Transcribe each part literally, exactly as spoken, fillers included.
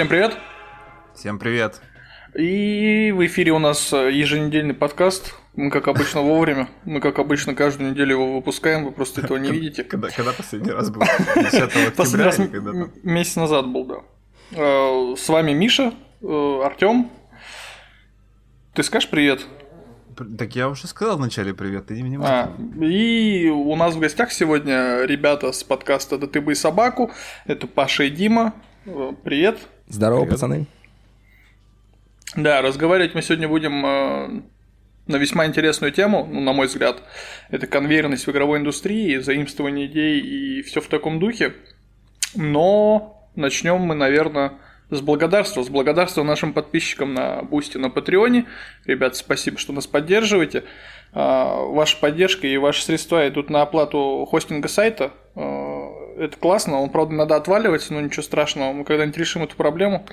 Всем привет! Всем привет! И в эфире у нас еженедельный подкаст. Мы, как обычно, вовремя. Мы, как обычно, каждую неделю его выпускаем. Вы просто этого не видите. Когда, когда последний раз был? десятого октября? Последний раз когда там? месяц назад был, да. С вами Миша, Артём. Ты скажешь привет? Так я уже сказал вначале привет, ты не внимательный. А, и у нас в гостях сегодня ребята с подкаста «Да ты бы и собаку». Это Паша и Дима. Привет. Здорово, Привет. пацаны. Да, разговаривать мы сегодня будем э, на весьма интересную тему, ну, на мой взгляд. Это конвейерность в игровой индустрии, заимствование идей и все в таком духе. Но начнем мы, наверное, с благодарства. С благодарства нашим подписчикам на Бусти, на Патреоне. Ребят, спасибо, что нас поддерживаете. Э, ваша поддержка и ваши средства идут на оплату хостинга сайта. Э, это классно, он, правда, надо отваливать, но ничего страшного, мы когда-нибудь решим эту проблему.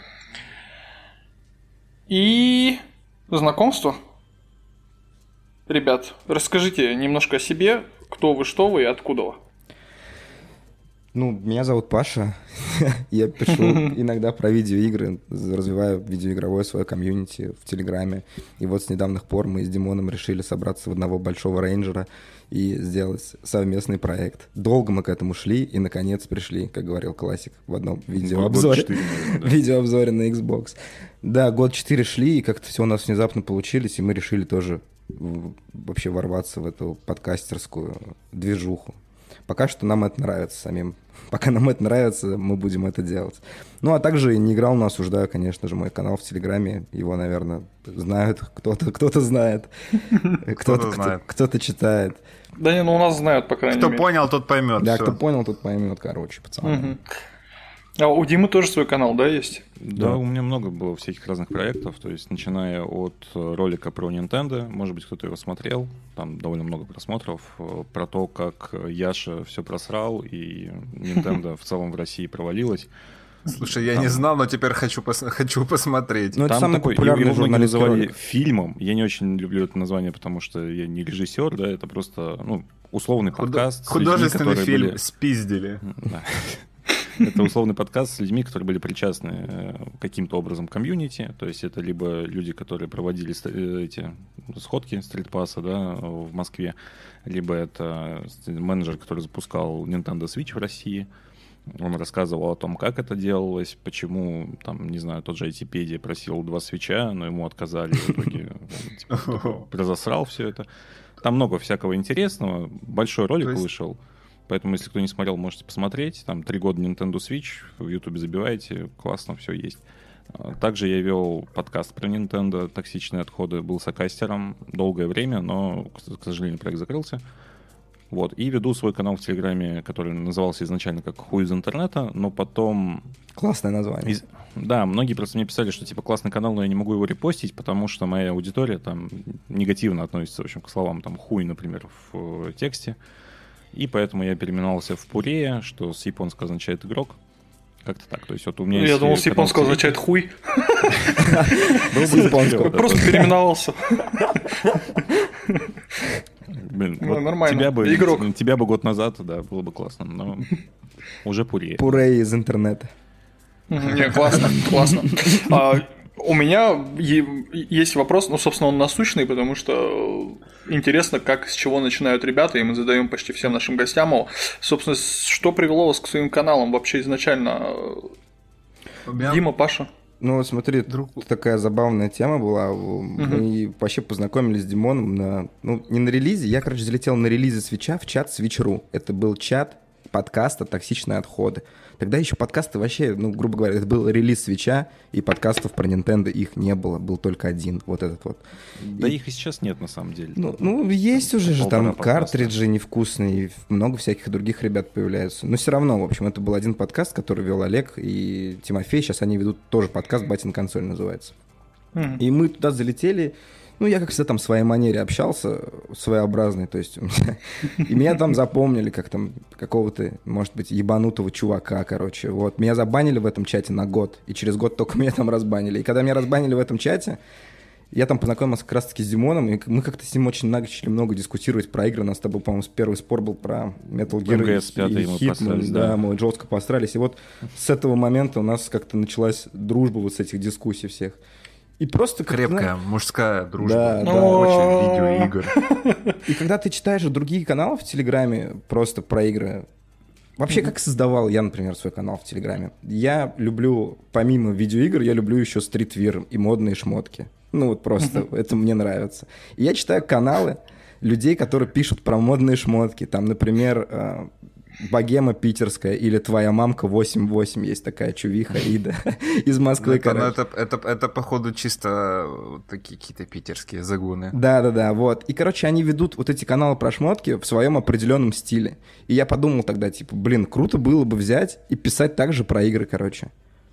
И знакомство. Ребят, расскажите немножко о себе, кто вы, что вы и откуда вы. Ну, меня зовут Паша. Я пишу иногда про видеоигры, развиваю видеоигровое свое комьюнити в Телеграме. И вот с недавних пор мы с Димоном решили собраться в одного большого рейнджера и сделать совместный проект. Долго мы к этому шли и, наконец, пришли, как говорил классик в одном видеообзоре. Видеообзоре на Xbox. Да, год четыре шли, и как-то все у нас внезапно получились, и мы решили тоже вообще ворваться в эту подкастерскую движуху. Пока что нам это нравится самим. Пока нам это нравится, мы будем это делать. Ну, а также не играл, но осуждаю, конечно же, мой канал в Телеграме. Его, наверное, знают. Кто-то, кто-то знает. Кто-то, кто-то, кто-то читает. Да не, ну у нас знают, по крайней Кто мере. Кто понял, тот поймет. Да, всё. кто понял, тот поймет, короче, пацаны. Угу. А у Димы тоже свой канал, да, есть? Да, да, у меня много было всяких разных проектов, то есть начиная от ролика про Nintendo, может быть, кто-то его смотрел, там довольно много просмотров, про то, как Яша все просрал, и Nintendo в целом в России провалилась. Слушай, я Там- не знал, но теперь хочу, пос- хочу посмотреть. Ну, это Там самый такой, популярный его многие журналистский называли ролик. фильмом, я не очень люблю это название, потому что я не режиссер, да, это просто, ну, условный Худо- подкаст. с людьми, Художественный которые фильм были- спиздили. Да. Это условный подкаст с людьми, которые были причастны э, каким-то образом к комьюнити. То есть это либо люди, которые проводили ст- э, эти сходки стритпасса, да, в Москве, либо это менеджер, который запускал Nintendo Switch в России. Он рассказывал о том, как это делалось, почему, там, не знаю, тот же айтипедия просил два свитча, но ему отказали, в итоге типа, такой разосрал все это. Там много всякого интересного. Большой ролик То есть- вышел. Поэтому, если кто не смотрел, можете посмотреть. Там три года Nintendo Switch, в Ютубе забиваете, классно, все есть. А, Также я вел подкаст про Nintendo, токсичные отходы, был сокастером долгое время, но, к к сожалению, проект закрылся. Вот. И веду свой канал в Телеграме, который назывался изначально как «Хуй из интернета», но потом... Классное название. из- Да, многие просто мне писали, что типа классный канал, но я не могу его репостить, потому что моя аудитория там негативно относится, в общем, к словам там «хуй», например, в э, тексте. И поэтому я переименовался в Пурея, что с японского означает игрок. Как-то так. То есть вот у меня Я есть думал, с канал японского в означает хуй. Телеге. С японского. Просто переименовался. Блин, Ну, вот нормально. тебя бы, Игрок. тебя бы год назад, да, было бы классно, но уже Пурея. Пурей из интернета. Не, классно, классно. А, у меня е- есть вопрос, ну, собственно, он насущный, потому что интересно, как, с чего начинают ребята, и мы задаем почти всем нашим гостям его. Собственно, с- что привело вас к своим каналам вообще изначально? У меня- Дима, Паша? Ну, вот смотри, Друг- такая забавная тема была. Мы вообще познакомились с Димоном на... Ну, не на релизе. Я, короче, залетел на релизе свитча в чат Switch.ru. Это был чат подкаста «Токсичные отходы». Тогда еще подкасты вообще, ну, грубо говоря, это был релиз свитча, и подкастов про Nintendo их не было. Был только один, вот этот вот. Да И- их и сейчас нет, на самом деле. Ну, ну, есть уже же Полтора там подкаста. картриджи невкусные, много всяких других ребят появляются. Но все равно, в общем, это был один подкаст, который вел Олег и Тимофей. Сейчас они ведут тоже подкаст «Батин консоль» называется. Мгм. И мы туда залетели. Ну, я как всегда там в своей манере общался, своеобразный, то есть у меня... И меня там запомнили как там какого-то, может быть, ебанутого чувака, короче. Вот. Меня забанили в этом чате на год, и через год только меня там разбанили. И когда меня разбанили в этом чате, Я там познакомился как раз-таки с Димоном, и мы как-то с ним очень начали много дискутировать про игры. У нас с тобой, по-моему, первый спор был про Metal Gear эм джи эс пять и мы Hitman. посрались, Да, да. мы жестко посрались. И вот с этого момента у нас как-то началась дружба вот с этих дискуссий всех. И просто как-то, Крепкая мужская дружба. Да, да. Очень видеоигр. И когда ты читаешь другие каналы в Телеграме просто про игры, вообще как создавал я, например, свой канал в Телеграме? Я люблю, помимо видеоигр, я люблю еще стритвир и модные шмотки. Ну вот просто, это мне нравится. И я читаю каналы людей, которые пишут про модные шмотки. Там, например, э, Богема питерская или Твоя мамка восемь восемь. Есть такая чувиха Ида из Москвы, Это, ну, короче. это, это, это, походу, чисто вот такие какие-то питерские загоны. Да-да-да, вот. И, короче, они ведут вот эти каналы про шмотки в своем определенном стиле. И я подумал тогда, типа, блин, круто было бы взять и писать также про игры, короче.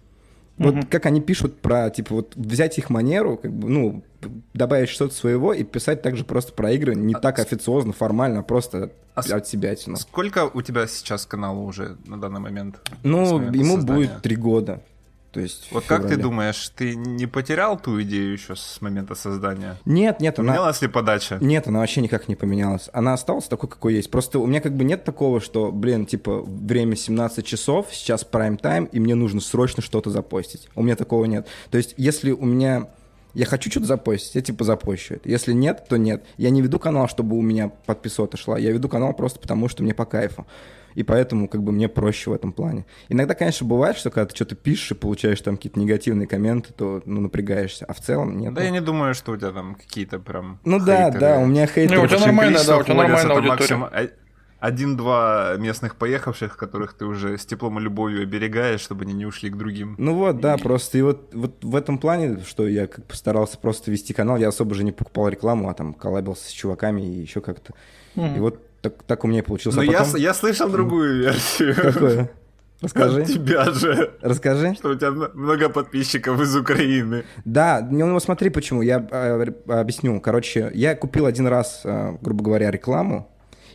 Вот Мгм. как они пишут про, типа, вот взять их манеру, как бы, ну, добавить что-то своего и писать также просто про игры не А так с- официозно, формально, а просто А с- от себя тяну. Сколько у тебя сейчас каналу уже на данный момент? с Ну, момента ему создания? будет три года. То есть Вот в как ты феврале. думаешь, ты не потерял ту идею еще с момента создания? Нет, нет, она... Поменялась ли подача? Нет, она вообще никак не поменялась. Она осталась такой, какой есть. Просто у меня как бы нет такого, что, блин, типа, время семнадцать часов, сейчас прайм-тайм, и мне нужно срочно что-то запостить. У меня такого нет. То есть, если у меня... Я хочу что-то запостить, я типа запощу это. Если нет, то нет. Я не веду канал, чтобы у меня подписота шла. Я веду канал просто потому, что мне по кайфу. И поэтому как бы мне проще в этом плане. Иногда, конечно, бывает, что когда ты что-то пишешь и получаешь там какие-то негативные комменты, то ну, напрягаешься. А в целом нет. Да я не думаю, что у тебя там какие-то прям Ну да, хейтеры. да, у меня хейтеры. Не, у тебя Очень нормальная, количество да, у тебя ходят, нормальная это аудитория. максимум о- один-два местных поехавших, которых ты уже с теплом и любовью оберегаешь, чтобы они не ушли к другим. Ну вот, да, И- просто и вот, вот в этом плане, что я как бы старался просто вести канал, я особо же не покупал рекламу, а там коллабился с чуваками и еще как-то. Мгм. И вот так, так у меня и получилось. Но А я, потом- с- я слышал другую версию. Какое? Расскажи. От тебя же. Расскажи. Что у тебя м- много подписчиков из Украины. Да, ну ну, смотри, почему. Я э, объясню. Короче, я купил один раз, э, грубо говоря, рекламу,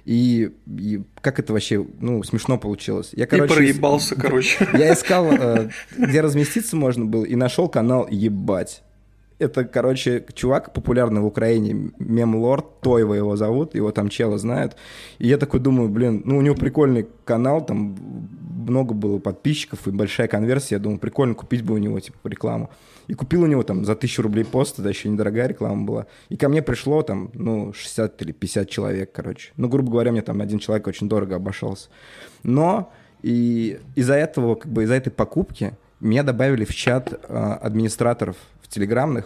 и, и как это вообще, ну, смешно получилось. Я, И короче, проебался, короче. Я искал, э, где разместиться можно было, и нашел канал «Ебать». Это, короче, чувак популярный в Украине, мем-лорд, Тойва его зовут, его там челы знают. И я такой думаю, блин, ну у него прикольный канал, там много было подписчиков и большая конверсия. Я думаю, прикольно купить бы у него, типа, рекламу. И купил у него там за тысячу рублей пост, тогда еще недорогая реклама была. И ко мне пришло там, ну, шестьдесят или пятьдесят человек, короче. Ну, грубо говоря, мне там один человек очень дорого обошелся. Но и из-за этого, как бы из-за этой покупки меня добавили в чат э, администраторов в телеграмных,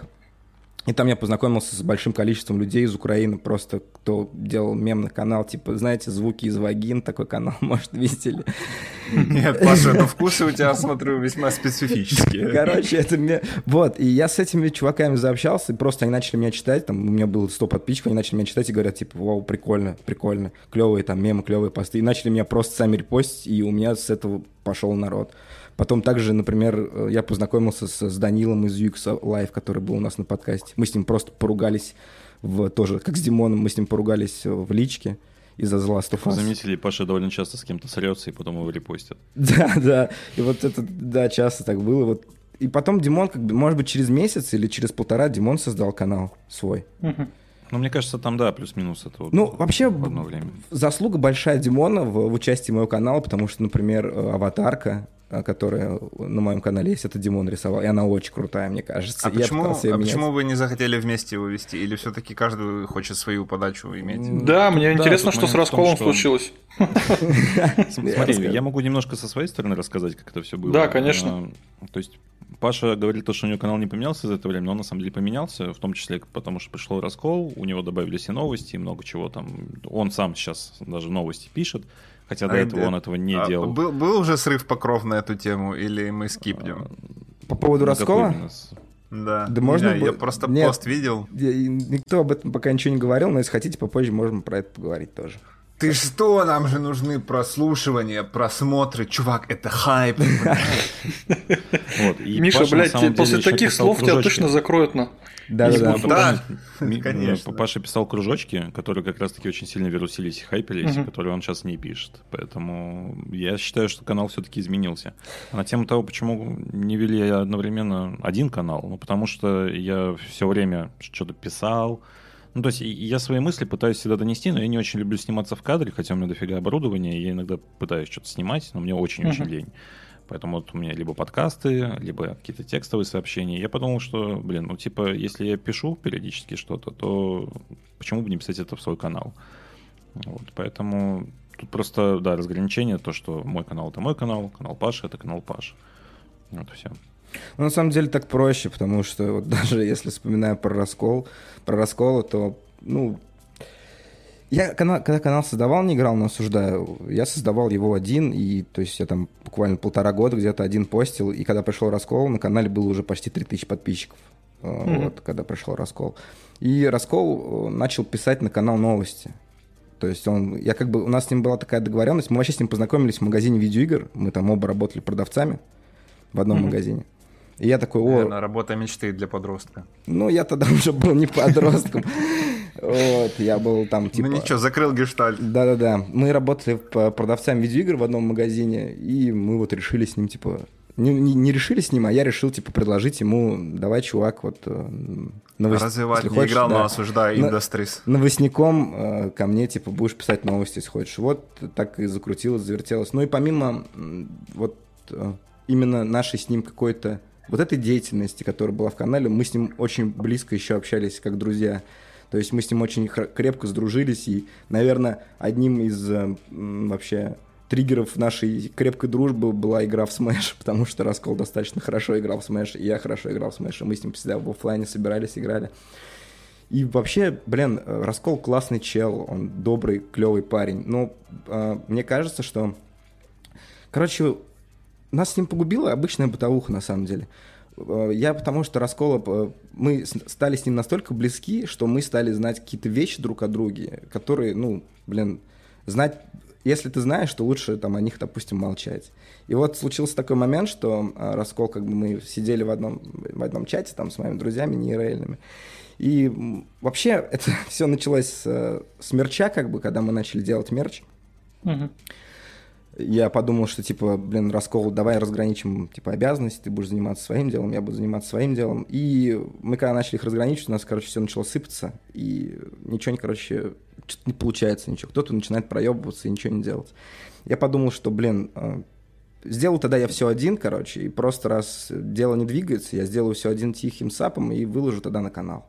и там я познакомился с большим количеством людей из Украины, просто кто делал мемный канал, типа, знаете, звуки из вагин, такой канал, может, видели. Нет, Паша, но вкусы у тебя, смотрю, весьма специфические. Короче, это мне... Вот, и я с этими чуваками заобщался, и просто они начали меня читать, там, у меня было сто подписчиков, они начали меня читать и говорят, типа, вау, прикольно, прикольно, клевые там мемы, клевые посты, и начали меня просто сами репостить, и у меня с этого пошел народ. Потом также, например, я познакомился с, с Данилом из ю экс Live, который был у нас на подкасте. Мы с ним просто поругались, в, тоже, как с Димоном, мы с ним поругались в личке из-за The Last of Us. Заметили, Паша довольно часто с кем-то срется, и потом его репостят. Да, да. И вот это, да, часто так было. Вот. И потом Димон, как бы, может быть, через месяц или через полтора Димон создал канал свой. Мгм. Ну, мне кажется, там, да, плюс-минус это вот Ну, вообще, в одно время. заслуга большая Димона в, в участии моего канала, потому что, например, э, аватарка, э, которая на моем канале есть, это Димон рисовал, и она очень крутая, мне кажется. А И я почему, пытался её а менять. почему вы не захотели вместе его вести? Или все-таки каждый хочет свою подачу иметь? Да, мне Да, интересно, тут что с момент в том, расколом что- случилось. Смотри, расскажу. я могу немножко со своей стороны рассказать, как это все было. Да, конечно. А, То есть Паша говорит, то, что у него канал не поменялся за это время, но он на самом деле поменялся, в том числе потому, что пришел раскол, у него добавились и новости, и много чего там. Он сам сейчас даже новости пишет, хотя до А, этого э, он этого не А делал. Был, был уже срыв покров на эту тему, или мы скипнем? По поводу Ну, какой раскола? именно с- Да. Да можно Не, я бы- просто Нет. пост видел. Я- и Никто об этом пока ничего не говорил, но если хотите, попозже можем про это поговорить тоже. Ты что, нам же нужны прослушивания, просмотры. Чувак, это хайп. Миша, блядь, после таких слов тебя точно закроют на... Да-да-да. Конечно. Паша писал кружочки, которые как раз-таки очень сильно вирусились и хайпились, которые он сейчас не пишет. Поэтому я считаю, что канал все-таки изменился. А на тему того, почему не вели одновременно один канал, ну, потому что я все время что-то писал. Ну, то есть я свои мысли пытаюсь всегда донести, но я не очень люблю сниматься в кадре, хотя у меня дофига оборудования, и я иногда пытаюсь что-то снимать, но мне очень-очень лень. Поэтому вот у меня либо подкасты, либо какие-то текстовые сообщения. Я подумал, что, блин, ну типа, если я пишу периодически что-то, то почему бы не писать это в свой канал? Вот, поэтому тут просто, да, разграничение, то, что мой канал — это мой канал, канал Паши — это канал Паши. Вот и все. Ну, на самом деле так проще, потому что вот даже если вспоминаю про раскол, про расколы, то, ну... Я канал, когда канал создавал, не играл, но осуждаю. Я создавал его один, и то есть я там буквально полтора года где-то один постил, и когда пришел раскол, на канале было уже почти три тысячи подписчиков, mm-hmm. вот, когда пришел раскол. И раскол начал писать на канал новости. То есть он, я как бы, у нас с ним была такая договоренность, мы вообще с ним познакомились в магазине видеоигр, мы там оба работали продавцами в одном mm-hmm. магазине. И я такой, о... Наверное, работа мечты для подростка. Ну, я тогда уже был не подростком. Вот, я был там типа... Ну ничего, закрыл гештальт. Да-да-да. Мы работали продавцами видеоигр в одном магазине, и мы вот решили с ним, типа... Не, не, не решили с ним, а я решил, типа, предложить ему, давай, чувак, вот... Новость, развивать, не хочешь, играл, да, но осуждаю Industries. Новостником э, ко мне, типа, будешь писать новости, если хочешь. Вот так и закрутилось, завертелось. Ну и помимо вот именно нашей с ним какой-то... Вот этой деятельности, которая была в канале, мы с ним очень близко еще общались как друзья. То есть мы с ним очень крепко сдружились, и, наверное, одним из э, вообще триггеров нашей крепкой дружбы была игра в Smash, потому что Раскол достаточно хорошо играл в Smash, и я хорошо играл в Smash, и мы с ним всегда в оффлайне собирались, играли. И вообще, блин, Раскол классный чел, он добрый, клевый парень. Но э, мне кажется, что... Короче... Нас с ним погубила обычная бытовуха, на самом деле. Я потому что Раскола... Мы стали с ним настолько близки, что мы стали знать какие-то вещи друг о друге, которые, ну, блин, знать... Если ты знаешь, то лучше там о них, допустим, молчать. И вот случился такой момент, что Раскол, как бы мы сидели в одном, в одном чате там с моими друзьями нейрельными. И вообще это все началось с, с мерча, как бы, когда мы начали делать мерч. Угу. Я подумал, что, типа, блин, Раскол, давай разграничим, типа, обязанности, ты будешь заниматься своим делом, я буду заниматься своим делом. И мы, когда начали их разграничивать, у нас, короче, все начало сыпаться, и ничего, короче, что-то не получается ничего. Кто-то начинает проебываться и ничего не делать. Я подумал, что, блин, сделаю тогда я все один, короче, и просто раз дело не двигается, я сделаю все один тихим сапом и выложу тогда на канал.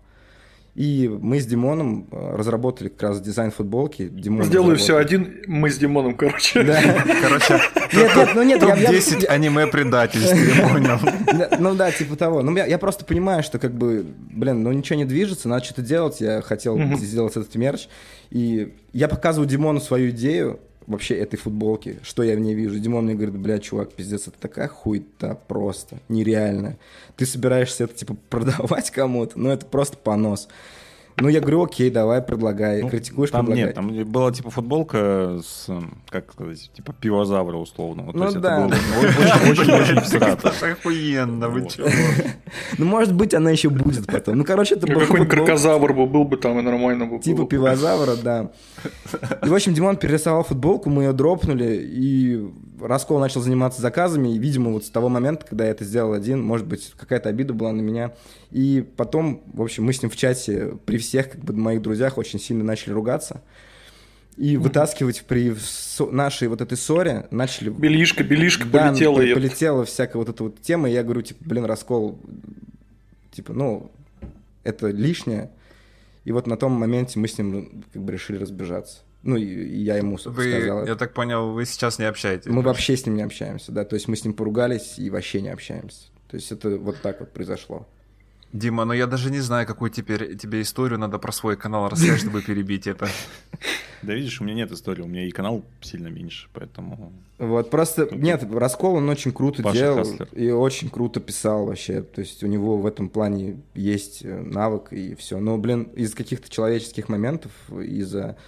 И мы с Димоном разработали как раз дизайн футболки. Димон Сделаю все один, мы с Димоном, короче. Да. Короче, топ-десять аниме-предательств, я понял. Ну да, типа того. Ну я просто понимаю, что как бы, блин, ну ничего не движется, надо что-то делать. Я хотел сделать этот мерч. И я показываю Димону свою идею вообще этой футболки, что я в ней вижу. Димон мне говорит, бля, чувак, пиздец, это такая хуйта просто, нереально. Ты собираешься это, типа, продавать кому-то? Ну, это просто понос. Ну, я говорю, окей, давай, предлагай. Ну, критикуешь, там предлагай. Нет, там была, типа, футболка с, как сказать, типа, пивозавра условно. Вот, ну, то да. Это было очень-очень всрато. Это охуенно, вы чего? Ну, может быть, она еще будет потом. Ну, короче, это был какой-нибудь крокозавр бы был бы там, и нормально бы. Типа пивозавра, да. И, в общем, Димон перерисовал футболку, мы ее дропнули, и Раскол начал заниматься заказами, и, видимо, вот с того момента, когда я это сделал один, может быть, какая-то обида была на меня. И потом, в общем, мы с ним в чате при всех, как бы, моих друзьях очень сильно начали ругаться. И mm-hmm. вытаскивать при со- нашей вот этой ссоре начали... Белишка, белишка да, полетела. Да, полетела всякая вот эта вот тема, и я говорю, типа, блин, Раскол, типа, ну, это лишнее. И вот на том моменте мы с ним, как бы, решили разбежаться. Ну, и, и я ему вы, сказал. Я так понял, вы сейчас не общаетесь? Мы вообще с ним не общаемся, да. То есть мы с ним поругались и вообще не общаемся. То есть это вот так вот произошло. Дима, ну я даже не знаю, какую теперь тебе историю надо про свой канал рассказать, чтобы перебить это. Да видишь, у меня нет истории, у меня и канал сильно меньше, поэтому... Вот, просто, нет, Раскол он очень круто Паша делал Хаслер. И очень круто писал вообще, то есть у него в этом плане есть навык и все. Но, блин, из каких-то человеческих моментов, из-за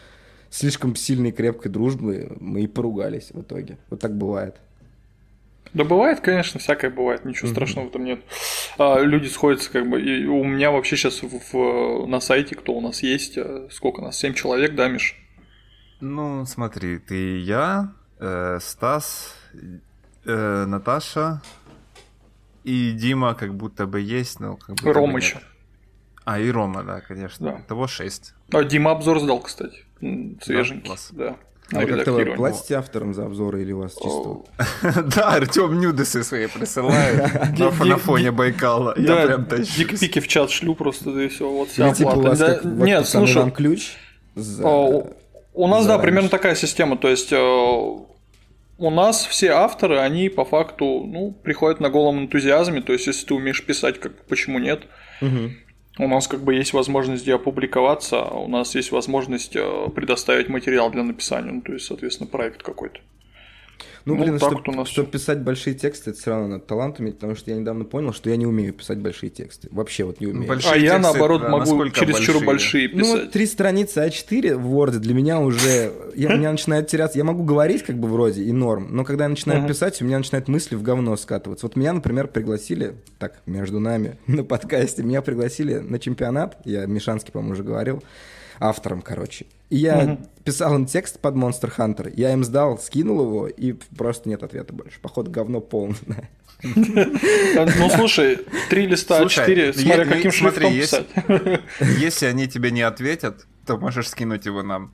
слишком сильной и крепкой дружбы мы и поругались в итоге. Вот так бывает. Да бывает, конечно, всякое бывает, ничего mm-hmm. страшного в этом нет. А, люди сходятся, как бы, и у меня вообще сейчас в, в, на сайте, кто у нас есть, сколько у нас, семь человек, да, Миш? Ну, смотри, ты, я, э, Стас, э, Наташа и Дима как будто бы есть, но как будто Рома бы еще. А, и Рома, да, конечно. Да. Того шесть. А Дима обзор сдал, кстати, свеженький, да. да. А вы как-то вы платите авторам за обзоры или у вас чисто? Да, Артём нюдесы свои присылает на фоне Байкала. Я прям тащусь. Дикпики в чат шлю просто, да и все. Вот вся оплата. Нет, слушай. Вам ключ? У нас, да, примерно такая система. То есть у нас все авторы, они по факту, ну, приходят на голом энтузиазме. То есть если ты умеешь писать, как почему нет? У нас как бы есть возможность где опубликоваться, у нас есть возможность предоставить материал для написания, ну, то есть, соответственно, проект какой-то. Ну, ну блин, чтобы нас... чтоб писать большие тексты, это все равно надо талант иметь, потому что я недавно понял, что я не умею писать большие тексты. Вообще вот не умею. Большие а я, наоборот, это, могу чересчур большие писать. Ну, вот три страницы а четыре в Word для меня уже... Я, у меня начинает теряться... Я могу говорить как бы вроде и норм, но когда я начинаю uh-huh. писать, у меня начинают мысли в говно скатываться. Вот меня, например, пригласили, так, между нами, на подкасте, меня пригласили на чемпионат, я Мишанский, по-моему, уже говорил, автором, короче. И я угу. писал им текст под Monster Hunter, я им сдал, скинул его, и просто нет ответа больше. Походу, говно полное. Ну, слушай, три листа а четыре, смотря каким шрифтом писать. Если они тебе не ответят, то можешь скинуть его нам.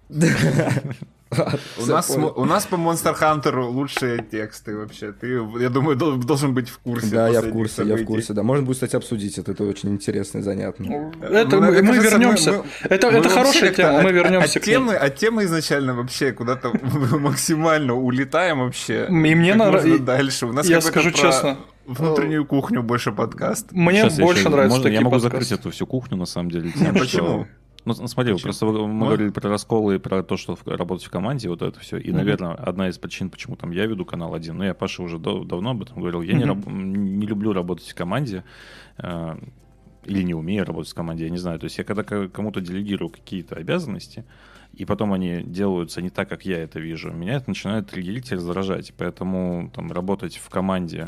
У нас, у нас по Monster Hunter лучшие тексты вообще. Ты, я думаю, должен быть в курсе. Да, я в курсе, событий. я в курсе, да. Можно будет, кстати, обсудить это, это очень интересно и занятно. Это ну, мы, мы кажется, вернемся. Мы, это мы это хорошая тема, мы вернемся от, к ней. Темы, от темы изначально вообще куда-то максимально улетаем вообще. И мне нравится. Дальше. У нас я скажу честно. Внутреннюю кухню больше подкаст. Мне Сейчас больше нравится можно, такие Я могу подкасты. закрыть эту всю кухню, на самом деле. Нет, почему? Ну, смотри, Почему? просто мы ну? говорили про расколы и про то, что работать в команде, вот это все. И, mm-hmm. наверное, одна из причин, почему там я веду канал один, ну, я Паше уже до, давно об этом говорил, я mm-hmm. не, раб, не люблю работать в команде, э, или не умею работать в команде, я не знаю. То есть я когда кому-то делегирую какие-то обязанности, и потом они делаются не так, как я это вижу, меня это начинает триггерить и раздражать. Поэтому там работать в команде,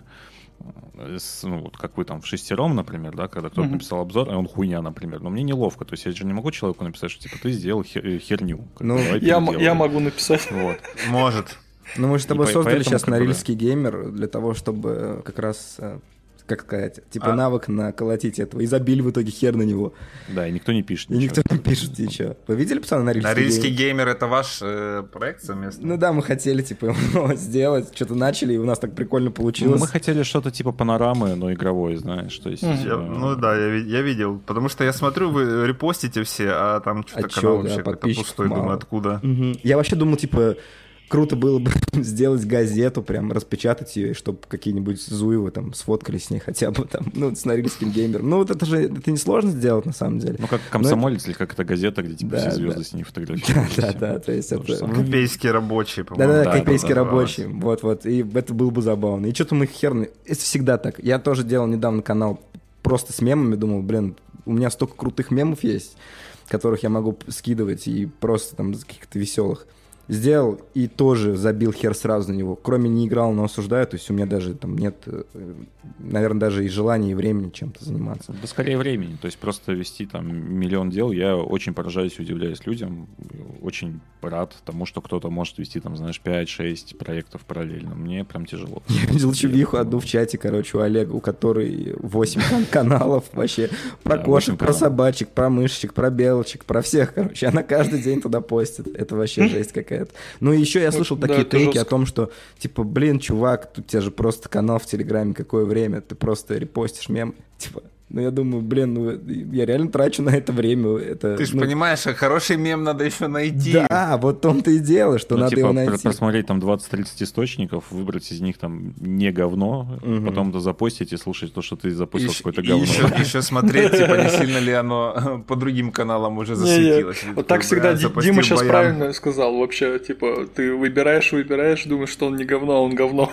С, ну, вот как вы там в шестером, например, да, когда кто-то mm-hmm. написал обзор, а он хуйня, например, но мне неловко, то есть я же не могу человеку написать, что типа ты сделал хер- херню. Ну, я, м- я могу написать. Вот. Может. Ну, мы же с тобой создали сейчас Норильский геймер для того, чтобы как раз... как сказать, типа а? навык наколотить этого, и забили в итоге хер на него. Да, и никто не пишет и ничего. никто не пишет ничего. Вы видели, пацаны, Норильский геймер? Норильский геймер — это ваш э, проект совместный? Ну да, мы хотели, типа, его сделать, что-то начали, и у нас так прикольно получилось. Мы хотели что-то типа панорамы, но игровое, знаешь, то есть... Mm-hmm. Я, ну да, я, я видел, потому что я смотрю, вы репостите все, а там что-то а канал чё, вообще да, какой-то пустой, мало. думаю, откуда? Mm-hmm. Я вообще думал, типа... Круто было бы сделать газету, прям распечатать ее, и чтобы какие-нибудь Зуевы там сфоткали с ней хотя бы там, ну, с Норильским геймером. Ну, вот это же это несложно сделать на самом деле. Ну, как «Комсомолец» это... или как это газета, где типа да, все звезды да. с ней фотографируются. Да, да, да, то есть это... Копейский рабочий, по-моему. Да-да, да, Копейский рабочий, вот-вот, и это было бы забавно. И что-то мы херны... Это всегда так. Я тоже делал недавно канал просто с мемами, думал, блин, у меня столько крутых мемов есть, которых я могу скидывать, и просто там каких-то веселых. Сделал и тоже забил хер сразу на него. Кроме не играл, но осуждаю. То есть у меня даже там нет, наверное, даже и желания, и времени чем-то заниматься. Да скорее времени. То есть просто вести там миллион дел. Я очень поражаюсь и удивляюсь людям. Очень рад тому, что кто-то может вести там, знаешь, пять-шесть проектов параллельно. Мне прям тяжело. Я видел чувиху одну в чате, короче, у Олега, у которой восемь каналов вообще. Про кошек, про собачек, про мышечек, про белочек, про всех, короче. Она каждый день туда постит. Это вообще жесть какая-то. Ну и еще я слышал да, такие тейки о том, что типа, блин, чувак, тут у тебя же просто канал в Телеграме, какое время, ты просто репостишь мем, типа, ну я думаю, блин, ну я реально трачу на это время. Это, ты же ну... понимаешь, хороший мем надо еще найти. Да, вот в том-то и дело, что ну, надо типа, его найти. Просмотреть там двадцать-тридцать источников, выбрать из них там не говно, угу. потом-то запостить и слушать то, что ты запустил и какое-то и говно. Еще, еще смотреть, типа, не сильно ли оно по другим каналам уже засветилось. Не, не. Вот так всегда Дима сейчас правильно сказал. Вообще, типа, ты выбираешь, выбираешь, думаешь, что он не говно, а он говно.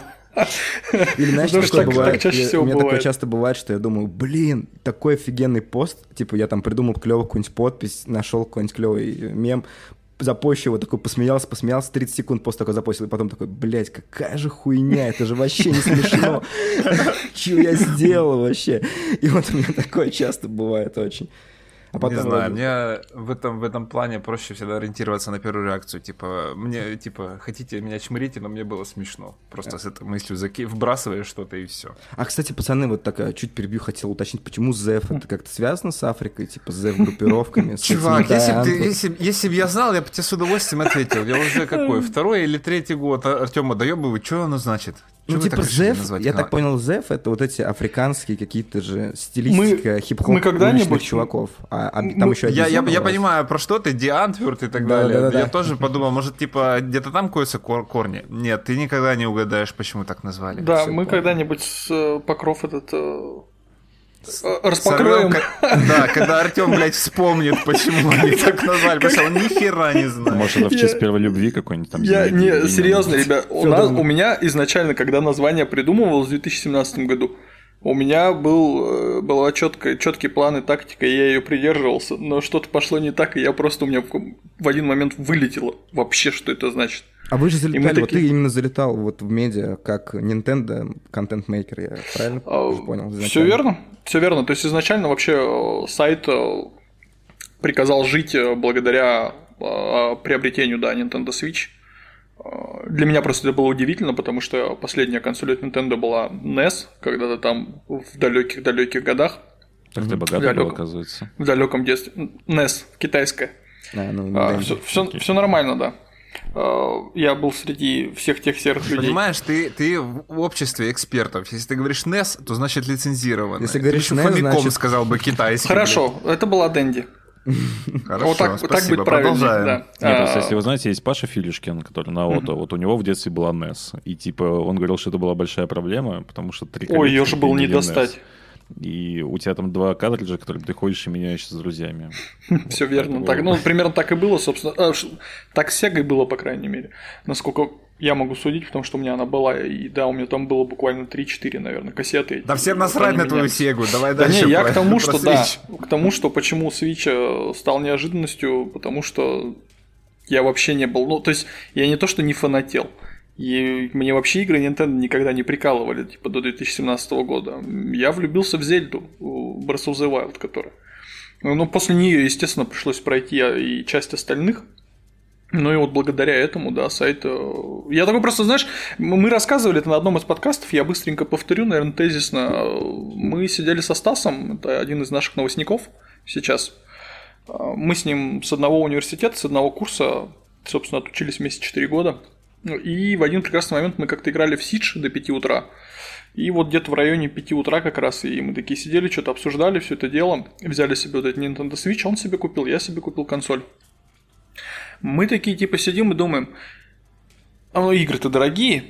Или знаешь, что такое бывает? Я, у меня бывает. такое часто бывает, что я думаю, блин, такой офигенный пост, типа я там придумал клевую какую-нибудь подпись, нашел какой-нибудь клевый мем, запостил, такой посмеялся, посмеялся тридцать секунд после того, запостил, и потом такой, блядь, какая же хуйня, это же вообще не смешно. Чего я сделал вообще? И вот у меня такое часто бывает очень. А потом не знаю, мне в этом, в этом плане проще всегда ориентироваться на первую реакцию. Типа, мне, типа, хотите меня чмырите, но мне было смешно. Просто с этой мыслью заки... вбрасываешь что-то и все. А, кстати, пацаны, вот так чуть перебью, хотел уточнить, почему ЗЭФ? Это как-то связано с Африкой? Типа, ЗЭФ-группировками? Чувак, если бы я знал, я бы тебе с удовольствием ответил. Я уже какой, второй или третий год Артема доебываю, что оно значит? Ну, Чего типа ЗЭФ, я так понял, ЗЭФ — это вот эти африканские какие-то же стилистика хип-хоп уличных чуваков. А, а там мы, еще я, я, я понимаю, про что ты, Ди Антверт и так да, далее. Да, да, я да. тоже подумал, может, типа, где-то там кроются кор- корни. Нет, ты никогда не угадаешь, почему так назвали. Да, Все мы понял. Когда-нибудь с, Покров этот э, распокроем. Сорвем, да, когда Артем, блядь, вспомнит, почему они так назвали, потому что он ни хера не знает. Может, это в честь первой любви какой-нибудь там. Я, не, серьезно, ребят, у, нас, у меня изначально, когда название придумывалось в две тысячи семнадцатом году, у меня был, была четкая, четкий план и тактика, и я ее придерживался, но что-то пошло не так, и я просто у меня в, в один момент вылетело вообще, что это значит. А вы же залетали, вот такие... ты именно залетал вот в медиа как Nintendo контент-мейкер, я правильно а, понял? Все верно, все верно. То есть изначально вообще сайт приказал жить благодаря приобретению, да, Nintendo Switch. Для меня просто это было удивительно, потому что последняя консоль от Nintendo была эн и эс, когда-то там в далеких-далеких годах. Так ты богатый далёк... был, оказывается. В далеком детстве. эн и эс, китайская. А, ну, а, все, все, okay. все нормально, да. Я был среди всех тех серых людей. Понимаешь, ты, ты в обществе экспертов. Если ты говоришь эн и эс, то значит лицензировано. Если говоришь эн и эс, значит... сказал бы китайский. Хорошо, блядь. Это была Денди. Хорошо, вот так, спасибо, так будет продолжаем. Да. Нет, а... если вы знаете, есть Паша Филюшкин, который на Ото, mm-hmm. вот у него в детстве была эн и эс, и типа он говорил, что это была большая проблема, потому что три Ой, ее же было не достать. И у тебя там два картриджа, которые ты ходишь и меняешь с друзьями. Все верно. Так, ну, примерно так и было, собственно. Так с Сегой было, по крайней мере. Насколько я могу судить, потому что у меня она была. И да, у меня там было буквально три-четыре, наверное, кассеты. Да всем насрать на твою Сегу. Давай дальше. Да не, я к тому, что да. К тому, что почему Switch стал неожиданностью, потому что я вообще не был. Ну, то есть, я не то, что не фанател. И мне вообще игры Nintendo никогда не прикалывали, типа, до две тысячи семнадцатого года. Я влюбился в Зельду, Breath of the Wild, которая. Ну, после нее, естественно, пришлось пройти и часть остальных. Ну и вот благодаря этому, да, сайт... Я такой просто, знаешь, мы рассказывали это на одном из подкастов, я быстренько повторю, наверное, тезисно. Мы сидели со Стасом, это один из наших новостников сейчас. Мы с ним с одного университета, с одного курса, собственно, отучились вместе четыре года. И в один прекрасный момент мы как-то играли в Сидж до пяти утра. И вот где-то в районе пяти утра как раз, и мы такие сидели, что-то обсуждали все это дело. Взяли себе вот этот Nintendo Switch, он себе купил, я себе купил консоль. Мы такие типа сидим и думаем, а ну игры-то дорогие,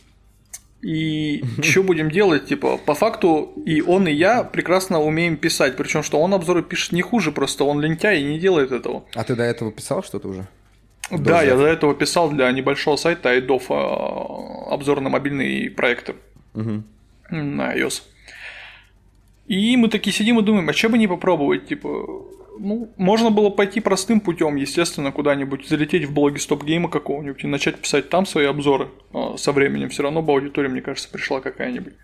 и что будем делать? Типа, по факту и он, и я прекрасно умеем писать, причем что он обзоры пишет не хуже, просто он лентяй и не делает этого. А ты до этого писал что-то уже? Да, Доза. Я до этого писал для небольшого сайта айдов обзор на мобильные проекты угу. на iOS. И мы такие сидим и думаем, а что бы не попробовать, типа, ну, можно было пойти простым путем, естественно, куда-нибудь залететь в блоги стоп-гейма какого-нибудь и начать писать там свои обзоры. Со временем все равно бы аудитория, мне кажется, пришла какая-нибудь.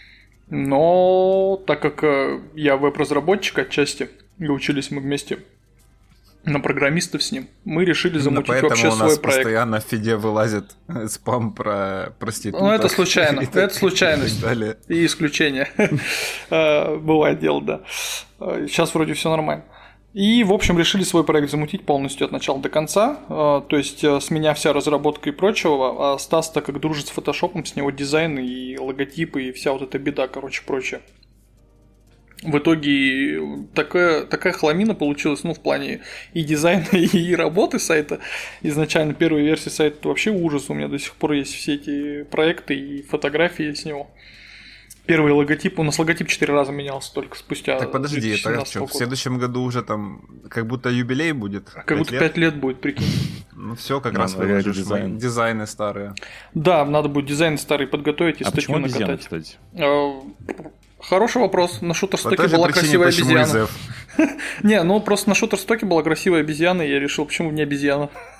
Но так как я веб-разработчик отчасти, и учились мы вместе на программистов с ним, мы решили замутить ну, вообще свой проект. Поэтому у нас постоянно в фиде вылазит спам про проституток. Ну, это случайно, это случайность и исключение. Бывает дело, да. Сейчас вроде все нормально. И, в общем, решили свой проект замутить полностью от начала до конца. То есть, с меня вся разработка и прочего, а Стас, так как дружит с фотошопом, с него дизайн и логотипы, и вся вот эта беда, короче, прочее. В итоге такая, такая хламина получилась, ну, в плане и дизайна, и работы сайта. Изначально первая версия сайта – это вообще ужас. У меня до сих пор есть все эти проекты и фотографии с него. Первый логотип, у нас логотип четыре раза менялся только спустя. Так подожди, это что, в следующем году уже там как будто юбилей будет? Как будто пять лет будет, прикинь. Ну все, как раз выложишь дизайн. Дизайны старые. Да, надо будет дизайны старые подготовить и а статью накатать. Кстати? Хороший вопрос. На шутерстоке была красивая обезьяна. Не, ну просто на шутерстоке была красивая обезьяна, и я решил, почему не обезьяна.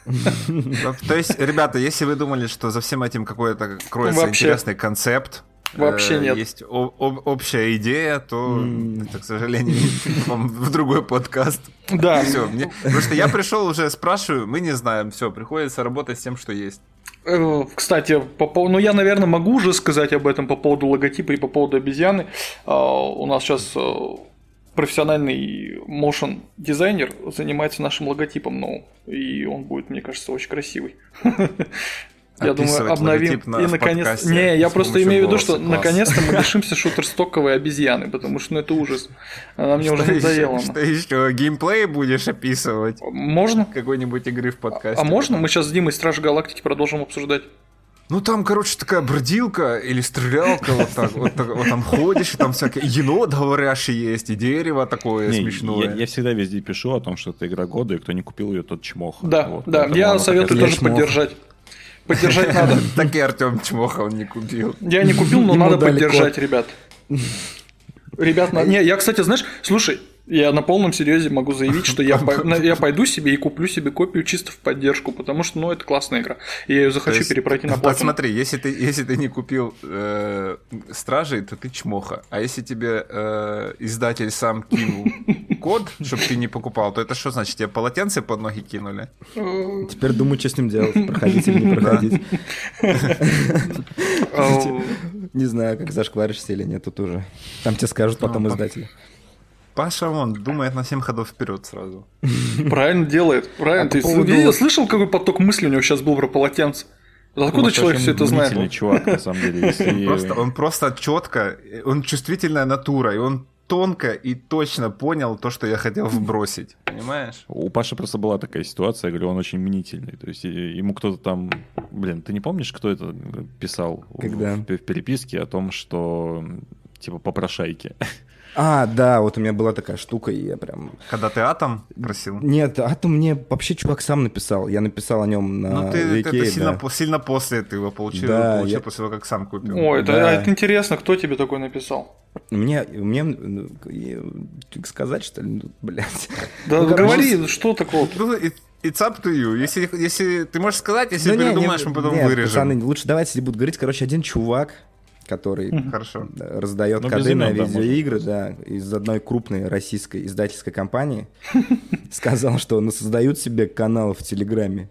То есть, ребята, если вы думали, что за всем этим какой-то кроется интересный концепт, вообще нет. Есть общая идея, то, к сожалению, в другой подкаст. Да. Все, потому что я пришел уже, спрашиваю, мы не знаем, все, приходится работать с тем, что есть. Кстати, по поводу, ну я, наверное, могу уже сказать об этом по поводу логотипа и по поводу обезьяны. У нас сейчас профессиональный motion дизайнер занимается нашим логотипом, ну, и он будет, мне кажется, очень красивый. Я думаю, обновим на, и наконец. Не, я просто имею в виду, что класс. Наконец-то мы лишимся шутерстоковой обезьяны, потому что ну это ужас. Она мне что уже надоела. Что еще? Геймплей будешь описывать? Можно? Какой-нибудь игры в подкасте. А, а можно? Мы сейчас с Димой Стражи Галактики продолжим обсуждать. Ну там, короче, такая бродилка или стрелялка, вот так, вот, так, вот там ходишь, и там всякие енот говорящий есть, и дерево такое не, смешное. Я, я всегда везде пишу о том, что это игра года, и кто не купил ее, тот чмох. Да, вот, да, я советую тоже чмох. поддержать. Поддержать надо. Так и Артём Чмоха он не купил. Я не купил, но надо поддержать, ребят. Ребят, не, я, кстати, знаешь, слушай, я на полном серьезе могу заявить, что я, я пойду себе и куплю себе копию чисто в поддержку, потому что, ну, это классная игра. И я ее захочу есть, перепройти на платину. Смотри, если ты, если ты не купил э, Стражей, то ты чмоха. А если тебе э, издатель сам кинул код, чтобы ты не покупал, то это что значит? Тебе полотенце под ноги кинули? Теперь думаю, что с ним делать, проходить или не проходить. Не знаю, как зашкваришься или нет тут уже. Там тебе скажут потом издатели. Паша, он думает на семь ходов вперед сразу. Правильно делает. Правильно. А Ты поводу... видел, слышал, какой поток мыслей у него сейчас был про полотенце? Откуда ну, человек все это знает? Чувак, на самом деле. Если... просто, он просто четко, он чувствительная натура, и он тонко и точно понял то, что я хотел вбросить. Понимаешь? У Паши просто была такая ситуация, я говорю, он очень мнительный. То есть ему кто-то там... Блин, ты не помнишь, кто это писал Когда? В, в переписке о том, что типа попрошайки? А, да, вот у меня была такая штука, и я прям... Когда ты Атом просил? Нет, Атом мне вообще чувак сам написал. Я написал о нем на Ну, ты Вике, это сильно, да. по, сильно после ты его получил, да, получил я... после того, как сам купил. О, это, да. это интересно, кто тебе такой написал? Мне, мне сказать, что ли? Ну, блядь. Да, ну, говори, короче, что такого? It's up to you. Если, если ты можешь сказать, если да передумаешь, не, мы потом нет, вырежем. Пацаны, лучше давайте, если будут говорить, короче, один чувак, который Хорошо. раздает ну, коды на видеоигры, да, из одной крупной российской издательской компании, сказал, что ну, создают себе каналы в Телеграме,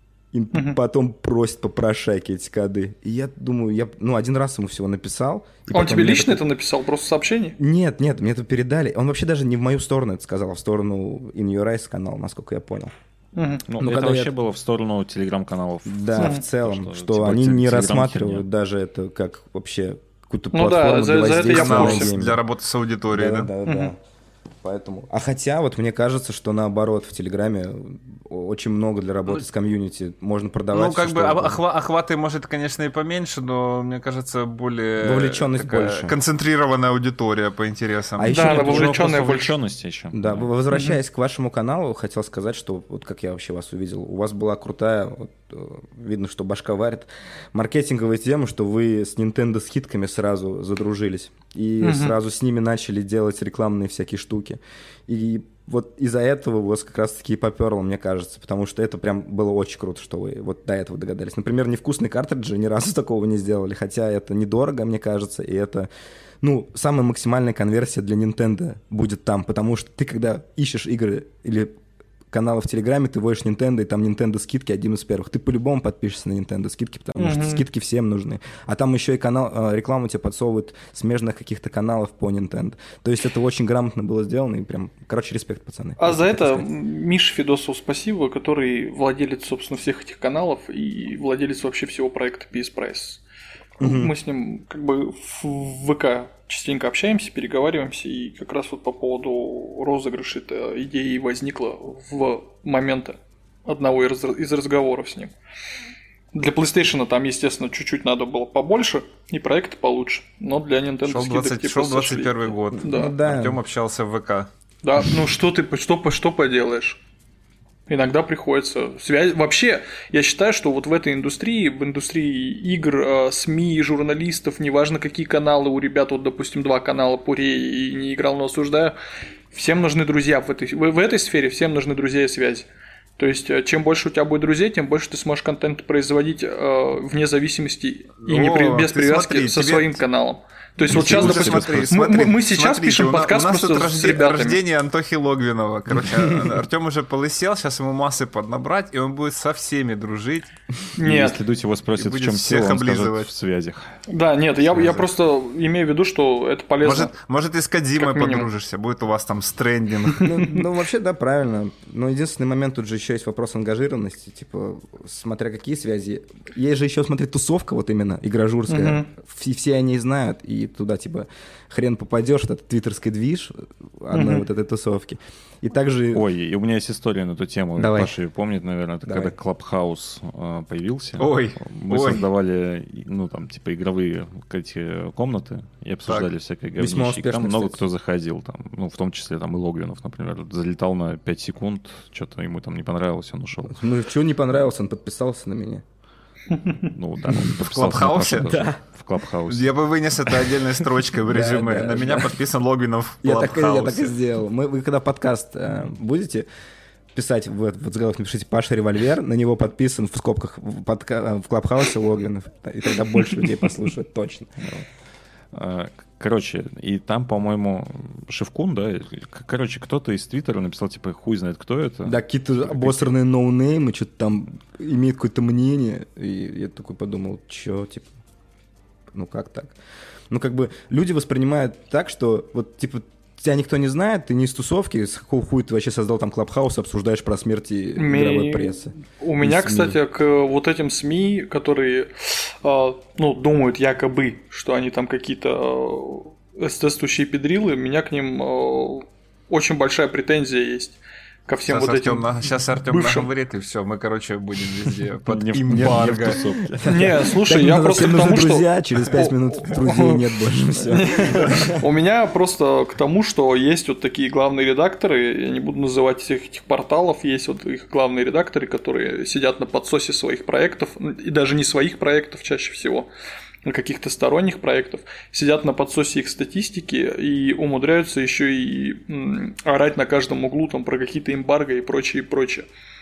и потом просят попрошайки эти коды. И я думаю, я ну один раз ему всего написал. Он тебе лично это написал, просто сообщение? Нет, нет, мне это передали. Он вообще даже не в мою сторону это сказал, а в сторону In Your Eyes канала, насколько я понял. Угу. Ну, ну, это вообще я... было в сторону телеграм-каналов. Да, в целом, что, что, что они типа, не рассматривают херня. Даже это как вообще какую-то ну платформу да, за, для за это я для, для работы с аудиторией. Да, да, да, да. да. Поэтому. А хотя, вот мне кажется, что наоборот, в Телеграме очень много для работы с комьюнити. Можно продавать. Ну, как все, бы что... охва- охваты, может, конечно, и поменьше, но мне кажется, более вовлеченность больше. Концентрированная аудитория по интересам. А еще да, вовлеченная вовлеченность еще. Да, да. Возвращаясь mm-hmm. к вашему каналу, хотел сказать, что вот как я вообще вас увидел, у вас была крутая, вот, видно, что башка варит, маркетинговая тема, что вы с Nintendo скидками сразу задружились. И mm-hmm. сразу с ними начали делать рекламные всякие штуки. И вот из-за этого у вас как раз-таки и поперло, мне кажется, потому что это прям было очень круто, что вы вот до этого догадались. Например, невкусные картриджи ни разу такого не сделали, хотя это недорого, мне кажется, и это, ну, самая максимальная конверсия для Nintendo будет там, потому что ты, когда ищешь игры или каналы в Телеграме, ты вводишь Nintendo, и там Nintendo скидки один из первых. Ты по-любому подпишешься на Nintendo скидки, потому mm-hmm. что скидки всем нужны. А там еще и канал, рекламу тебе подсовывают смежных каких-то каналов по Nintendo. То есть это очень грамотно было сделано, и прям, короче, респект, пацаны. А за это Мише Федосову спасибо, который владелец, собственно, всех этих каналов и владелец вообще всего проекта пи эс Price. Mm-hmm. Мы с ним как бы в ВК частенько общаемся, переговариваемся, и как раз вот по поводу розыгрыша эта идея и возникла в момент одного из, из разговоров с ним. Для PlayStation там, естественно, чуть-чуть надо было побольше, и проект получше, но для Nintendo шел скидок типа шел двадцать первый год, да. Да. Артём общался в ВК. Да, ну что ты, что, что поделаешь? Иногда приходится связь. Вообще, я считаю, что вот в этой индустрии, в индустрии игр, СМИ, журналистов, неважно какие каналы у ребят, вот, допустим, два канала Пурей и Не играл, но осуждаю, всем нужны друзья в этой, в этой сфере, всем нужны друзья и связи. То есть, чем больше у тебя будет друзей, тем больше ты сможешь контент производить э, вне зависимости и не при, без привязки смотри, со тебе... своим каналом. То есть, вот сейчас, допустим, смотри, мы, смотри, мы сейчас смотри, пишем подкаст у нас просто тут с ребятами. Рождение Антохи Логвинова. Короче, Артем уже полысел, сейчас ему массы поднабрать, и он будет со всеми дружить. Нет. Если Дудь его спросит, в чем сила, он скажет в связях. Да, нет, я, я просто имею в виду, что это полезно. Может, может и с Кодзимой подружишься, будет у вас там стрендинг. Ну, ну, вообще, да, правильно. Но единственный момент, тут же еще есть вопрос ангажированности, типа, смотря какие связи. Есть же еще, смотри, тусовка вот именно, игражурская. Угу. Все, все они знают, и туда, типа, хрен попадешь, этот твиттерский движ одной mm-hmm. вот этой тусовки. И также... Ой, и у меня есть история на эту тему. Давай. Паша помнит, наверное, это когда Clubhouse э, появился. Ой, мы ой. создавали, ну, там, типа, игровые эти комнаты и обсуждали так. всякое говнище. Там много кстати. Кто заходил, там, ну, в том числе там и Логвинов, например, залетал на пять секунд, что-то ему там не понравилось, он ушел. Ну, чего не понравилось, он подписался на меня. Ну да, в Клабхаусе? Да. В Клабхаусе. Я бы вынес это отдельной строчкой в резюме. На меня подписан Логвинов в Клабхаусе. Я так и сделал. Вы когда подкаст будете писать, в заголовок напишите «Паша Револьвер», на него подписан в скобках в Клабхаусе Логвинов. И тогда больше людей послушают, точно. Короче, и там, по-моему, Шевкун, да, короче, кто-то из Твиттера написал, типа, хуй знает, кто это. Да, какие-то обосранные ноунеймы, что-то там имеют какое-то мнение, и я такой подумал, чё, типа, ну как так? Ну как бы люди воспринимают так, что вот, типа, тебя никто не знает, ты не из тусовки, с какого хуя ты вообще создал там Клабхаус, обсуждаешь про смерти Ми... игровой прессы. У меня, СМИ. Кстати, к вот этим СМИ, которые, э, ну, думают якобы, что они там какие-то э, эстетствующие педрилы, у меня к ним э, очень большая претензия есть. Ко всем сейчас вот Артём, этим на, сейчас Артем бывшим. наговорит, и все, мы, короче, будем везде под не эмбарго. Не, слушай, я просто к тому, что... друзья, через пять минут друзей нет больше, все. У меня просто к тому, что есть вот такие главные редакторы, я не буду называть всех этих порталов, есть вот их главные редакторы, которые сидят на подсосе своих проектов, и даже не своих проектов чаще всего, каких-то сторонних проектов, сидят на подсосе их статистики и умудряются еще и м, орать на каждом углу там про какие-то эмбарго и прочее, и прочее.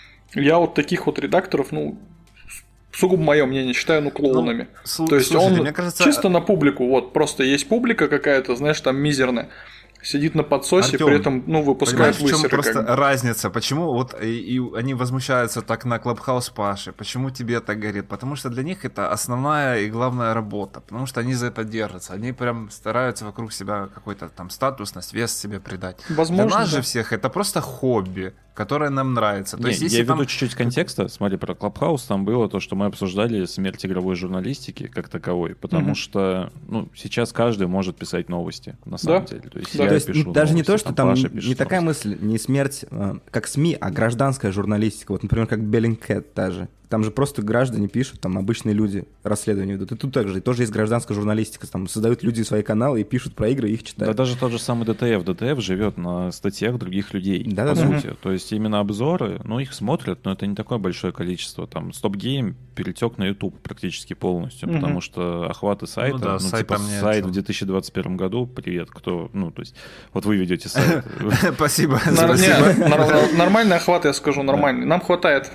Я вот таких вот редакторов, ну, сугубо мое мнение, считаю, ну, клоунами. Ну, То есть слушайте, он мне кажется... чисто на публику, вот, просто есть публика какая-то, знаешь, там мизерная, сидит на подсосе, Артём, при этом, ну, выпускает высеры. В чем просто как бы. разница? Почему вот и, и они возмущаются так на Клабхаус Паши? Почему тебе так горит? Потому что для них это основная и главная работа. Потому что они за это держатся. Они прям стараются вокруг себя какой-то там статусность, вес себе придать. Возможно, для нас да. же всех это просто хобби, которое нам нравится. То Не, есть, я если веду там... чуть-чуть контекста. Смотри, про Клабхаус там было то, что мы обсуждали смерть игровой журналистики как таковой. Потому mm-hmm. что ну, сейчас каждый может писать новости, на самом да. деле. То есть, да. я то есть пишу даже новости, не то, что там, там не такая мысль, не смерть как СМИ, а гражданская журналистика. Вот, например, как Bellingcat та же. Там же просто граждане пишут, там обычные люди расследования ведут. И тут также, и тоже есть гражданская журналистика. Там создают люди свои каналы и пишут про игры, и их читают. Да даже тот же самый ДТФ. ДТФ живет на статьях других людей, да, по да, сути. Да. То есть именно обзоры, ну, их смотрят, но это не такое большое количество. Там Stop Game перетек на YouTube практически полностью, угу. потому что охваты сайта, ну, да, ну сайт, типа, сайт в две тысячи двадцать первом году, привет, кто, ну, то есть, вот вы ведете сайт. Спасибо. Нормальный охват, я скажу, нормальный. Нам хватает.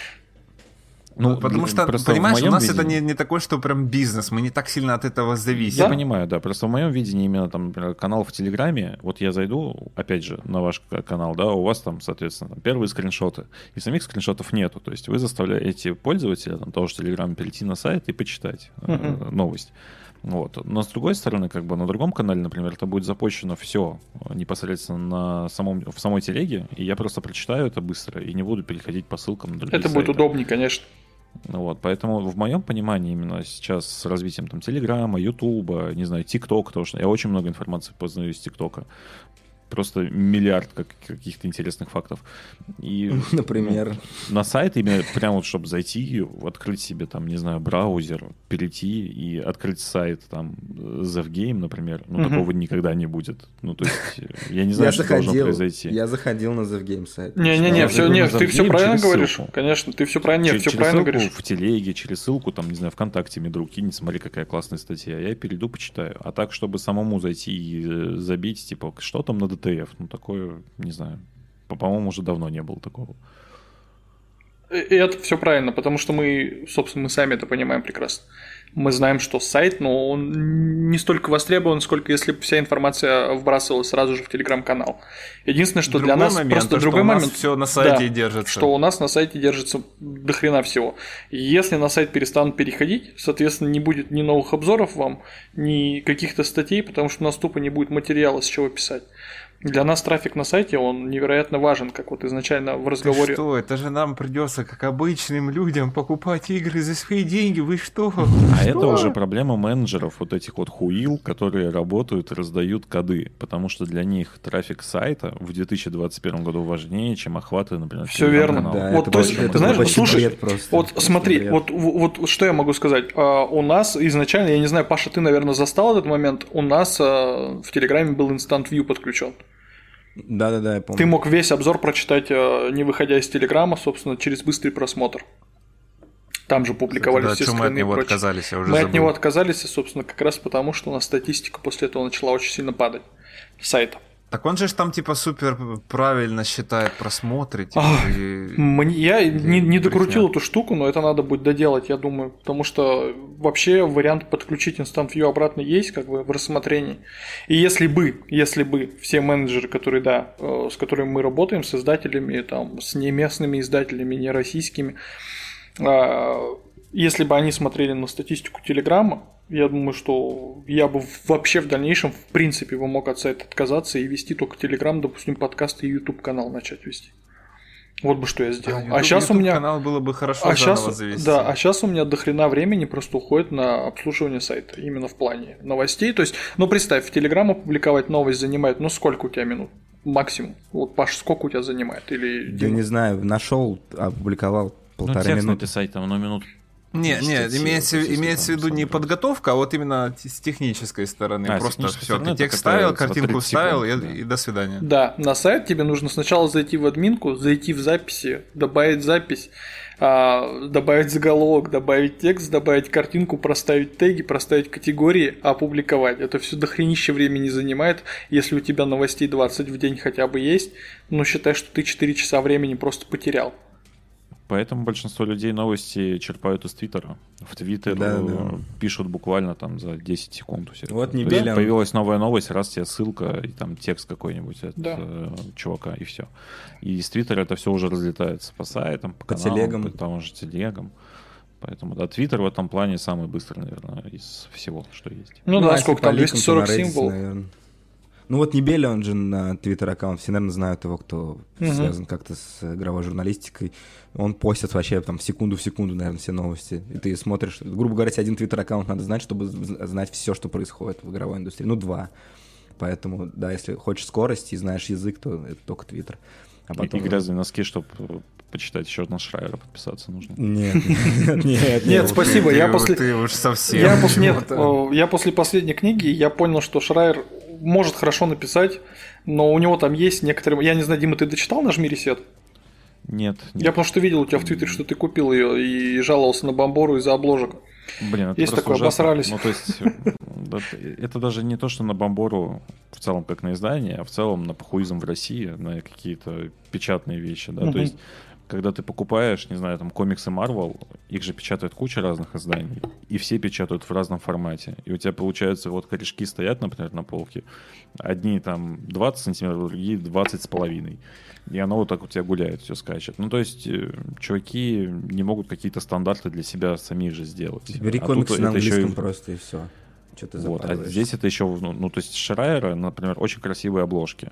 Ну, потому что, понимаешь, у нас видении... это не, не такой, что прям бизнес, мы не так сильно от этого зависим. Я да? понимаю, да, просто в моем видении именно там, например, канал в Телеграме, вот я зайду, опять же, на ваш канал, да, у вас там, соответственно, там первые скриншоты, и самих скриншотов нету, то есть вы заставляете пользователя там, того же Телеграма перейти на сайт и почитать uh-huh. э, новость. Вот. Но с другой стороны, как бы на другом канале, например, это будет запущено все непосредственно на самом, в самой телеге, и я просто прочитаю это быстро и не буду переходить по ссылкам на другие это сайты. будет удобнее, конечно. Вот, поэтому в моем понимании именно сейчас с развитием там Телеграма, Ютуба, не знаю, ТикТока, потому что я очень много информации познаю из ТикТока. Просто миллиард как, каких-то интересных фактов. И, например? Ну, на сайт именно прямо вот, чтобы зайти, открыть себе там, не знаю, браузер, перейти и открыть сайт там ZevGame, например. Ну, угу. такого никогда не будет. Ну, то есть, я не знаю, я что заходил, должно произойти. Я заходил на ZevGame сайт. Не-не-не, все, нет, ты все правильно говоришь. Ссылку. Конечно, ты все правильно, нет, через, все через правильно ссылку говоришь. В телеге, через ссылку, там, не знаю, ВКонтакте мне друг кинет, смотри, какая классная статья. Я перейду, почитаю. А так, чтобы самому зайти и забить, типа, что там на ДТФ? Ну, такое, не знаю, по-моему, уже давно не было такого. И это все правильно, потому что мы, собственно, мы сами это понимаем прекрасно. Мы знаем, что сайт, но он не столько востребован, сколько если бы вся информация вбрасывалась сразу же в Телеграм-канал. Единственное, что другой для нас момент, просто то, другой что момент. У нас все на сайте да, держится. Что у нас на сайте держится до хрена всего. И если на сайт перестанут переходить, соответственно, не будет ни новых обзоров вам, ни каких-то статей, потому что у нас тупо не будет материала, с чего писать. Для нас трафик на сайте, он невероятно важен, как вот изначально в разговоре. Ты что, это же нам придется, как обычным людям, покупать игры за свои деньги, вы что? А что? это уже проблема менеджеров, вот этих вот хуил, которые работают и раздают коды, потому что для них трафик сайта в две тысячи двадцать первом году важнее, чем охваты, например, все верно. Да, вот, это то есть, это ты знаешь, вообще слушай, бред просто. вот Просто смотри, бред. вот, вот, вот что я могу сказать. А, у нас изначально, я не знаю, Паша, ты, наверное, застал этот момент, у нас а, в Телеграме был Instant View подключен. Да-да-да, я помню. Ты мог весь обзор прочитать, не выходя из Телеграма, собственно, через быстрый просмотр. Там же публиковали да, все мы скрины от него и прочее. отказались, я уже Мы забыл. от него отказались, собственно, как раз потому, что у нас статистика после этого начала очень сильно падать сайта. Так он же ж там типа супер правильно считает просмотры. Типа, Ах, и... Мне, я и не, не докрутил брехня. эту штуку, но это надо будет доделать, я думаю. Потому что вообще вариант подключить Instant View обратно есть, как бы в рассмотрении. И если бы, если бы все менеджеры, которые, да, с которыми мы работаем, с издателями, там, с неместными издателями, не российскими, если бы они смотрели на статистику Телеграма, я думаю, что я бы вообще в дальнейшем, в принципе, бы мог от сайта отказаться и вести только Телеграм, допустим, подкасты и YouTube канал начать вести. Вот бы что я сделал. А, а сейчас у меня канал было бы хорошо а заново сейчас, завести. да, а сейчас у меня дохрена времени просто уходит на обслуживание сайта, именно в плане новостей. То есть, ну представь, в Телеграм опубликовать новость занимает, ну сколько у тебя минут? Максимум. Вот, Паш, сколько у тебя занимает? Или Да не знаю, нашел, опубликовал полторы ну, текст минуты. написать там, ну, минут. Не, не, Чтец, имеется, вот, если имеется в там виду не собрать. подготовка, а вот именно с технической стороны. А, с Просто технической все, стороны ты текст это ставил, какая-то картинку тридцать вставил секунд, и, да. и до свидания. Да, на сайт тебе нужно сначала зайти в админку, зайти в записи, добавить запись, а, добавить заголовок, добавить текст, добавить картинку, проставить теги, проставить категории, опубликовать. Это все дохренище времени занимает. Если у тебя новостей двадцать в день хотя бы есть, ну считай, что ты четыре часа времени просто потерял. Поэтому большинство людей новости черпают из Твиттера. В Твиттер Да, да. пишут буквально там за десять секунд. Все. Вот То есть Небелян. появилась новая новость, раз тебе ссылка и там текст какой-нибудь от Да. э, чувака, и все. И из Твиттера это все уже разлетается по сайтам, по, По каналам, телегам. по тому же телегам. Поэтому, да, Твиттер в этом плане самый быстрый, наверное, из всего, что есть. Ну, а да, если сколько по там, ликам, двести то на сорок Reddit, символов. наверное. Ну вот Небеля, он же на твиттер-аккаунт, все, наверное, знают его, кто Мгм. связан как-то с игровой журналистикой. Он постит вообще там секунду в секунду, наверное, все новости. И ты смотришь, грубо говоря, один твиттер-аккаунт надо знать, чтобы з- знать все, что происходит в игровой индустрии. Ну, два. Поэтому, да, если хочешь скорость и знаешь язык, то это только твиттер. А И- И грязные носки, чтобы почитать еще на Шрайера, подписаться нужно. Нет, нет, нет. Нет, спасибо. Ты, Я ты- после- ты уж совсем. Я после, нет, почему-то. э, я после последней книги я понял, что Шрайер может хорошо написать, но у него там есть некоторые... Я не знаю, Дима, ты дочитал «Нажми ресет»? Нет, нет. Я потому что видел у тебя в Твиттере, что ты купил ее и жаловался на Бомбору из-за обложек. Блин, это Есть просто такое, ужасно. обосрались. Ну, то есть, э, да, это даже не то, что на Бомбору в целом как на издание, а в целом на похуизм в России, на какие-то печатные вещи, да, Мгм. то есть, когда ты покупаешь, не знаю, там, комиксы Marvel, их же печатают куча разных изданий, и все печатают в разном формате, и у тебя, получается, вот корешки стоят, например, на полке, одни там двадцать сантиметров, другие двадцать с половиной, и оно вот так у тебя гуляет, все скачет. Ну, то есть, э, чуваки не могут какие-то стандарты для себя самих же сделать. Бери А комиксы тут на это еще и- английском просто, и все. Что ты Вот, а запариваешься? здесь это еще, ну, ну, то есть Шрайера, например, очень красивые обложки.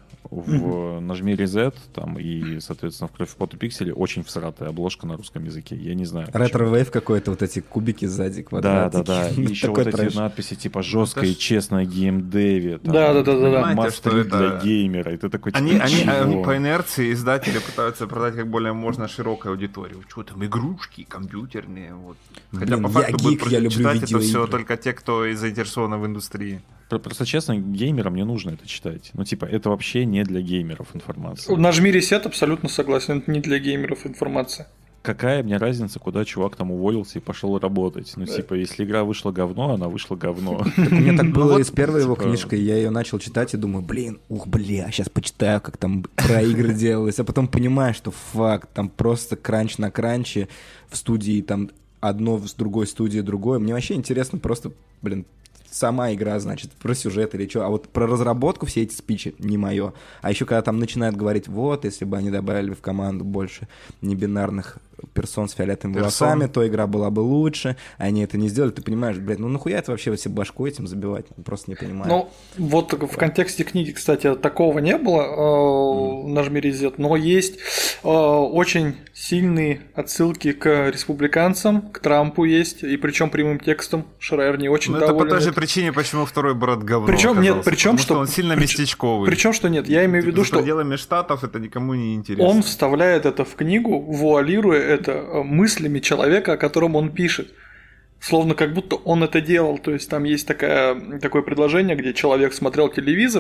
В «Нажми резет» там и, соответственно, в «Кровь, пот и пиксели» очень всратая обложка на русском языке. Я не знаю. почему. Ретро-вейв какой-то, вот эти кубики сзади, Да, квадратики. да, да. И Ну, еще такой вот эти трэш. надписи типа «Жесткое Это и ж- честное геймдеве». там, Да, да, да, да, да. Понимаете, «Мастеринг что для это- геймера». И ты такой, типа, Они, они, чего? они по инерции издатели пытаются продать как более можно широкой аудитории. Что там, игрушки, компьютерные. Вот. Хотя Блин, по я факту будут гик, я люблю читать это все видеоигры. только те, кто и заинтересованы в индустрии. Про- Просто честно, геймерам не нужно это читать. Ну, типа, это вообще не для геймеров информация. «Нажми ресет» абсолютно согласен, это не для геймеров информация. какая мне разница, куда чувак там уволился и пошел работать? Ну, типа, если игра вышла говно, она вышла говно. У меня так было и с первой его книжкой. Я ее начал читать и думаю, блин, ух, бля, сейчас почитаю, как там про игры делалось. А потом понимаю, что факт, там просто кранч на кранче в студии, там одно с другой студии другое. Мне вообще интересно просто, блин, сама игра, значит, про сюжет или что. А вот про разработку все эти спичи не мое. А еще когда там начинают говорить, вот, если бы они добавили в команду больше небинарных персон с фиолетовыми Персон. волосами, то игра была бы лучше. Они это не сделали. Ты понимаешь, блядь, ну нахуя это вообще себе башку этим забивать? Просто не понимаю. Ну, вот в контексте книги, кстати, такого не было э, mm. «Нажми резет», но есть э, очень сильные отсылки к республиканцам, к Трампу есть, и причем прямым текстом. Шрайер не очень Ну, доволен. это по той же причине, почему второй брат говно Причем нет, причем что, что он сильно прич, местечковый. Причем что нет, я имею в виду, За что пределами штатов это никому не интересно. он вставляет это в книгу, вуалируя это мыслями человека, о котором он пишет. Словно как будто он это делал. То есть там есть такая, такое предложение, где человек смотрел телевизор,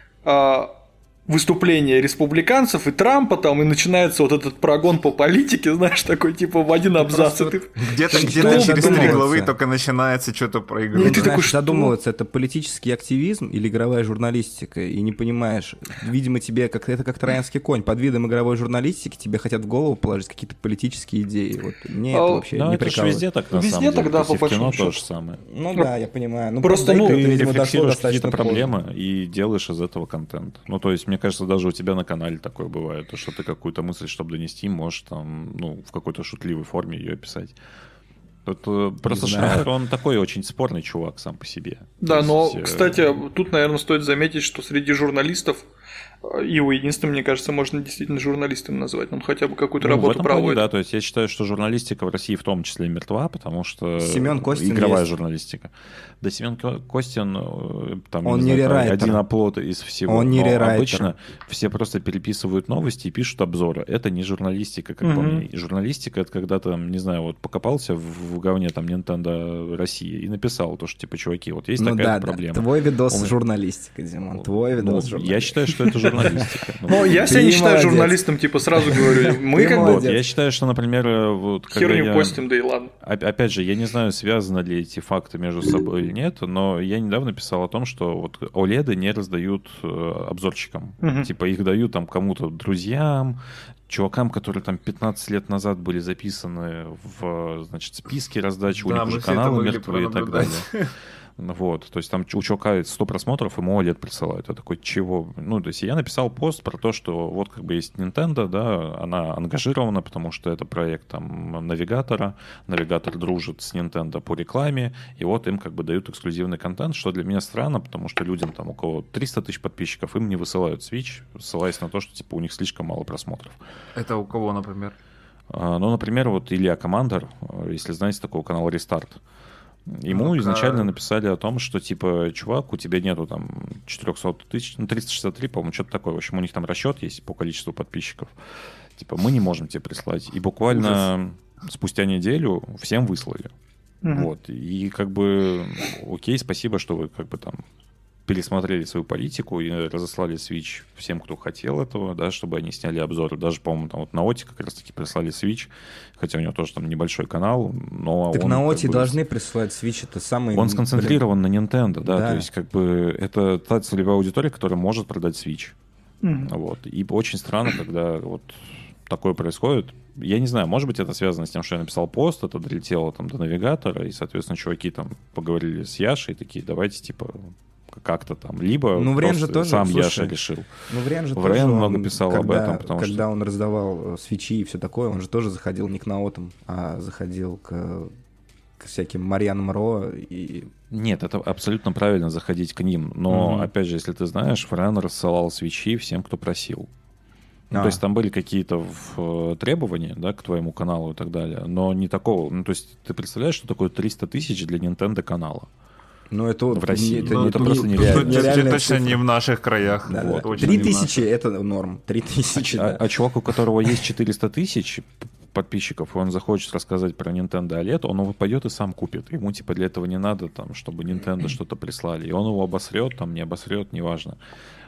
выступления республиканцев и Трампа там, и начинается вот этот прогон по политике, знаешь, такой типа в один абзац. Просто... Ты... Где-то, где-то через три главы только начинается что-то про игру. Ты такой, такой, что? задумываться, это политический активизм или игровая журналистика, и не понимаешь. Видимо, тебе как это как троянский конь. Под видом игровой журналистики тебе хотят в голову положить какие-то политические идеи. Вот мне А, это вообще Ну, не это же прикалывает. везде так, на Везде самом деле. тогда, То есть по и в кино большому то счету. же самое. Ну да, я понимаю. Ну, Просто, до ну, этого, Ты видимо, дошло рефлексируешь достаточно какие-то поздно. проблемы и делаешь из этого контент. Ну, то есть, мне кажется, даже у тебя на канале такое бывает, то, что ты какую-то мысль, чтобы донести, можешь там, ну, в какой-то шутливой форме ее описать. Это просто Шрайер, он такой очень спорный чувак сам по себе. Да, То но, есть, э, кстати, тут, наверное, стоит заметить, что среди журналистов его единственным, мне кажется, можно действительно журналистом назвать. Он хотя бы какую-то ну, работу в этом плане, проводит. да, то есть я считаю, что журналистика в России в том числе мертва, потому что Семен Костин игровая есть. журналистика. Да, Семен Костин, э, там, Он не не знаю, рерайтер. один оплот из всего. Он не но рерайтер. обычно все просто переписывают новости и пишут обзоры. Это не журналистика, как по Мгм. мне. И журналистика — это когда там, не знаю, вот покопался в, в говне там Nintendo России и написал то, что типа, чуваки, вот есть Ну такая да, да, проблема. твой видос Он- журналистика, Димон, твой Ну, видос я журналистика. считаю, что это журналистика. Ну, Но я себя Ты не считаю молодец. журналистом, типа сразу говорю. Мы Ты как бы Вот, молодец. я считаю, что, например, э, вот когда херню я- постим, да и ладно. Оп- Опять же, я не знаю, связаны ли эти факты между собой или нет, но я недавно писал о том, что вот о лед не раздают э, обзорщикам. Мгм. Типа их дают там кому-то, друзьям, чувакам, которые там пятнадцать лет назад были записаны в, значит, списке раздачи, у Да, них мы уже все это каналы могли мертвые и так пронаблюдать. далее. Вот, то есть там у чувака сто просмотров, ему о лед присылают. Я такой, чего? Ну, то есть я написал пост про то, что вот как бы есть Nintendo, да, она ангажирована, потому что это проект там навигатора, навигатор дружит с Nintendo по рекламе, и вот им как бы дают эксклюзивный контент, что для меня странно, потому что людям там у кого триста тысяч подписчиков, им не высылают Switch, ссылаясь на то, что типа у них слишком мало просмотров. Это у кого, например? А, Ну, например, вот Илья Командер, если знаете такого канала Restart, ему Ну-ка. изначально написали о том, что, типа, чувак, у тебя нету там четыреста тысяч, ну, триста шестьдесят три, по-моему, что-то такое. В общем, у них там расчет есть по количеству подписчиков. Типа, мы не можем тебе прислать. И буквально спустя неделю всем выслали. Мгм. Вот. И как бы, окей, спасибо, что вы как бы там пересмотрели свою политику и разослали Switch всем, кто хотел этого, да, чтобы они сняли обзоры. Даже, по-моему, там вот на Оти как раз-таки прислали Switch, хотя у него тоже там небольшой канал, но Так он... на как Оти бы, должны присылать Switch, это самый... Он сконцентрирован на Nintendo, да, Да. то есть как бы это та целевая аудитория, которая может продать Switch. Мгм. Вот. И очень странно, когда вот такое происходит. Я не знаю, может быть, это связано с тем, что я написал пост, это долетело там до навигатора, и, соответственно, чуваки там поговорили с Яшей, такие, давайте, типа, как-то там. Либо Ну, Врен просто же тоже, сам слушай, Яша решил. Ну, Врен же Врен тоже, много он, писал когда, об этом, потому когда что- он раздавал э, свечи и все такое, он же тоже заходил не к наотам, а заходил к, к всяким Марьянам Ро и... Нет, это абсолютно правильно заходить к ним. Но, Мгм. опять же, если ты знаешь, Врен рассылал свечи всем, кто просил. Ну, А. то есть там были какие-то в- э, требования, да, к твоему каналу и так далее, но не такого. Ну, то есть ты представляешь, что такое триста тысяч для Nintendo канала? Ну, это, В России. не- Ну, это просто нереально. Тут нереальная точно цифра. не в наших краях. Да, Вот, да. очень Три не в тысячи наших. это норм. Три тысячи, А, да. а чувак, у которого есть четыреста тысяч подписчиков, и он захочет рассказать про Nintendo о лед, он его пойдет и сам купит. Ему типа для этого не надо, там, чтобы Nintendo что-то прислали. И он его обосрет, там, не обосрет, неважно.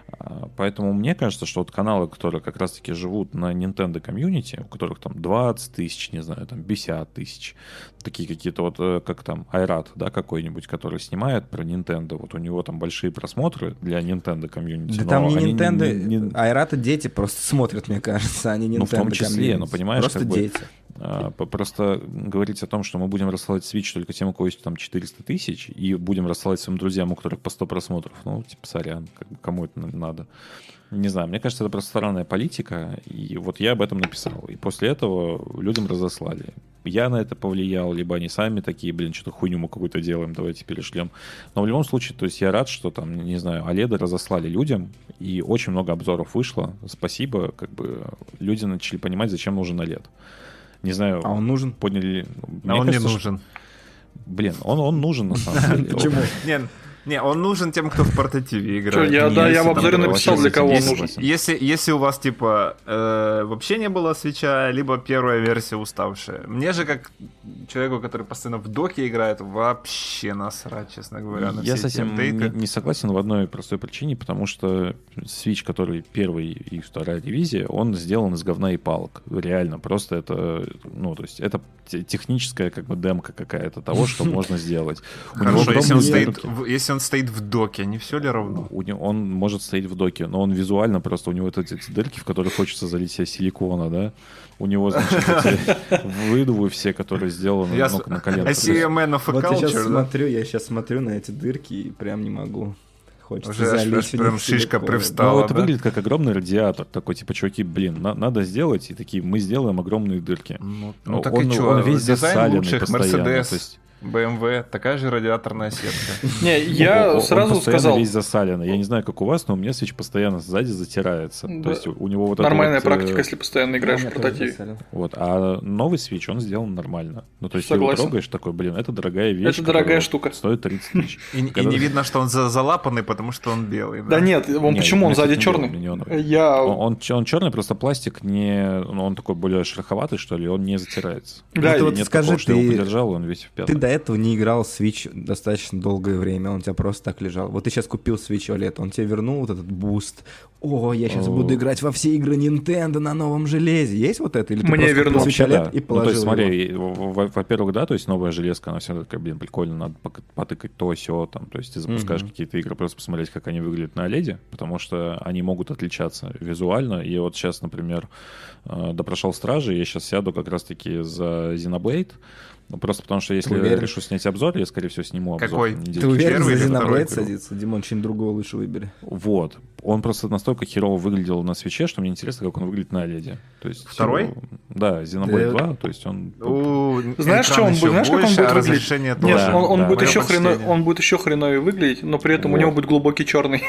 Поэтому мне кажется, что вот каналы, которые как раз-таки живут на Nintendo комьюнити, у которых там двадцать тысяч, не знаю, там пятьдесят тысяч, такие какие-то вот, как там, Айрат, да, какой-нибудь, который снимает про Nintendo, вот у него там большие просмотры для Nintendo комьюнити. Да там не Nintendo, не, не... Айрата дети просто смотрят, мне кажется, а не Nintendo. Ну, в том числе, комьюнити. ну, понимаешь, просто как дети. Бы, просто говорить о том, что мы будем рассылать Switch только тем, у кого есть там четыреста тысяч, и будем рассылать своим друзьям, у которых по сто просмотров, ну, типа, сорян, кому это надо. Не знаю, мне кажется, это просто странная политика, и вот я об этом написал. И после этого людям разослали. Я на это повлиял, либо они сами такие, блин, что-то хуйню мы какую-то делаем, давайте перешлем. Но в любом случае, то есть я рад, что там, не знаю, оледы разослали людям, и очень много обзоров вышло. Спасибо, как бы люди начали понимать, зачем нужен олед. Не знаю, а он нужен? Поняли. А он кажется, не нужен. Что... Блин, он, он нужен на самом деле. Почему? Нет. Не, он нужен тем, кто в портативе играет. Что, я, да, я в обзоре написал, для кого он нужен. Если, если у вас, типа, э, вообще не было свитча, либо первая версия уставшая. Мне же, как человеку, который постоянно в доке играет, вообще насрать, честно говоря, на я все с этим не, не согласен в одной простой причине, потому что Switch, который первый и вторая дивизия, он сделан из говна и палок. Реально, просто это, ну, то есть, это техническая, как бы, демка какая-то того, что можно сделать. Хорошо, если он стоит... Если он стоит в доке, не все ли равно? У него, он может стоять в доке, но он визуально просто, у него вот эти, эти дырки, в которые хочется залить себе силикона, да? У него, значит, эти выдувы все, которые сделаны я ну, на коленке. I see a man of a вот culture, я сейчас да? смотрю, я сейчас смотрю на эти дырки и прям не могу. Хочется уже залить аж, аж прям шишка привстала. Ну, это да? выглядит как огромный радиатор. Такой, типа, чуваки, блин, на- надо сделать. И такие, мы сделаем огромные дырки. Ну, ну так он, и что? Он весь дизайн лучших постоянно. Mercedes, То есть... бэ эм вэ, такая же радиаторная сетка. Не, я сразу сказал... Он весь засаленный. Я не знаю, как у вас, но у меня Switch постоянно сзади затирается. То есть у него вот нормальная это вот, практика, если постоянно играешь в портативе. Вот, а новый Switch, он сделан нормально. Ну, то есть ты его трогаешь, такой, блин, это дорогая вещь. Это дорогая штука. Стоит тридцать тысяч. И не видно, что он залапанный, потому что он белый. Да нет, он почему? Он сзади черный. Я... Он черный, просто пластик не... Он такой более шероховатый, что ли, он не затирается. Да, вот скажи, ты... его подержал, он весь в пятнах. Ты до этого не играл Switch достаточно долгое время, он у тебя просто так лежал. Вот ты сейчас купил Switch о лед, он тебе вернул вот этот буст. О, я сейчас О. буду играть во все игры Nintendo на новом железе. Есть вот это? Или ты Мне вернул Switch о лед да. и положил ну, то есть, смотри, его? Во-первых, да, то есть новая железка, она всегда такая, блин, прикольно, надо потыкать то, сё, там, то есть ты запускаешь mm-hmm. какие-то игры, просто посмотреть, как они выглядят на о леде, потому что они могут отличаться визуально. И вот сейчас, например, допрошел Стражи, я сейчас сяду как раз-таки за Xenoblade. Ну, просто потому что если я решу снять обзор, я, скорее всего, сниму обзор. Какой? Ты уверен, за Xenoblade садится? Димон, что-нибудь другого лучше выбери. Вот. Он просто настолько херово выглядел на свитче, что мне интересно, как он выглядит на о леде. То есть, Второй? Его... Да, Xenoblade два, то есть он... У, знаешь, что он будет, знаешь, как он будет выглядеть? Нет, да, он, он, да, будет еще хрено... он будет еще хреновее выглядеть, но при этом вот. У него будет глубокий черный.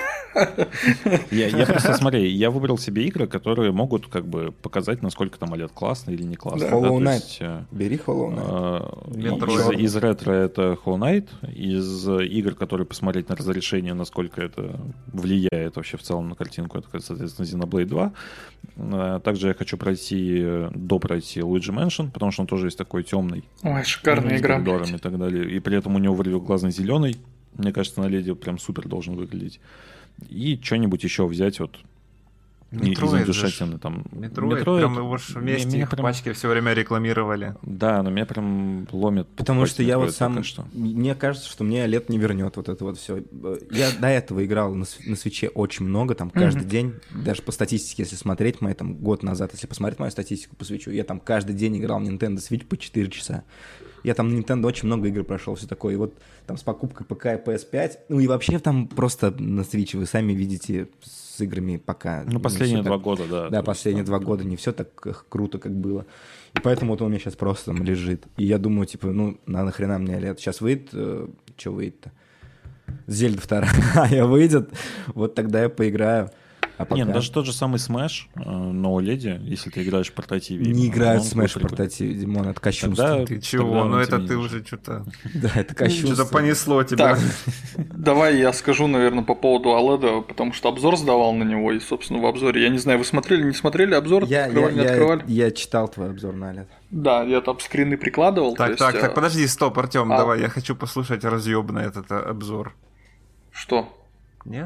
Я, я просто, смотри, я выбрал себе игры, которые могут как бы показать, насколько там о лед классный или не классный. Да. Hollow да, Knight. есть, бери Hollow Из, Knight. из ретро это Hollow Knight, из игр, которые посмотреть на разрешение, насколько это влияет вообще в целом на картинку, это, соответственно, Xenoblade два. Также я хочу пройти, допройти Luigi Mansion, потому что он тоже есть такой темный. Ой, шикарная игра. С и так далее. И при этом у него вырвет глазный зеленый. Мне кажется, на леде прям супер должен выглядеть. И что-нибудь еще взять вот Метроид из там. Метроид, Метроид, прям его ж вместе меня их прям... пачки все время рекламировали. Да, но меня прям ломит. Потому что я вот сам... Что. Мне кажется, что мне о лед не вернет вот это вот все. Я до этого играл на, на свитче очень много, там каждый mm-hmm. день, даже по статистике, если смотреть, мы там год назад, если посмотреть мою статистику по свитчу, я там каждый день играл в Nintendo Switch по четыре часа. Я там на Nintendo очень много игр прошел, все такое. И вот там с покупкой ПК и пи эс пять, ну и вообще там просто на Switch вы сами видите с играми пока... Ну, последние два так, года, да. Да, последние два года не все так круто, как было. И поэтому вот он у меня сейчас просто там лежит. И я думаю, типа, ну, на нахрена мне лет? Сейчас выйдет... Э, что выйдет-то? Зельда вторая выйдет, вот тогда я поиграю. А пока... Нет, даже тот же самый Smash на о леде, если ты играешь в портативе. Не играют в Smash в портативе, Димон, это кощунство. Тогда, ты чего? Ну это ты уже что-то... Да, это кощунство. Что-то понесло тебя. Так, давай я скажу, наверное, по поводу о лед, потому что обзор сдавал на него, и, собственно, в обзоре, я не знаю, вы смотрели, не смотрели обзор? Я, открывали, я, не открывали? Я, я читал твой обзор на о лед. Да, я там скрины прикладывал. Так, есть, так, а... так, подожди, стоп, Артем, а... давай, я хочу послушать разъебный этот обзор. Что? Нет?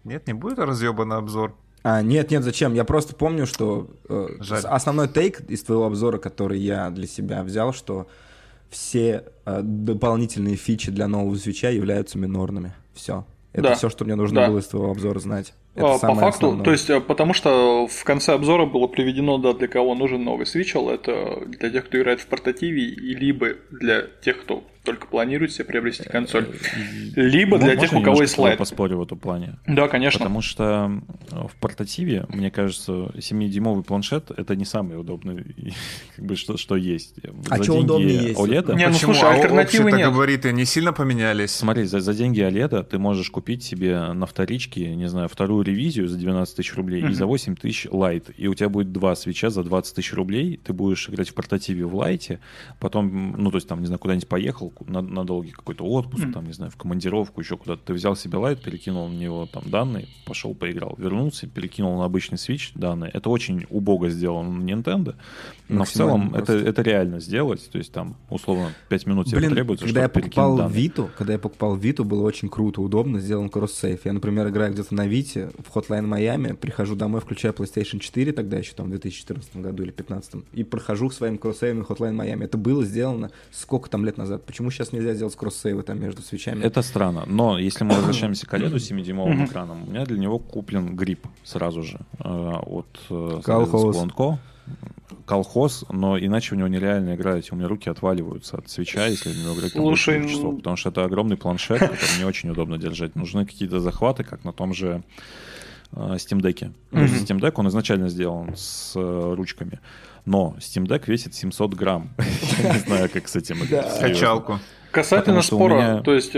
Нет, не будет разъебанный обзор. А, нет, нет, зачем? Я просто помню, что э, основной тейк из твоего обзора, который я для себя взял, что все э, дополнительные фичи для нового свитча являются минорными. Все. Это да. все, что мне нужно да. было из твоего обзора знать. Это По факту, основное. То есть, потому что в конце обзора было приведено, да, для кого нужен новый Switch, это для тех, кто играет в портативе, и либо для тех, кто только планирует себе приобрести консоль, либо для тех, у кого есть слайд. Я поспорю в этом плане. Да, конечно. Потому что в портативе, мне кажется, семидюймовый планшет — это не самый удобный, как бы, что, что есть. А за что удобнее есть? о лед, не, ну почему? слушай, альтернативы а нет. габариты не сильно поменялись? Смотри, за, за деньги о лед ты можешь купить себе на вторичке, не знаю, вторую ревизию за двенадцать тысяч рублей mm-hmm. и за восемь тысяч лайт. И у тебя будет два свитча за двадцать тысяч рублей. Ты будешь играть в портативе в лайте, потом, ну, то есть там, не знаю, куда-нибудь поехал на, на долгий какой-то отпуск, mm-hmm. там, не знаю, в командировку, еще куда-то. Ты взял себе лайт, перекинул на него там данные, пошел поиграл. Вернулся, перекинул на обычный свитч данные. Это очень убого сделано на Nintendo, но в целом это, это реально сделать. То есть там, условно, пять минут тебе потребуется, когда чтобы я покупал данные. Виту, когда я покупал Виту, было очень круто, удобно, сделан кросс-сейф. Я, например, играю где-то на Вите в Hotline Miami, прихожу домой, включаю PlayStation четыре, тогда еще там в две тысячи четырнадцатом году или две тысячи пятнадцатом, и прохожу своим кросс-сейвом Hotline Miami. Это было сделано сколько там лет назад? Почему сейчас нельзя сделать кросс-сейвы там между свитчами? Это странно, но если мы возвращаемся к о лед с семидюймовым экраном, у меня для него куплен грипп сразу же от Splunk. Колхоз, но иначе у него нереально играть. У меня руки отваливаются от свитча, если в него играть там больше двух часов, потому что это огромный планшет, который не очень удобно держать. Нужны какие-то захваты, как на том же uh, Steam Deck. Mm-hmm. Steam Deck, он изначально сделан с uh, ручками, но Steam Deck весит семьсот грамм. Я не знаю, как с этим играть. Качалку. Касательно спора, то есть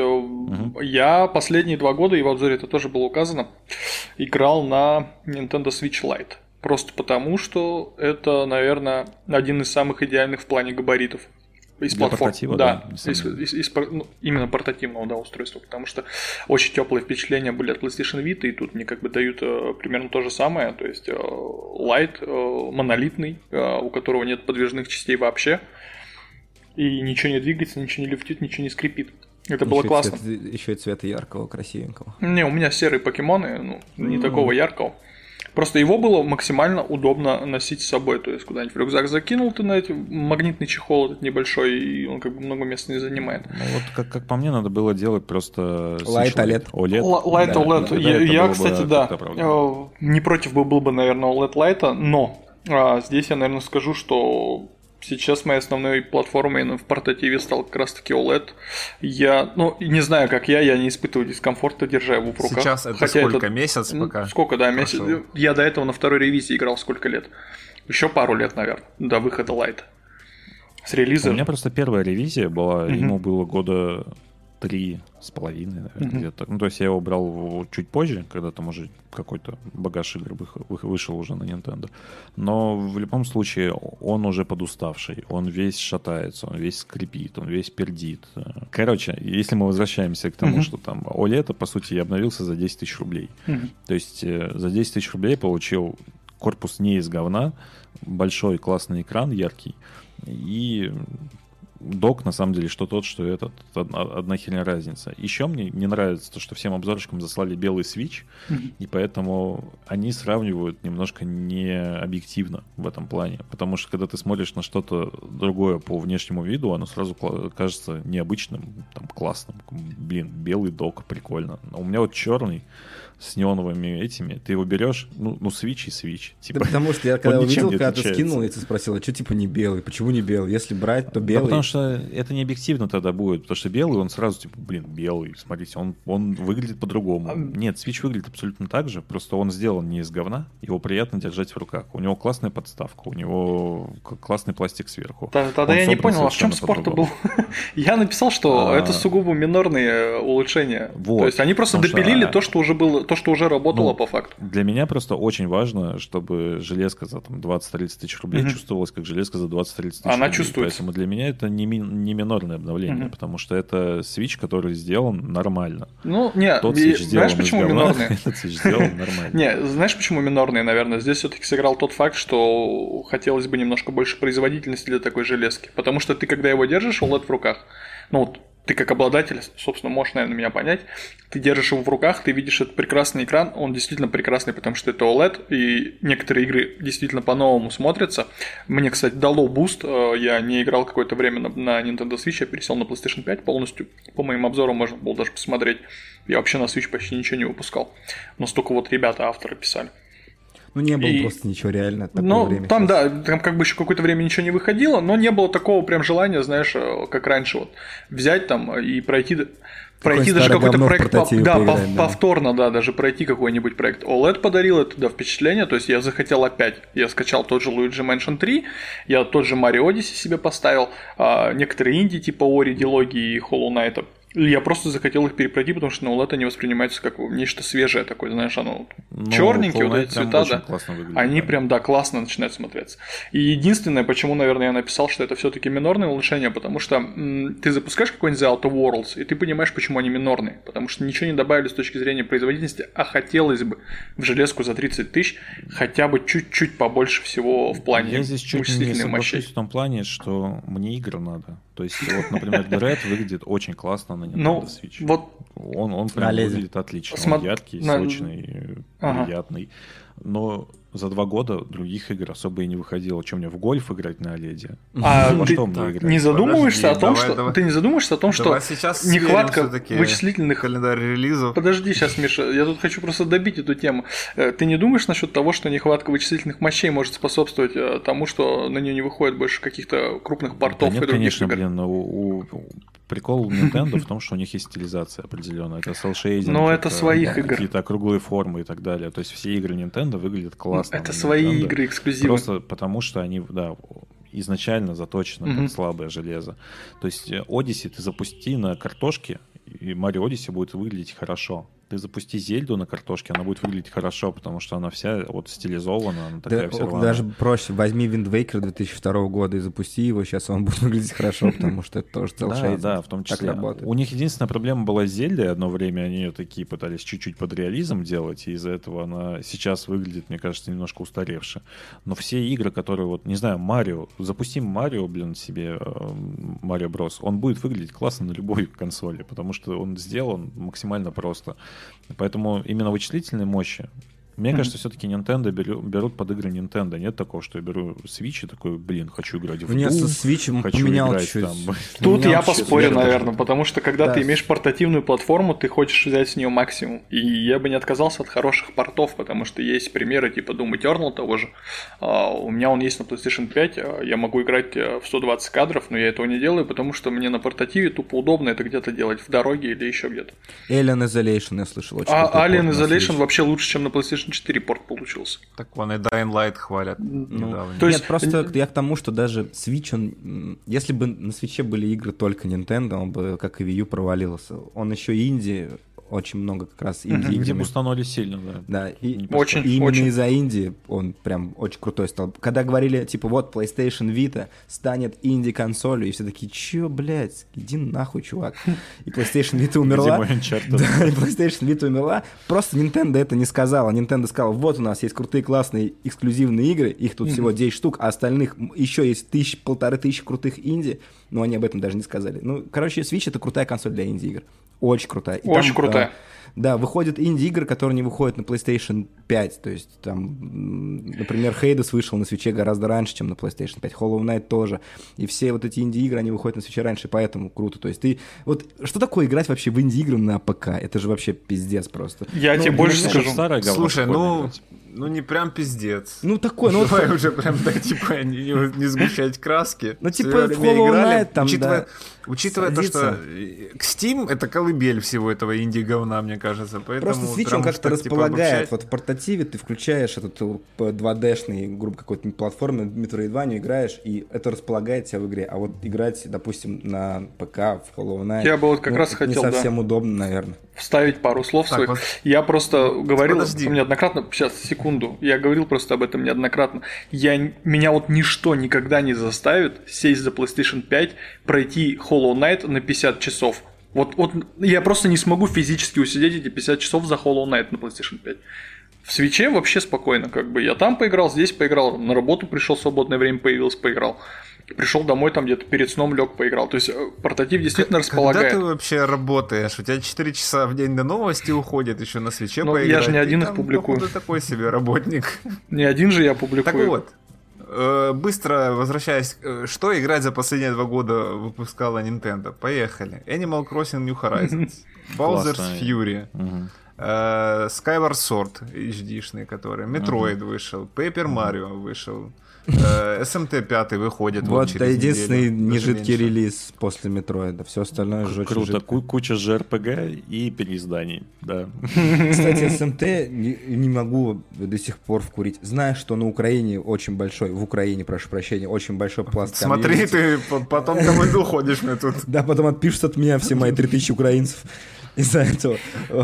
я последние два года, и в обзоре это тоже было указано, играл на Nintendo Switch Lite. Просто потому, что это, наверное, один из самых идеальных в плане габаритов. Из Для платформ. портатива, да, да из, из, из, ну, именно портативного, да, устройства. Потому что очень теплые впечатления были от PlayStation Vita, и тут мне как бы дают э, примерно то же самое. То есть э, Lite э, монолитный, э, у которого нет подвижных частей вообще. И ничего не двигается, ничего не люфтит, ничего не скрипит. Это было еще классно. И цвет, еще и цвета яркого, красивенького. Не, у меня серые покемоны, ну, не mm. такого яркого. Просто его было максимально удобно носить с собой. То есть куда-нибудь в рюкзак закинул ты на эти магнитный чехол этот небольшой, и он как бы много места не занимает. Ну вот как, как по мне, надо было делать просто Light о лед. о лед. Light о лед. Да, я, я кстати, да, не против бы был бы, наверное, о лед Lite, но а, здесь я, наверное, скажу, что сейчас моей основной платформой в портативе стал как раз-таки о лед. Я, ну, не знаю, как я, я не испытываю дискомфорта, держа его в руках. Сейчас это Хотя сколько? Это, месяц пока? Сколько, да, месяц. Я до этого на второй ревизии играл сколько лет? Еще пару лет, наверное, до выхода Lite. С релиза. У меня просто первая ревизия была, mm-hmm. ему было года три с половиной, наверное, mm-hmm. где-то. Ну, то есть я его брал чуть позже, когда там уже какой-то багаж игр вышел уже на Nintendo. Но в любом случае он уже подуставший, он весь шатается, он весь скрипит, он весь пердит. Короче, если мы возвращаемся к тому, mm-hmm. что там о лед, по сути, я обновился за десять тысяч рублей. Mm-hmm. То есть за десять тысяч рублей получил корпус не из говна, большой классный экран, яркий, и док, на самом деле, что тот, что этот. Одна херня разница. Еще мне не нравится то, что всем обзорщикам заслали белый Switch, mm-hmm. и поэтому они сравнивают немножко не объективно в этом плане. Потому что, когда ты смотришь на что-то другое по внешнему виду, оно сразу кажется необычным, там, классным. Блин, белый док, прикольно. А у меня вот черный, с неоновыми этими, ты его берешь, ну, ну Switch и Switch. Типа, да потому что я когда увидел, когда ты скинул, я тебя спросил, а что типа не белый? Почему не белый? Если брать, то белый. Да потому что это не объективно тогда будет, потому что белый, он сразу типа, блин, белый, смотрите, он, он выглядит по-другому. А... Нет, Switch выглядит абсолютно так же, просто он сделан не из говна, его приятно держать в руках. У него классная подставка, у него классный пластик сверху. Тогда я не понял, а в чем спор-то был? Я написал, что это сугубо минорные улучшения. То есть они просто допилили то, что уже было, то, что уже работало, ну, по факту. Для меня просто очень важно, чтобы железка за там, двадцать-тридцать тысяч рублей mm-hmm. чувствовалась как железка за двадцать-тридцать тысяч Она рублей. чувствуется. Поэтому для меня это не, ми- не минорное обновление, mm-hmm. потому что это Switch, который сделан нормально. Ну, нет, Тот и, Switch знаешь, почему говна, минорные? Этот Switch сделан нормально. Не, знаешь, почему минорные, наверное? Здесь все-таки сыграл тот факт, что хотелось бы немножко больше производительности для такой железки. Потому что ты, когда его держишь, о лед в руках, ну вот, ты как обладатель, собственно, можешь, наверное, меня понять, ты держишь его в руках, ты видишь этот прекрасный экран, он действительно прекрасный, потому что это о лед, и некоторые игры действительно по-новому смотрятся. Мне, кстати, дало буст, я не играл какое-то время на, на Nintendo Switch, я пересел на PlayStation пять полностью, по моим обзорам можно было даже посмотреть. Я вообще на Switch почти ничего не выпускал, но столько вот ребята, авторы писали. Ну, не было и... просто ничего реально такое ну, время. Там, сейчас. да, там как бы еще какое-то время ничего не выходило, но не было такого прям желания, знаешь, как раньше, вот, взять там и пройти, пройти даже какой-то проект, по, да, поиграть, да, повторно, да, даже пройти какой-нибудь проект. о лед подарил это, да, впечатление, то есть я захотел опять, я скачал тот же Luigi Mansion три, я тот же Mario Odyssey себе поставил, а, некоторые инди типа Ori, Дилогии и Hollow Knight. Я просто захотел их перепройти, потому что на о лед они воспринимаются как нечто свежее такое, знаешь, оно черненькие, вот эти цвета, да, выглядит, они да. прям, да, классно начинают смотреться. И единственное, почему, наверное, я написал, что это все-таки минорное улучшение, потому что м- ты запускаешь какой-нибудь The Outer Worlds, и ты понимаешь, почему они минорные, потому что ничего не добавили с точки зрения производительности, а хотелось бы в железку за тридцать тысяч хотя бы чуть-чуть побольше всего в плане я здесь чуть не соглашусь в том плане, что мне игры надо. То есть, вот, например, Dread выглядит очень классно на Nintendo ну, Switch. Вот... Он, он прям на выглядит отлично. Смо... Он яркий, на... сочный, ага. приятный. Но за два года других игр особо и не выходило. Чем мне в гольф играть на оледе? А во ты что мне играть? не задумываешься Подожди, о том, давай, что давай. ты не задумываешься о том, Давай что сейчас нехватка все-таки вычислительных календарь релизов. Подожди сейчас, Миша, я тут хочу просто добить эту тему. Ты не думаешь насчет того, что нехватка вычислительных мощей может способствовать тому, что на нее не выходит больше каких-то крупных портов да нет, и других конечно, игр? блин, у, у, прикол Nintendo в том, что у них есть стилизация определенная. Это селшейдинг, но это своих да, игр. Какие-то округлые формы и так далее. То есть все игры Nintendo выглядят классно. Это свои Nintendo, игры эксклюзивы. Просто потому, что они, да, изначально заточены mm-hmm. под слабое железо. То есть Odyssey ты запусти на картошке, и Mario Odyssey будет выглядеть хорошо. Ты запусти Зельду на картошке, она будет выглядеть хорошо, потому что она вся вот стилизована, она такая да, вся рваная. Даже проще, возьми Wind Waker две тысячи второго года и запусти его, сейчас он будет выглядеть хорошо, потому что это тоже целшейдинг. Да, да, в том числе. У них единственная проблема была с Зельдой, одно время они ее такие пытались чуть-чуть под реализм делать, и из-за этого она сейчас выглядит, мне кажется, немножко устаревше. Но все игры, которые вот, не знаю, Марио, запустим Марио, блин, себе, Марио Брос, он будет выглядеть классно на любой консоли, потому что он сделан максимально просто. Поэтому именно вычислительные мощи. Мне mm-hmm. кажется, все-таки Nintendo беру, берут под игры Nintendo. Нет такого, что я беру Switch и такой, блин, хочу играть в Нет, Doom, со Switch хочу поменял играть чуть. там. Тут я поспорю, даже. наверное, потому что когда да. ты имеешь портативную платформу, ты хочешь взять с нее максимум. И я бы не отказался от хороших портов, потому что есть примеры типа Doom Eternal того же. Uh, у меня он есть на PlayStation пять, uh, я могу играть uh, в сто двадцать кадров, но я этого не делаю, потому что мне на портативе тупо удобно это где-то делать в дороге или еще где-то. Alien Isolation я слышал. Очень а Alien Isolation вообще лучше, чем на PlayStation четыре порт получился. Так вон и Dying Light хвалят. Ну, то есть... Нет, просто я к тому, что даже Switch, он, если бы на Switch были игры только Nintendo, он бы, как и Wii U, провалился. Он еще и инди, очень много как раз инди. Инди бустанули сильно, да. Да, и, очень, и именно очень. из-за инди он прям очень крутой стал. Когда говорили, типа, вот PlayStation Vita станет инди-консолью, и все такие, чё, блядь, иди нахуй, чувак. И PlayStation Vita умерла. Да, и PlayStation Vita умерла. Просто Nintendo это не сказала. Nintendo сказала, вот у нас есть крутые, классные, эксклюзивные игры, их тут всего десять штук, а остальных еще есть тысяч, полторы тысячи крутых инди, но они об этом даже не сказали. Ну, короче, Switch — это крутая консоль для инди-игр. Очень крутая. И Очень там, крутая. Да, выходят инди-игры, которые не выходят на PlayStation пять. То есть, там, например, Hades вышел на Switch гораздо раньше, чем на PlayStation пять. Hollow Knight тоже. И все вот эти инди-игры, они выходят на Switch раньше, поэтому круто. То есть, ты... Вот что такое играть вообще в инди-игры на ПК? Это же вообще пиздец просто. Я ну, тебе больше скажу. Слушай, ну... Ну, не прям пиздец. Ну, такой, ну... Давай вот... уже прям так, типа, не, не сгущать краски. Ну, типа, в Hollow Knight там, учитывая, да, учитывая то, что Steam — это колыбель всего этого инди-говна, мне кажется. Поэтому просто Switch он как-то располагает. Типа, вот в портативе ты включаешь этот два дэ-шный, грубо какой-то платформы, Metroidvania играешь, и это располагает тебя в игре. А вот играть, допустим, на ПК в Hollow Knight... Я бы вот как ну, раз хотел, не совсем да. удобно, наверное. Вставить пару слов так, своих. Вот. Я просто говорил Подожди. неоднократно, сейчас, секунду, я говорил просто об этом неоднократно. Я, меня вот ничто никогда не заставит сесть за PlayStation пять, пройти Hollow Knight на пятьдесят часов. Вот, вот я просто не смогу физически усидеть эти пятьдесят часов за Hollow Knight на PlayStation пять. В Switch'е вообще спокойно, как бы я там поиграл, здесь поиграл, на работу пришел, свободное время появилось, поиграл. Пришел домой, там где-то перед сном лег, поиграл. То есть портатив действительно К- располагает. Когда ты вообще работаешь? У тебя четыре часа в день на новости уходит, еще на свече ну, поиграть. Я же не один ты их публикую. Ты такой себе работник. Не один же я публикую. Так вот, быстро возвращаясь, что играть за последние два года выпускала Nintendo? Поехали. Animal Crossing New Horizons, Bowser's Fury, Skyward Sword эйч ди-шный, который, Metroid вышел, Paper Mario вышел. эс эм ти пять выходит. Вот, вот это единственный нежидкий релиз после Метроида. Все остальное же очень круто. жидко. Куча же эр пи джи и переизданий. Да. Кстати, эс эм ти не, не могу до сих пор вкурить. Знаю, что на Украине очень большой, в Украине, прошу прощения, очень большой пласт комьюнити. Смотри, ты потом команду ходишь мне тут. Да, потом отпишут от меня все мои три тысячи украинцев из-за этого.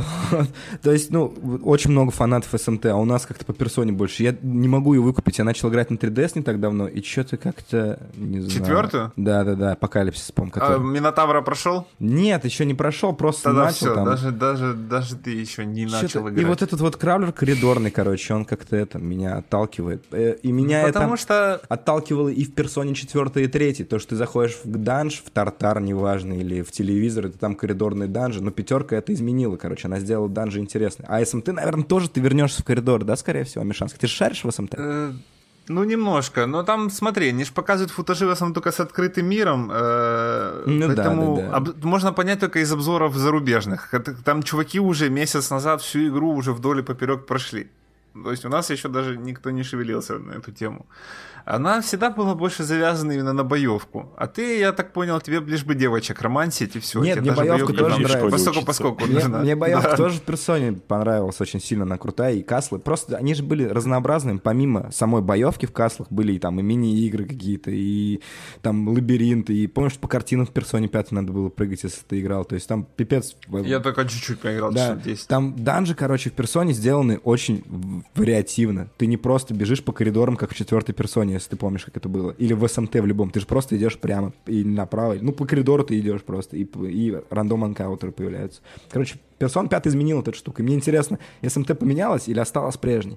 То есть, ну, очень много фанатов эс эм ти, а у нас как-то по персоне больше. Я не могу ее выкупить. Я начал играть на три ди эс не так давно, и что-то как-то, не знаю. Четвертую? Да-да-да, Апокалипсис, по-моему. Который... А Минотавра прошел? Нет, еще не прошел, просто Тогда начал все, там. даже, даже, даже ты еще не Что-то... начал играть. И вот этот вот краулер коридорный, короче, он как-то это меня отталкивает. И меня Потому это что... отталкивало и в персоне четвёртой и третьей. То, что ты заходишь в данж, в тартар, неважно, или в телевизор, это там коридорный данж, но пятерка это изменила, короче, она сделала данжи интересные. А эс эм ти, наверное, тоже ты вернешься в коридор, да, скорее всего, Мишанский? Ты же шаришь в эс эм ти? Ну, немножко. Но там, смотри, они же показывают футажи в основном только с открытым миром. Э, ну, поэтому да, да, да. Об, можно понять только из обзоров зарубежных. Там чуваки уже месяц назад всю игру уже вдоль и поперек прошли. То есть у нас еще даже никто не шевелился на эту тему. Она всегда была больше завязана именно на боевку. А ты, я так понял, тебе лишь бы девочек романсить и все. Нет, мне боевка тоже нравится. Поскольку, поскольку мне, мне боевка да. тоже в персоне понравилась очень сильно, она крутая. И каслы, просто они же были разнообразными. Помимо самой боевки в каслах были и там и мини-игры какие-то, и там лабиринты. И помнишь, по картинам в персоне пятой надо было прыгать, если ты играл. То есть там пипец. Я только чуть-чуть поиграл, да. десять. Там данжи, короче, в персоне сделаны очень вариативно. Ты не просто бежишь по коридорам, как в четвертой персоне, если ты помнишь, как это было. Или в эс эм ти в любом. Ты же просто идешь прямо и направо. Ну, по коридору ты идешь просто. И, и рандом-анкаутеры появляются. Короче, персона пять изменила эту штуку. И мне интересно, эс эм ти поменялась или осталась прежней?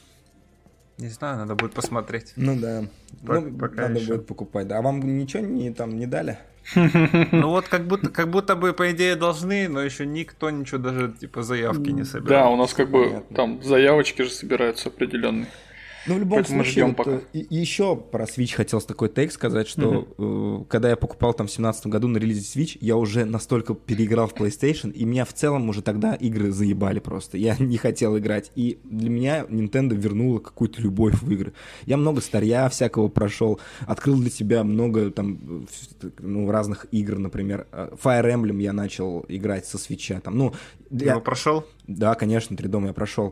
Не знаю, надо будет посмотреть. Ну да. Пока, ну, пока надо еще. будет покупать. Да. А вам ничего не, там, не дали? Ну вот как будто, как будто бы, по идее, должны, но еще никто ничего даже типа заявки не собирает. Да, у нас как бы там заявочки же собираются определенные. Ну, в любом Поэтому случае, вот, и, и еще про Switch хотел такой тейк сказать, что mm-hmm. э, когда я покупал там в семнадцатом году на релизе Switch, я уже настолько переиграл в PlayStation, и меня в целом уже тогда игры заебали просто. Я не хотел играть. И для меня Nintendo вернула какую-то любовь в игры. Я много старья всякого прошел, открыл для себя много там ну, разных игр, например. Fire Emblem я начал играть со Switch'а. Там, ну, Ты я... его прошел? Да, конечно, три дома я прошел.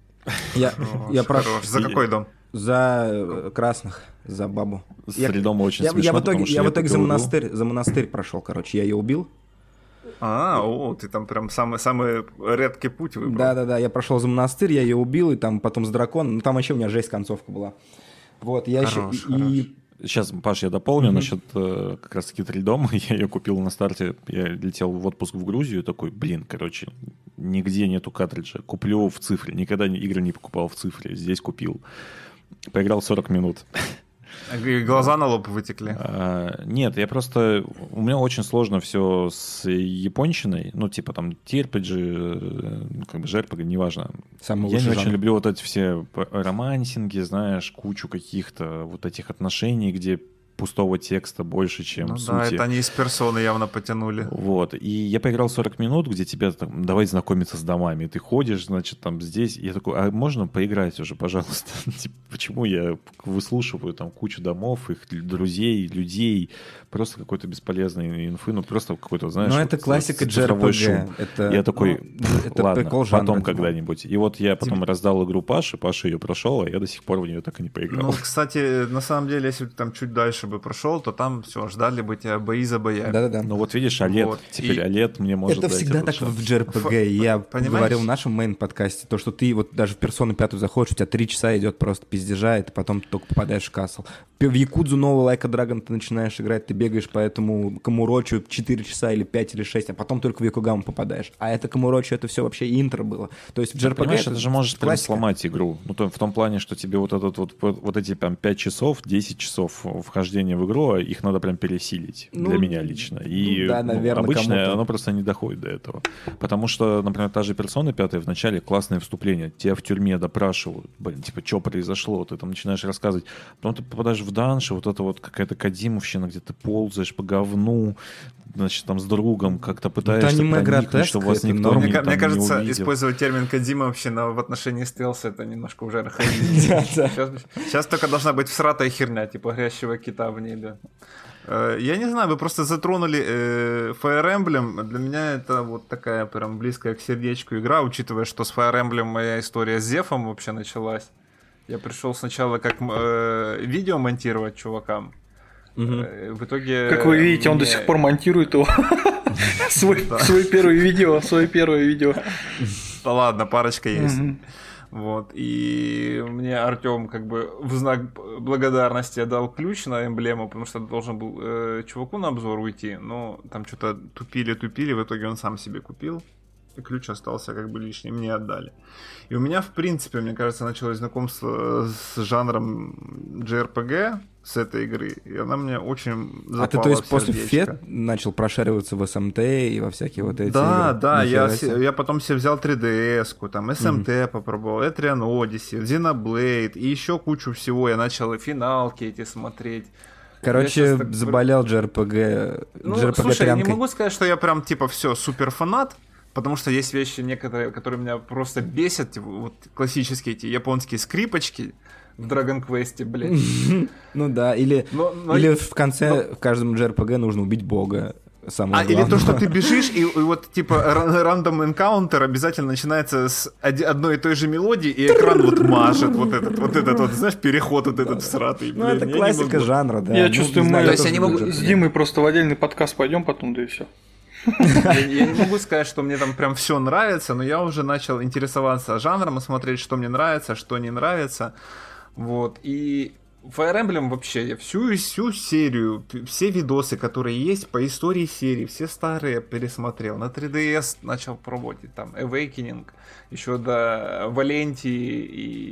Я, О, я прош... За какой дом? За красных, за бабу. С три дома очень я, смешно, я в итоге, я я в итоге за монастырь, за монастырь прошел, короче, я ее убил. А, о, ты там прям самый, самый редкий путь выбрал. Да-да-да, я прошел за монастырь, я ее убил, и там потом с драконом, ну там вообще у меня жесть концовка была. Вот, я хорош, еще... хорош. И... Сейчас, Паш, я дополню mm-hmm. насчет э, как раз-таки три дома. Я ее купил на старте, я летел в отпуск в Грузию, такой, блин, короче, нигде нету картриджа. Куплю в цифре. Никогда игры не покупал в цифре. Здесь купил. Поиграл сорок минут. И глаза на лоб вытекли? А, нет, я просто... У меня очень сложно все с японщиной. Ну, типа там ти ар пи джи, как бы джей ар пи джи, неважно. Самый я не жанр. очень люблю вот эти все романсинги, знаешь, кучу каких-то вот этих отношений, где пустого текста больше, чем ну, сути. Да, это они из персоны явно потянули. Вот. И я поиграл сорок минут, где тебя там, давай знакомиться с домами. Ты ходишь, значит, там здесь. Я такой, а можно поиграть уже, пожалуйста? Типа, почему я выслушиваю там кучу домов, их друзей, людей, просто какой-то бесполезной инфы, ну просто какой-то, знаешь... Ну, это вот классика джей ар пи джи. Это, я такой, ну, это ладно, потом когда-нибудь. И вот я потом раздал игру Паше, Паша ее прошел, а я до сих пор в нее так и не поиграл. Ну, кстати, на самом деле, если ты там чуть дальше бы прошел, то там все, ждали бы тебя бои за боями. Да-да-да. Ну вот видишь, олед, вот. Теперь и... олед мне может это дать всегда так шанс. в джей ар пи джи. Я Понимаешь? говорил в нашем мейн-подкасте, то, что ты вот даже в персону пятую заходишь, у тебя три часа идет просто пиздежа, и ты потом только попадаешь в касл. В Якудзу новый Like a Dragon ты начинаешь играть, ты бегаешь по этому Камурочу четыре часа или пять или шесть, а потом только в Якугаму попадаешь. А это Камурочу, это все вообще интро было. То есть в джей ар пи джи понимаешь, это, это же может прям классика. сломать игру. Ну, то, в том плане, что тебе вот этот вот, вот эти там пять часов, десять часов вхождения вхождения в игру, а их надо прям пересилить, ну, для меня лично. И ну, да, наверное, ну, обычно кому-то. Оно просто не доходит до этого. Потому что, например, та же «Персона пятая» в начале классное вступление. Тебя в тюрьме допрашивают. Блин, типа, что произошло? Ты там начинаешь рассказывать. Потом ты попадаешь в данж, и вот это вот какая-то кодимовщина, где ты ползаешь по говну, значит, там с другом как-то пытаешься проникнуть, чтобы вас никто мне, не, мне там, кажется, не увидел. Использовать термин «кодимовщина» в отношении стелса — это немножко уже архаизм. Сейчас только должна быть всратая херня, типа горящего кита в небе. Я не знаю, вы просто затронули Fire Emblem. Для меня это вот такая прям близкая к сердечку игра, учитывая, что с Fire Emblem моя история с Зефом вообще началась. Я пришел сначала как видео монтировать чувакам. Угу. В итоге... Как вы видите, мне... он до сих пор монтирует его. Свое первое видео, свое первое видео. Да ладно, парочка есть. Вот. И мне Артём как бы в знак благодарности отдал ключ на эмблему, потому что должен был э, чуваку на обзор уйти, но там что-то тупили-тупили, в итоге он сам себе купил, и ключ остался как бы лишний, мне отдали. И у меня, в принципе, мне кажется, началось знакомство с жанром джей ар пи джи с этой игры, и она мне очень запала. А ты, то есть, в после сердечко. Фет начал прошариваться в эс эм ти и во всякие вот эти Да, игры? да, я, я потом себе взял три ди эс-ку, там эс эм ти mm-hmm. попробовал, Etrian Odyssey, Xenoblade, и еще кучу всего. Я начал и финалки эти смотреть. Короче, так... заболел джей ар пи джи. Ну, джей ар пи джи слушай, я трянкой. не могу сказать, что я прям, типа, все, супер фанат, потому что есть вещи некоторые, которые меня просто бесят, типа, вот классические эти японские скрипочки в Dragon Quest, блядь. Ну да, или, но, но... или в конце но... в каждом джей ар пи джи нужно убить бога. А, главного. Или то, что ты бежишь, и, и вот, типа, рандом энкаунтер обязательно начинается с одной и той же мелодии, и экран вот машет, вот этот, вот этот, вот, знаешь, переход вот этот всратый. Ну, это классика жанра, да. Я чувствую, мы с Димой просто в отдельный подкаст пойдем потом, да и все. я, я не могу сказать, что мне там прям все нравится, но я уже начал интересоваться жанром, смотреть, что мне нравится, что не нравится. Вот, и Fire Emblem вообще, я всю, всю серию, все видосы, которые есть по истории серии, все старые пересмотрел. На три ди эс начал пробовать, там, Awakening, еще до Валентии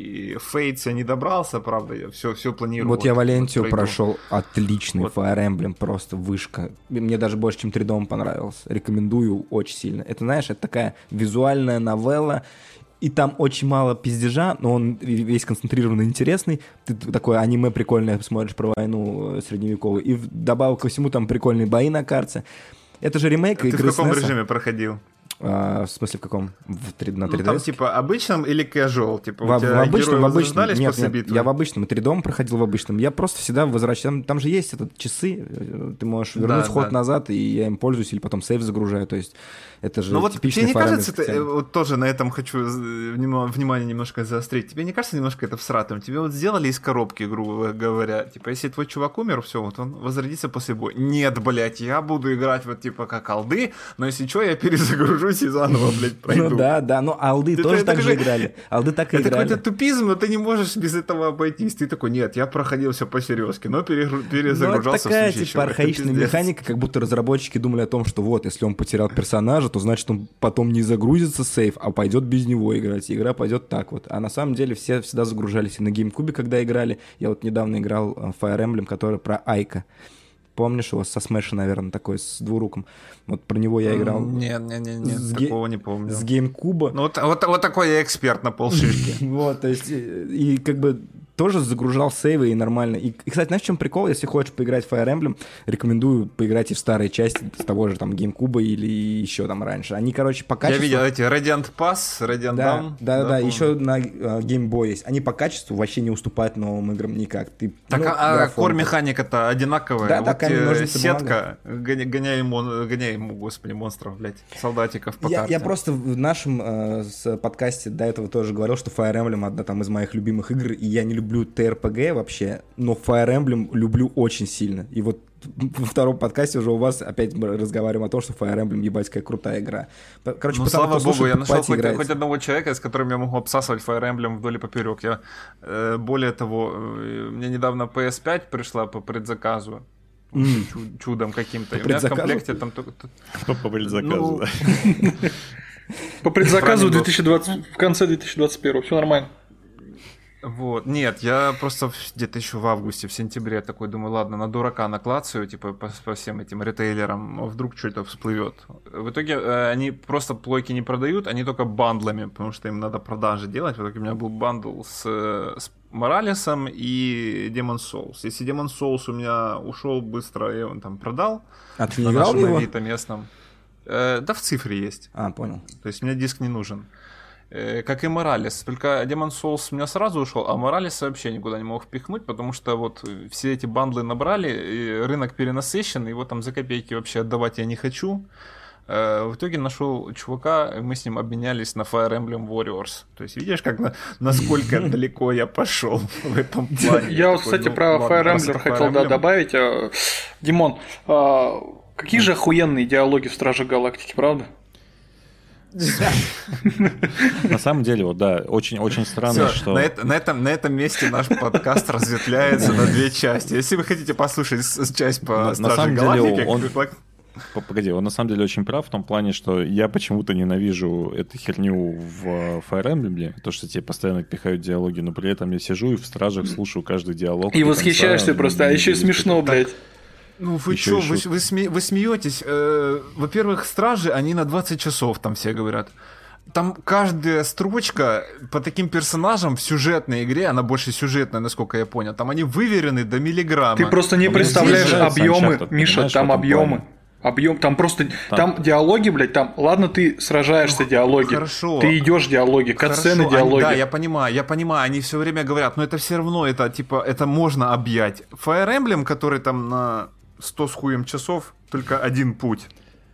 и Fates я не добрался, правда, я все, все планировал. Вот я Валентию вот прошел, отличный вот. Fire Emblem, просто вышка. Мне даже больше, чем три дом понравился. Рекомендую очень сильно. Это, знаешь, это такая визуальная новелла, и там очень мало пиздежа, но он весь концентрированный, интересный. Ты такое аниме прикольное смотришь про войну средневековую. И вдобавок ко всему там прикольные бои на карте. Это же ремейк Ты игры в каком эс эн эс. Режиме проходил? А, в смысле, в каком? В три, на три ди эс? Ну, там, типа, обычном или casual? Типа, в, у тебя в обычном, в обычном. Нет, после нет, битвы? я в обычном. И три дом проходил в обычном. Я просто всегда возвращаюсь. Там, там же есть этот часы. Ты можешь вернуть да, ход да. назад, и я им пользуюсь, или потом сейв загружаю. То есть это же ну, вот типичный тебе не кажется, ты, вот тоже на этом хочу внимание немножко заострить. Тебе не кажется немножко это всратым? Тебе вот сделали из коробки, грубо говоря. Типа, если твой чувак умер, все, вот он возродится после боя. Нет, блядь, я буду играть вот типа как алды, но если что, я перезагружусь и заново, блядь, пройду. Ну да, да, но алды это, тоже это, так это, же играли. Алды так и это играли. Это какой-то тупизм, но ты не можешь без этого обойтись. Ты такой, нет, я проходил все по-серьезки, но перезагружался в случае чего. Это такая, типа, архаичная механика, как будто разработчики думали о том, что вот, если он потерял персонажа, то значит он потом не загрузится сейф, а пойдет без него играть. И игра пойдет так вот. А на самом деле все всегда загружались и на GameCube, когда играли. Я вот недавно играл в Fire Emblem, который про Айка. Помнишь его со Смэша, наверное, такой с двуруком? Вот про него я играл. Нет, нет, нет, нет с такого ге... не помню. С GameCube. Ну вот, вот, вот такой я эксперт на полшишки. Вот, то есть, и как бы тоже загружал сейвы и нормально. И, и, кстати, знаешь, в чем прикол? Если хочешь поиграть в Fire Emblem, рекомендую поиграть и в старые части с того же там GameCube или еще там раньше. Они, короче, по качеству... Я видел эти Radiant Pass, Radiant да, Down. Да, да, да, еще на uh, Game Boy есть. Они по качеству вообще не уступают новым играм никак. Ты, так, ну, а кор-механика-то одинаковая. Да, вот да, камень, ножницы, сетка, гоня, гоняй, мон, гоняй ему, господи, монстров, блядь, солдатиков по я, карте. Я просто в нашем э, с подкасте до этого тоже говорил, что Fire Emblem одна там из моих любимых игр, и я не люблю ти ар пи джи вообще, но Fire Emblem люблю очень сильно. И вот во втором подкасте уже у вас опять разговариваем о том, что Fire Emblem, ебать, какая крутая игра. Короче, ну, слава богу, я нашел хоть, хоть одного человека, с которым я могу обсасывать Fire Emblem вдоль и поперек. Я, э, более того, э, мне недавно пи эс пять пришла по предзаказу. Mm. Чудом каким-то. По у меня в комплекте там только... По предзаказу, да. По предзаказу в конце две тысячи двадцать первого. Все нормально. Вот, нет, я просто где-то еще в августе, в сентябре такой думаю, ладно, на дурака наклацаю, типа, по, по всем этим ритейлерам, вдруг что-то всплывет. В итоге э, они просто плойки не продают, они только бандлами, потому что им надо продажи делать. В итоге у меня был бандл с, с Моралесом и Demon's Souls. Если Demon's Souls у меня ушел быстро, я его там продал. А ты не играл в него? На местном. Э, да в цифре есть. А, понял. То есть мне диск не нужен. Как и Моралес, только Demon's Souls у меня сразу ушел, а Моралеса вообще никуда не мог впихнуть, потому что вот все эти бандлы набрали, и рынок перенасыщен, его там за копейки вообще отдавать я не хочу. В итоге нашел чувака, мы с ним обменялись на Fire Emblem Warriors. То есть видишь, как на, насколько далеко я пошел в этом плане. Я вот, кстати, про Fire Emblem хотел добавить. Димон, какие же охуенные диалоги в Страже Галактики, правда? На самом деле, вот да, очень-очень странно, Всё, что... На, это, на, этом, на этом месте наш подкаст разветвляется на две части. Если вы хотите послушать часть по Страже Галактики... Он... Погоди, он на самом деле очень прав в том плане, что я почему-то ненавижу эту херню в Fire Emblem, то, что тебе постоянно пихают диалоги, но при этом я сижу и в Стражах слушаю каждый диалог. И восхищаешься просто, а еще и смешно, блядь. Ну вы что, вы, вы, сме, вы смеетесь? Э, во-первых, Стражи, они на двадцать часов, там все говорят. Там каждая строчка по таким персонажам в сюжетной игре, она больше сюжетная, насколько я понял, там они выверены до миллиграмма. Ты просто не представляешь объемы, Миша, там объемы. Объем, там просто, там. там диалоги, блядь, там, ладно, ты сражаешься, ну, диалоги, хорошо. Ты идешь, диалоги, катсцены, диалоги. Они, да, я понимаю, я понимаю, они все время говорят, но это все равно, это типа, это можно объять. Fire Emblem, который там на сто с хуем часов, только один путь.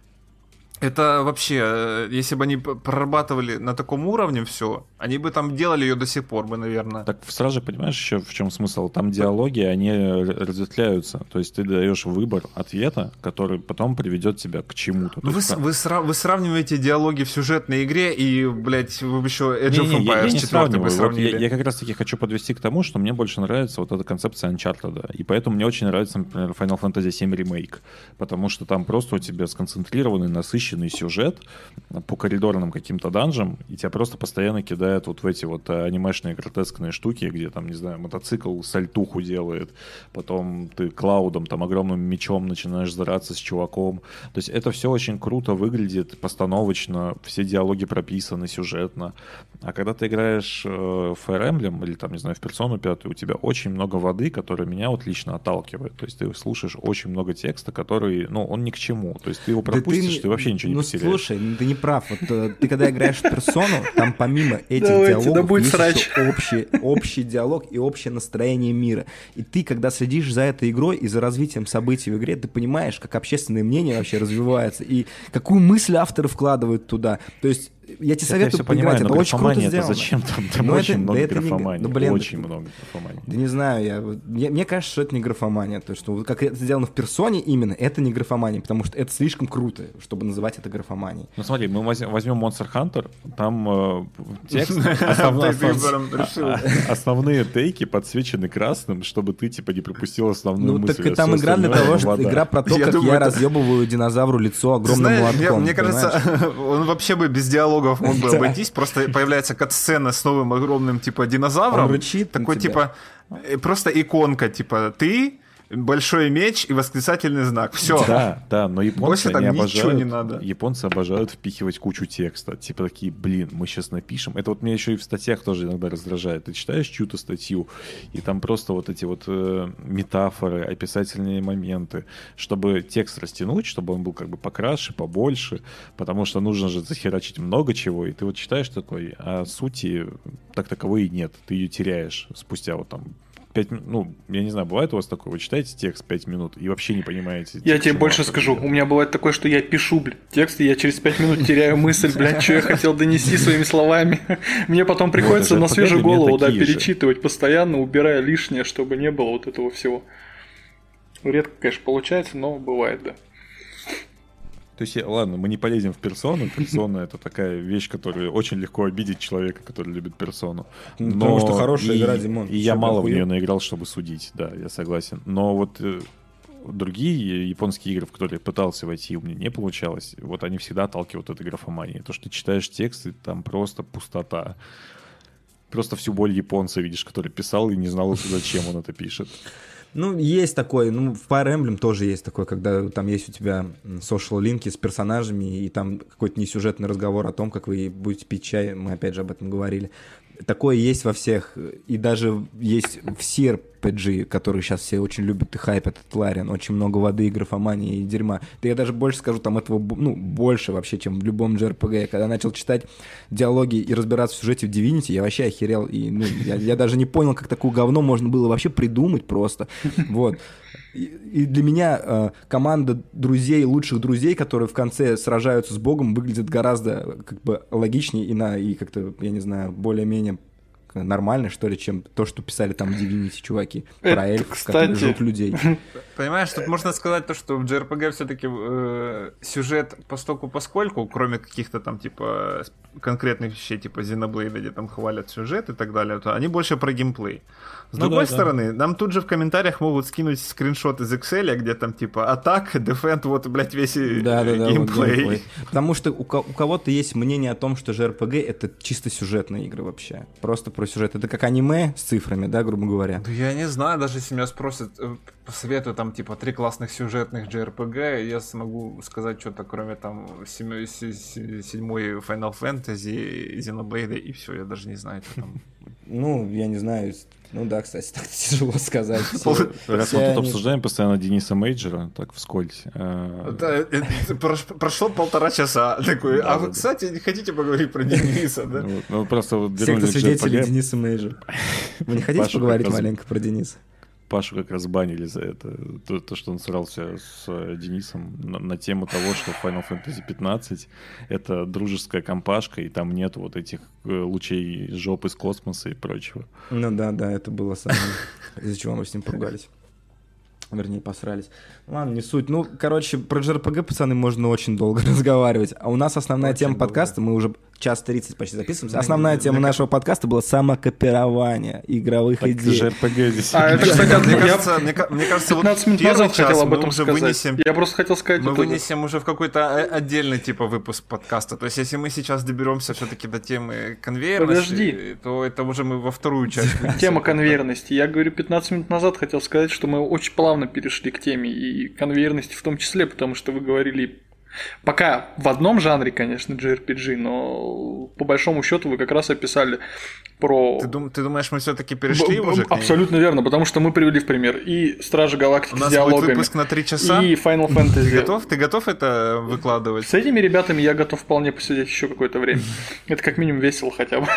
Это вообще, если бы они прорабатывали на таком уровне все, они бы там делали ее до сих пор бы, наверное. Так в Страже, понимаешь, еще в чем смысл? Там диалоги, они разветвляются. То есть ты даешь выбор ответа, который потом приведет тебя к чему-то. Ну вы, есть, вы, сра- вы сравниваете диалоги в сюжетной игре и, блядь, вы бы еще Age of Empires четыре бы сравнили. Вот я, я как раз таки хочу подвести к тому, что мне больше нравится вот эта концепция Uncharted. И поэтому мне очень нравится, например, Final Fantasy семь Remake. Потому что там просто у тебя сконцентрированный, насыщенный сюжет по коридорным каким-то данжам, и тебя просто постоянно кидают вот в эти вот анимешные гротескные штуки, где там, не знаю, мотоцикл сальтуху делает, потом ты Клаудом, там, огромным мечом начинаешь зараться с чуваком. То есть это все очень круто выглядит, постановочно, все диалоги прописаны сюжетно. А когда ты играешь в Fire Emblem или, там, не знаю, в Персону пятую, у тебя очень много воды, которая меня вот лично отталкивает. То есть ты слушаешь очень много текста, который, ну, он ни к чему. То есть ты его пропустишь, да ты, ты вообще ничего не ну, потеряешь. Слушай, ну, ты не прав. Вот, ты когда играешь в Персону, там помимо этих Давайте, диалогов да будет есть срач. еще общий, общий диалог и общее настроение мира. И ты, когда следишь за этой игрой и за развитием событий в игре, ты понимаешь, как общественное мнение вообще развивается и какую мысль авторы вкладывают туда. То есть я тебе советую я поиграть, понимаю, это очень круто это сделано. Зачем там? Там но очень это, много да это графомании. Не, ну, блин, очень много графомании. Да не знаю, я, я, мне кажется, что это не графомания. То, что как это сделано в Персоне именно, это не графомания, потому что это слишком круто, чтобы называть это графоманией. Ну смотри, мы возьмем Monster Hunter, там э, текст, основ, основ, основные тейки подсвечены красным, чтобы ты типа не пропустил основную ну, мысль. Ну так и там игра для того, что игра про то, я как думаю, я это... разъебываю динозавру лицо огромным знаешь, молотком. Мне, мне кажется, он вообще бы без диалогов мог бы обойтись, просто появляется кат-сцена с новым огромным типа динозавром. Он рычит такой типа просто иконка, типа ты, большой меч и восклицательный знак. Все. Да, да, но японцы они обожают, не надо. японцы обожают впихивать кучу текста. Типа такие, блин, мы сейчас напишем. Это вот меня еще и в статьях тоже иногда раздражает. Ты читаешь чью-то статью, и там просто вот эти вот э, метафоры, описательные моменты, чтобы текст растянуть, чтобы он был как бы покраше, побольше, потому что нужно же захерачить много чего, и ты вот читаешь такой, а сути так таковой и нет. Ты ее теряешь спустя вот там пять, ну, я не знаю, бывает у вас такое, вы читаете текст пять минут и вообще не понимаете. Я тебе больше скажу, у меня бывает такое, что я пишу, блядь, текст, и я через пять минут теряю мысль, блядь, что я хотел донести своими словами. Мне потом приходится на свежую голову, да, перечитывать постоянно, убирая лишнее, чтобы не было вот этого всего. Редко, конечно, получается, но бывает, да. То есть, ладно, мы не полезем в персону. Персона — это такая вещь, которую очень легко обидеть человека, который любит персону. Но... Потому что хорошая игра, Димон. И я мало в нее наиграл, чтобы судить, да, я согласен. Но вот э, другие японские игры, в которые я пытался войти, у меня не получалось. Вот они всегда отталкивают от этой графомании. То, что ты читаешь тексты, там просто пустота. просто всю боль японца видишь, который писал и не знал, зачем он это пишет. Ну, есть такой, ну, в Fire Emblem тоже есть такой, когда там есть у тебя social-линки с персонажами, и там какой-то несюжетный разговор о том, как вы будете пить чай, мы опять же об этом говорили. Такое есть во всех, и даже есть в си ар пи джи, который сейчас все очень любят и хайпят, от Лариан, очень много воды и графомании и дерьма. Да я даже больше скажу, там этого, ну, больше вообще, чем в любом джей ар пи джи. Я когда начал читать диалоги и разбираться в сюжете в Divinity, я вообще охерел, и, ну, я, я даже не понял, как такое говно можно было вообще придумать просто, вот. И, и для меня э, команда друзей, лучших друзей, которые в конце сражаются с Богом, выглядит гораздо как бы логичнее и, на, и как-то, я не знаю, более-менее нормально, что ли, чем то, что писали там в Divinity чуваки про эльфов, которые жрут людей. Понимаешь, тут можно сказать то, что в джей ар пи джи все-таки э, сюжет постоку поскольку, кроме каких-то там типа конкретных вещей, типа Xenoblade, где там хвалят сюжет и так далее, то они больше про геймплей. С ну другой да, стороны, да. Нам тут же в комментариях могут скинуть скриншот из Excel, где там типа атак, дефенд, вот, блядь, весь да, да, да, геймплей. Вот геймплей. Потому что у, у кого-то есть мнение о том, что джей ар пи джи это чисто сюжетные игры вообще. Просто про сюжет. Это как аниме с цифрами, да, грубо говоря. Да я не знаю, даже если меня спросят, посоветую там типа три классных сюжетных джей ар пи джи, я смогу сказать что-то, кроме там седьмой Final Fantasy, Xenoblade, и все, я даже не знаю, что там. Ну, я не знаю. Ну да, кстати, так тяжело сказать. Все, Раз мы тут они... обсуждаем постоянно Дениса Мейджора, так вскользь. Да, прошло полтора часа. Такой, а вы, кстати, хотите поговорить про Дениса, да? Ну, просто все, кто свидетели Дениса Мейджора. Вы не хотите поговорить маленько про Дениса? Пашу как раз банили за это. То, то что он срался с Денисом на, на тему того, что Final Fantasy пятнадцать это дружеская компашка, и там нет вот этих лучей жопы из космоса и прочего. Ну да, да, это было самое, из-за чего мы с ним поругались. Вернее, посрались. Ладно, не суть. Ну, короче, про джей ар пи джи, пацаны, можно очень долго разговаривать. А у нас основная очень тема долго. Подкаста, мы уже час тридцать почти записываемся. Основная тема нашего подкаста была самокопирование игровых так идей. джей ар пи джи здесь. А это, кстати, мне кажется, мне кажется, пятнадцать минут назад хотел об этом сказать. Вынесем, я просто хотел сказать... Мы вынесем уже в какой-то отдельный типа выпуск подкаста. То есть, если мы сейчас доберемся все-таки до темы конвейерности, Подожди. то это уже мы во вторую часть вынесем. Тема конвейерности. Я говорю, пятнадцать минут назад хотел сказать, что мы очень плавно перешли к теме и конвейерности в том числе, потому что вы говорили пока в одном жанре, конечно, джей ар пи джи, но по большому счету вы как раз описали про... Ты, дум, ты думаешь, мы все-таки перешли Б- уже? Абсолютно верно, потому что мы привели в пример и Стражи Галактики с диалогами. У нас будет выпуск на три часа. И Final Fantasy. Ты готов? Ты готов это выкладывать? С этими ребятами я готов вполне посидеть еще какое-то время. Это как минимум весело хотя бы.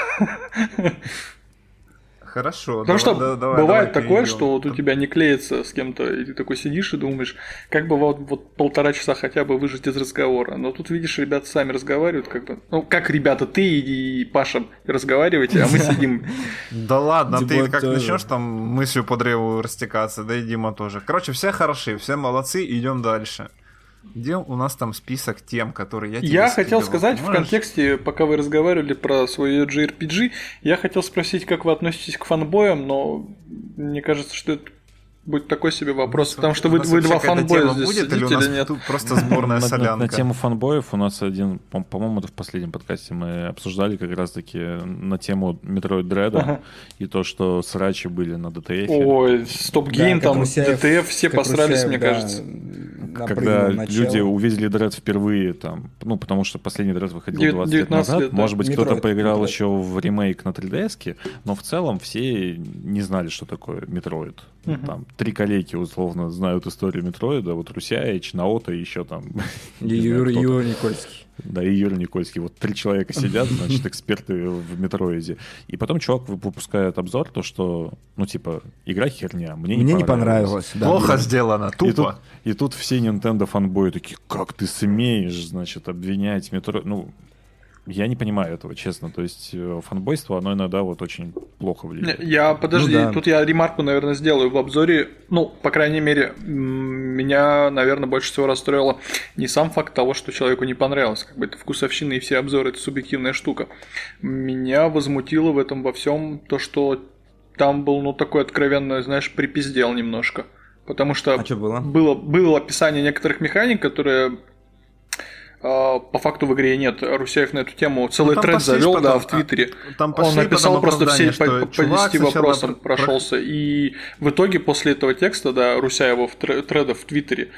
Хорошо. Потому давай, что да, давай, бывает давай, такое, перейдем. что вот у тебя не клеится с кем-то, и ты такой сидишь и думаешь, как бы вот, вот полтора часа хотя бы выжить из разговора. Но тут, видишь, ребята сами разговаривают, как бы. Ну, как ребята, ты и Паша разговариваете, а мы сидим. Да ладно, ты как начнешь там мыслью по древу растекаться, да и Дима тоже. Короче, все хороши, все молодцы, идем дальше. Где у нас там список тем, которые я тебе Я скидывал, хотел сказать понимаешь? в контексте, пока вы разговаривали про свое джей ар пи джи, я хотел спросить, как вы относитесь к фанбоям, но мне кажется, что это будет такой себе вопрос, потому что вы, вы два фанбоя здесь будет, сидите или, у нас или нет? Тут просто сборная на, солянка. На, на тему фанбоев у нас один, по- по-моему, это в последнем подкасте мы обсуждали как раз-таки на тему Metroid Dread ага. и то, что срачи были на ди ти эф. Ой, стоп-гейм, да, там ди ти эф, все посрались, Русяев, мне да, кажется. Когда люди увидели Dread впервые, там, ну, потому что последний Dread выходил двадцать лет назад, лет, да. Может быть, Metroid, кто-то поиграл Metroid. Еще в ремейк на три ди эс-ке, но в целом все не знали, что такое Metroid. Uh-huh. Там три коллеги условно знают историю Метроида, вот Русяич, Наото и еще там... И Юра Никольский. Да, и Юра Никольский. Вот три человека сидят, значит, эксперты в Метроиде. И потом чувак выпускает обзор, то, что, ну, типа, игра херня, мне, мне не понравилось. Не понравилось да, Плохо да. сделано, тупо. И тут, и тут все Nintendo фанбои такие, как ты смеешь, значит, обвинять Метроид... Ну, я не понимаю этого, честно. То есть фанбойство, оно иногда вот очень плохо влияет. Я, подожди, ну, да. Тут я ремарку, наверное, сделаю в обзоре. Ну, по крайней мере, меня, наверное, больше всего расстроило не сам факт того, что человеку не понравилось. Как бы это вкусовщина и все обзоры, это субъективная штука. Меня возмутило в этом во всем то, что там был, ну, такой откровенно, знаешь, припиздел немножко. Потому что, а что было? Было, было описание некоторых механик, которые... по факту в игре нет. Русяев на эту тему целый ну, тред завел, потом, да, в Твиттере. Там Он написал просто все по, по десяти вопросам про... прошелся. И в итоге после этого текста, да, Русяева в треда в Твиттере,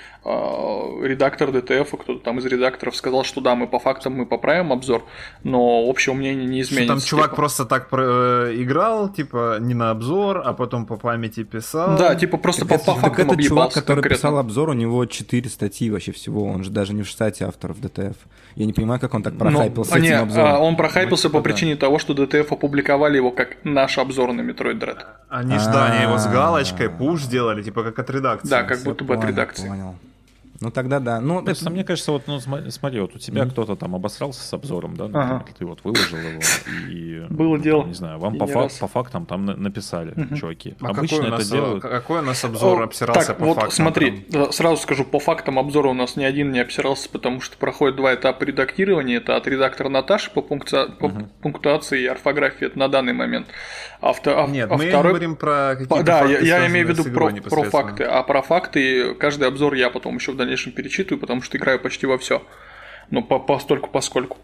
редактор ди ти эф, кто-то там из редакторов сказал, что да, мы по фактам мы поправим обзор, но общего мнения не изменится. Что там чувак типа. просто так про... играл, типа, не на обзор, а потом по памяти писал. Да, типа просто так по, это, по фактам так это чувак, который конкретно. писал обзор, у него четыре статьи вообще всего, он же даже не в штате авторов ди ти эф. Я не понимаю, как он так прохайпился ну, этим не, обзором. Он прохайпился ну, по типа, причине да. того, что ди ти эф опубликовали его как наш обзор на Metroid Dread. Они ж, да, они его с галочкой, пуш сделали, типа как от редакции. Да, как будто бы от редакции. Понял. Ну тогда да. Ну, Просто это... мне кажется, вот, ну, смотри, вот у тебя mm-hmm. кто-то там обосрался с обзором, да, например, ага. ты вот выложил его, и... Было ну, дело. Не знаю, вам по, фак, по фактам там написали, mm-hmm. чуваки. А Обычно какой это нас, делают... Какой у нас обзор О, обсирался так, по вот фактам? смотри, прям? сразу скажу, по фактам обзора у нас ни один не обсирался, потому что проходит два этапа редактирования. Это от редактора Наташи по, пункци... по uh-huh. пунктуации и орфографии, это на данный момент. А, вто... Нет, а мы второй... говорим про какие-то Да, факты, я, я имею в виду про, игрой про факты. А про факты каждый обзор я потом еще в дальнейшем перечитываю, потому что играю почти во все. Ну, по постольку, поскольку.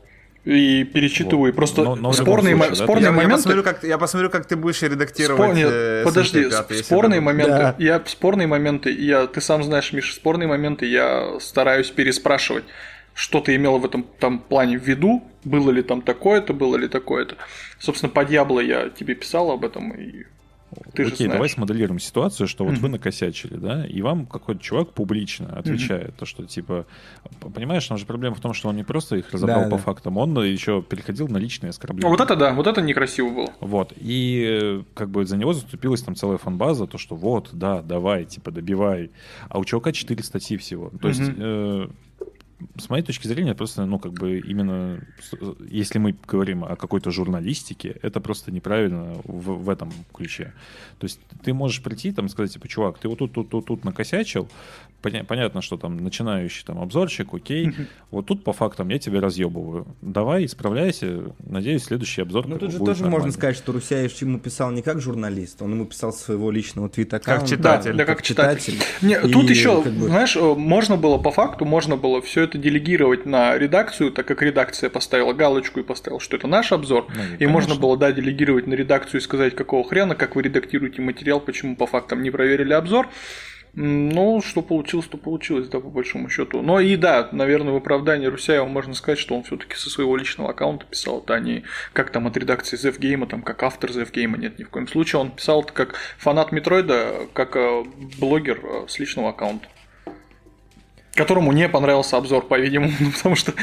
И перечитываю, вот. И просто но, но спорные, случае, да? спорные я, моменты... Я посмотрю, как, я посмотрю, как ты будешь редактировать... Спор... Нет, э, подожди, пять, спорные моменты, да. я, спорные моменты, я, ты сам знаешь, Миша, спорные моменты я стараюсь переспрашивать, что ты имел в этом там плане в виду, было ли там такое-то, было ли такое-то. Собственно, по Диабло я тебе писал об этом, и... Ты Окей, давай смоделируем ситуацию, что вот mm-hmm. вы накосячили, да, и вам какой-то чувак публично отвечает, mm-hmm. то, что, типа, понимаешь, там же проблема в том, что он не просто их разобрал да, по да. фактам, он еще переходил на личные оскорбления. Вот это да, вот это некрасиво было. Вот, и как бы за него заступилась там целая фан-база, то, что вот, да, давай, типа, добивай, а у чувака четыре статьи всего, то mm-hmm. есть... Э- С моей точки зрения, просто, ну, как бы именно, если мы говорим о какой-то журналистике, это просто неправильно в, в этом ключе. То есть ты можешь прийти там и сказать, типа, чувак, ты вот тут, тут, тут, тут накосячил, понятно, что там начинающий там обзорщик, окей, mm-hmm. вот тут по фактам я тебя разъебываю. Давай, исправляйся, надеюсь, следующий обзор Ну, тут же будет тоже нормальный. Можно сказать, что Русяев ему писал не как журналист, он ему писал своего личного твит-аккаунта. Как читатель. Да, да, как, как читатель. читатель. Не, тут еще, как бы... знаешь, можно было по факту, можно было все это делегировать на редакцию, так как редакция поставила галочку и поставила, что это наш обзор, ну, и конечно. Можно было, да, делегировать на редакцию и сказать, какого хрена, как вы редактируете материал, почему по фактам не проверили обзор. Ну, что получилось, то получилось, да, по большому счету. Но и да, наверное, в оправдании Русяева можно сказать, что он все-таки со своего личного аккаунта писал это, а не как там от редакции Zefgame, там как автор Zefgame, нет, ни в коем случае. Он писал это как фанат Метроида, как блогер с личного аккаунта, которому не понравился обзор, по-видимому, потому что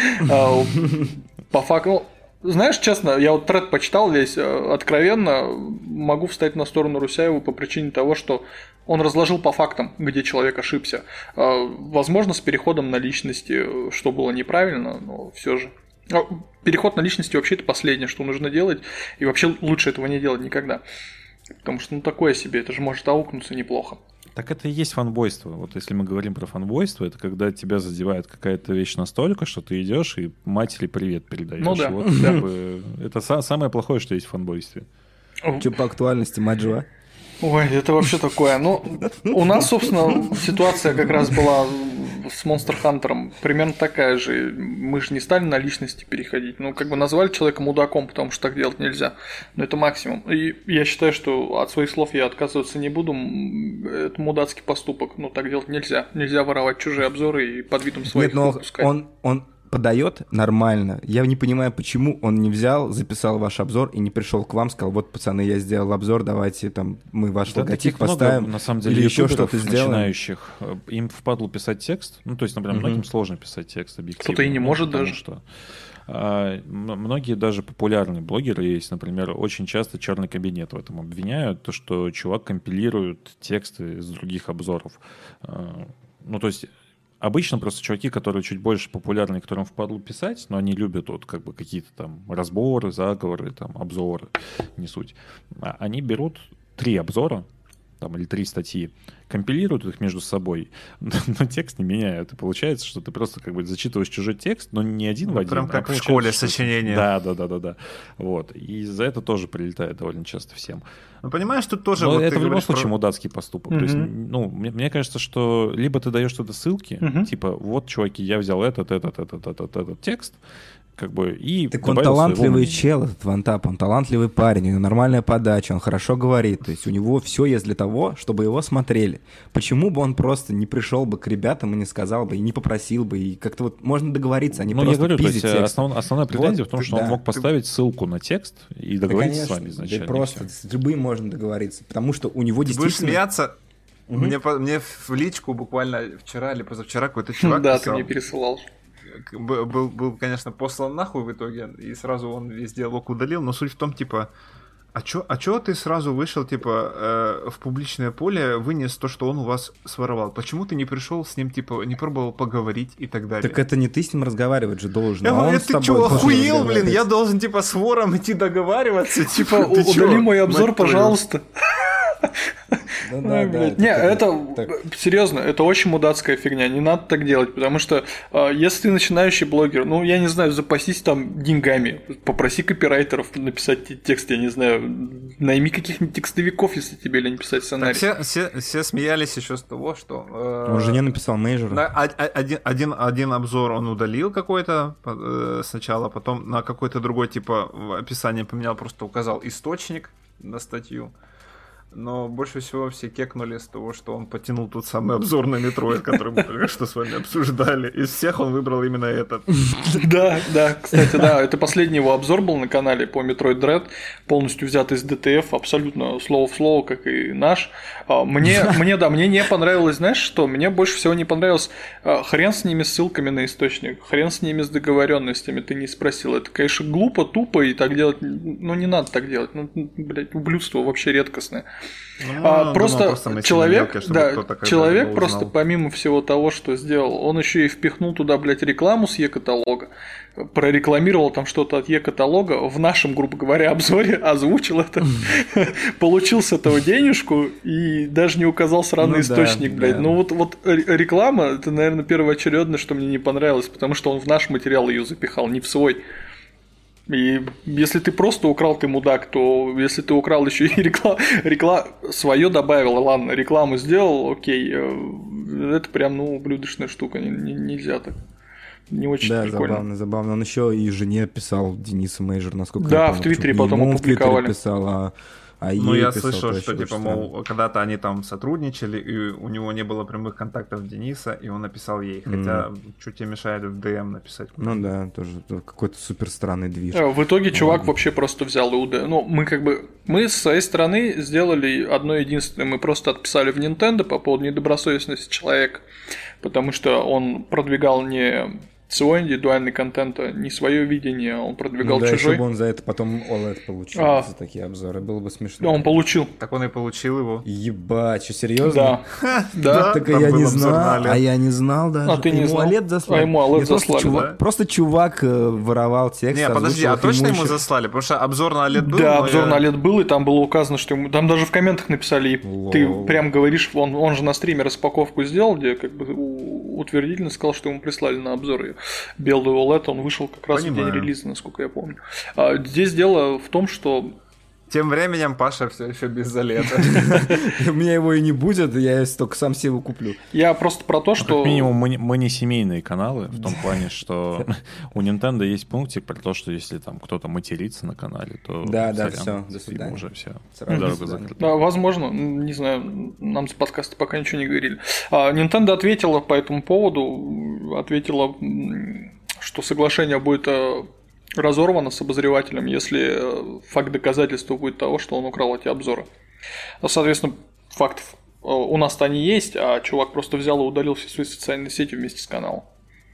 по факту... Знаешь, честно, я вот тред почитал весь, откровенно могу встать на сторону Русяева по причине того, что он разложил по фактам, где человек ошибся. Возможно, с переходом на личности, что было неправильно, но все же. Переход на личности вообще это последнее, что нужно делать, и вообще лучше этого не делать никогда. Потому что, ну, такое себе, это же может аукнуться неплохо. Так это и есть фанбойство. Вот если мы говорим про фанбойство, это когда тебя задевает какая-то вещь настолько, что ты идешь и матери привет передаешь. Ну да. Вот, как бы, это самое плохое, что есть в фанбойстве. Что по актуальности, Маджива? Ой, это вообще такое. Ну, у нас, собственно, ситуация как раз была с Monster Hunter примерно такая же. Мы же не стали на личности переходить. Ну, как бы назвали человека мудаком, потому что так делать нельзя. Но это максимум. И я считаю, что от своих слов я отказываться не буду. Это мудацкий поступок. Ну, так делать нельзя. Нельзя воровать чужие обзоры и под видом своих Нет, но выпускать. Он, он подает нормально. Я не понимаю, почему он не взял, записал ваш обзор и не пришел к вам, сказал, вот, пацаны, я сделал обзор, давайте там мы ваш да, логотип поставим. Много, на самом деле, или еще что-то сделаем. Начинающих, им впадло писать текст. Ну, то есть, например, mm-hmm. многим сложно писать текст объективно. Кто-то и не ну, может даже. Что, а, многие даже популярные блогеры есть, например, очень часто черный кабинет в этом обвиняют, то, что чувак компилирует тексты из других обзоров. А, ну, то есть... Обычно просто чуваки, которые чуть больше популярны, которым впадло писать, но они любят вот как бы какие-то там разборы, заговоры, там обзоры, не суть. Они берут три обзора там, или три статьи, компилируют их между собой, но, но текст не меняют. И получается, что ты просто как бы зачитываешь чужой текст, но не один ну, в один. Прям как а в школе сочинение. Да, да, да, да, да. Вот. И за это тоже прилетает довольно часто всем. Ну, понимаешь, тут тоже... Но вот это в любом случае про... мудацкий поступок. Mm-hmm. То есть, ну, мне, мне кажется, что либо ты даешь туда ссылки, mm-hmm. типа, вот, чуваки, я взял этот, этот, этот, этот, этот текст, как бы, и так он талантливый чел, этот Вантап, он талантливый парень, у него нормальная подача, он хорошо говорит, то есть у него все есть для того, чтобы его смотрели. Почему бы он просто не пришел бы к ребятам и не сказал бы, и не попросил бы, и как-то вот можно договориться, а не ну, просто я говорю, пиздить текст. Основ, основная претензия вот, в том, что да. он мог поставить ссылку на текст и договориться да, с вами изначально. Да просто с любым можно договориться, потому что у него ты действительно... Будешь смеяться? Угу. Мне, мне в личку буквально вчера или позавчера какой-то чувак да, писал. ты мне пересылал. Был, был, был, конечно, послан нахуй в итоге, и сразу он весь диалог удалил, но суть в том, типа, а чё, а чё ты сразу вышел, типа, э, в публичное поле, вынес то, что он у вас своровал? Почему ты не пришел с ним, типа, не пробовал поговорить и так далее? Так это не ты с ним разговаривать же должен. Я говорю, ты чё, охуел, блин? Я должен, типа, с вором идти договариваться? Типа, удали мой обзор, пожалуйста. Да, да, да, не, это, это серьезно, это очень мудацкая фигня, не надо так делать, потому что э, если ты начинающий блогер, ну, я не знаю, запасись там деньгами, попроси копирайтеров написать текст, я не знаю, найми каких-нибудь текстовиков, если тебе лень писать сценарий. Все, все, все смеялись еще с того, что... Э, он же не написал мейджор. На, один, один, один обзор он удалил какой-то э, сначала, потом на какой-то другой, типа, описание поменял, просто указал источник на статью. Но больше всего все кекнули с того, что он потянул тот самый обзор на Metroid, который мы только что с вами обсуждали. Из всех он выбрал именно этот. Да, да, кстати, да, это последний его обзор был на канале по Metroid Dread, полностью взят из ди ти эф, абсолютно слово в слово, как и наш. Мне, мне, да, мне не понравилось, знаешь что? Мне больше всего не понравилось, хрен с ними ссылками на источник, хрен с ними с договоренностями, ты не спросил. Это, конечно, глупо, тупо, и так делать, ну, не надо так делать, ну, блядь, ублюдство вообще редкостное. Ну, а, просто, думал, просто человек, мелкие, да, человек просто узнал. Помимо всего того, что сделал, он еще и впихнул туда, блядь, рекламу с Е-каталога, прорекламировал там что-то от Е-каталога, в нашем, грубо говоря, обзоре озвучил это, получил с этого денежку и даже не указал сраный источник, блядь. Ну вот, вот реклама, это, наверное, первоочередное, что мне не понравилось, потому что он в наш материал ее запихал, не в свой. И если ты просто украл, ты мудак, то если ты украл еще и рекламу, реклам... свое добавил, ладно, рекламу сделал, окей, это прям, ну, ублюдочная штука, нельзя так. Не очень да, прикольно. забавно, забавно. Он еще и жене писал, Денису Мейджор, насколько да, я помню. Да, в Твиттере потом опубликовали. Писал, а... А ну, я писал, слышал, что, типа, странно. мол, когда-то они там сотрудничали, и у него не было прямых контактов Дениса, и он написал ей. Хотя, mm. что тебе мешает в ди эм написать? Ну да, тоже какой-то супер странный движ. В итоге чувак mm. вообще просто взял и уд... Ну, мы как бы... Мы с своей стороны сделали одно единственное. Мы просто отписали в Nintendo по поводу недобросовестности человека, потому что он продвигал не... свой индивидуальный контент, не свое видение, он продвигал ну, да, чужой. Если бы он за это потом о лед получил, а. за такие обзоры, было бы смешно. Да, он получил. Так он и получил его. Ебать, что, серьезно? Да. Да. Так я не знал, а я не знал даже. А ты не знал? Ему о лед заслали? А ему о лед заслали, Просто чувак воровал текст. Не, подожди, а точно ему заслали? Потому что обзор на о лед был? Да, обзор на о лед был, и там было указано, что ему... Там даже в комментах написали, ты прям говоришь, он же на стриме распаковку сделал, где как бы утвердительно сказал, что ему прислали на обзор ее белую о лед, он вышел как раз Понимаю. в день релиза, насколько я помню. А здесь дело в том, что... Тем временем Паша все еще без о лед. У меня его и не будет, я только сам себе его куплю. Я просто про то, что... Как минимум, мы не семейные каналы, в том плане, что у Nintendo есть пунктик про то, что если там кто-то матерится на канале, то... Да, да, все, до свидания. Уже все, дорога закрыта. Да, возможно, не знаю, нам с подкаста пока ничего не говорили. Nintendo ответила по этому поводу, ответила, что соглашение будет... разорвано с обозревателем, если факт доказательства будет того, что он украл эти обзоры. Соответственно, факт у нас-то они есть, а чувак просто взял и удалил все свои социальные сети вместе с каналом.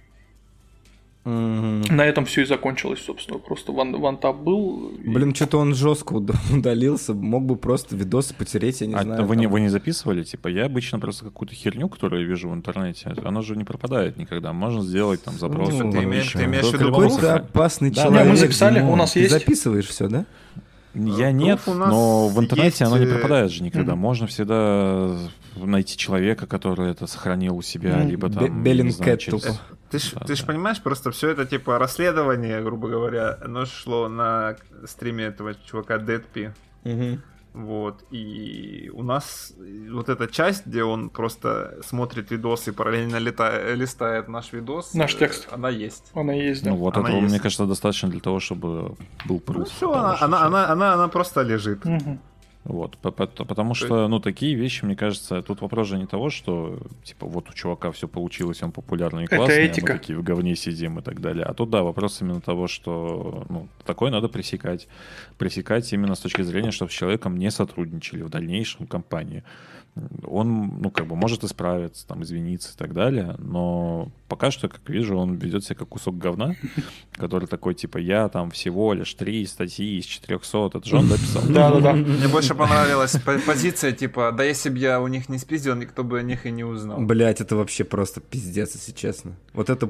Mm-hmm. На этом все и закончилось, собственно. Просто ван, вантап был. Блин, и... что-то он жестко удалился. Мог бы просто видосы потереть, я не а знаю. Вы, там... не, вы не записывали? Типа, я обычно просто какую-то херню, которую я вижу в интернете, она же не пропадает никогда. Можно сделать там запрос. Ну, ты, имеешь, ты имеешь в виду какой-то опасный да, человек. Да, мы записали, Димон. у нас ты есть. Записываешь все, да? Я нет, но в интернете есть... оно не пропадает же никогда. Mm-hmm. Можно всегда найти человека, который это сохранил у себя, mm-hmm. либо там... Беллингкэт тупо. Ты ж, да, ты ж да. понимаешь, просто все это типа расследование, грубо говоря, оно шло на стриме этого чувака Дэдпи. Mm-hmm. Вот, и у нас вот эта часть, где он просто смотрит видосы и параллельно лета... листает наш видос. Наш текст. Она есть. Она есть, да. Ну вот она этого, есть. Мне кажется, достаточно для того, чтобы был пруф. Ну все, она, она, она, она, она просто лежит. Угу. Вот, потому что, ну, такие вещи, мне кажется, тут вопрос же не того, что, типа, вот у чувака все получилось, он популярный и классный, а мы такие в говне сидим и так далее. А тут, да, вопрос именно того, что, ну, такое надо пресекать. Пресекать именно с точки зрения, чтобы с человеком не сотрудничали в дальнейшем в компании. Он, ну, как бы, может исправиться, там, извиниться и так далее, но пока что, как вижу, он ведет себя как кусок говна, который такой, типа, я там всего лишь три статьи из четырехсот, это же он написал. Да-да-да. Мне больше понравилась позиция, типа, да если бы я у них не спиздил, никто бы о них и не узнал. Блять, это вообще просто пиздец, если честно. Вот это...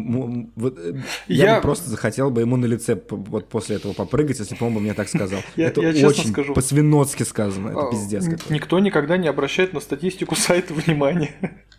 Я бы просто захотел бы ему на лице вот после этого попрыгать, если бы он бы мне так сказал. Это очень по-свинотски сказано, это пиздец. Никто никогда не обращается на статистику сайта внимания.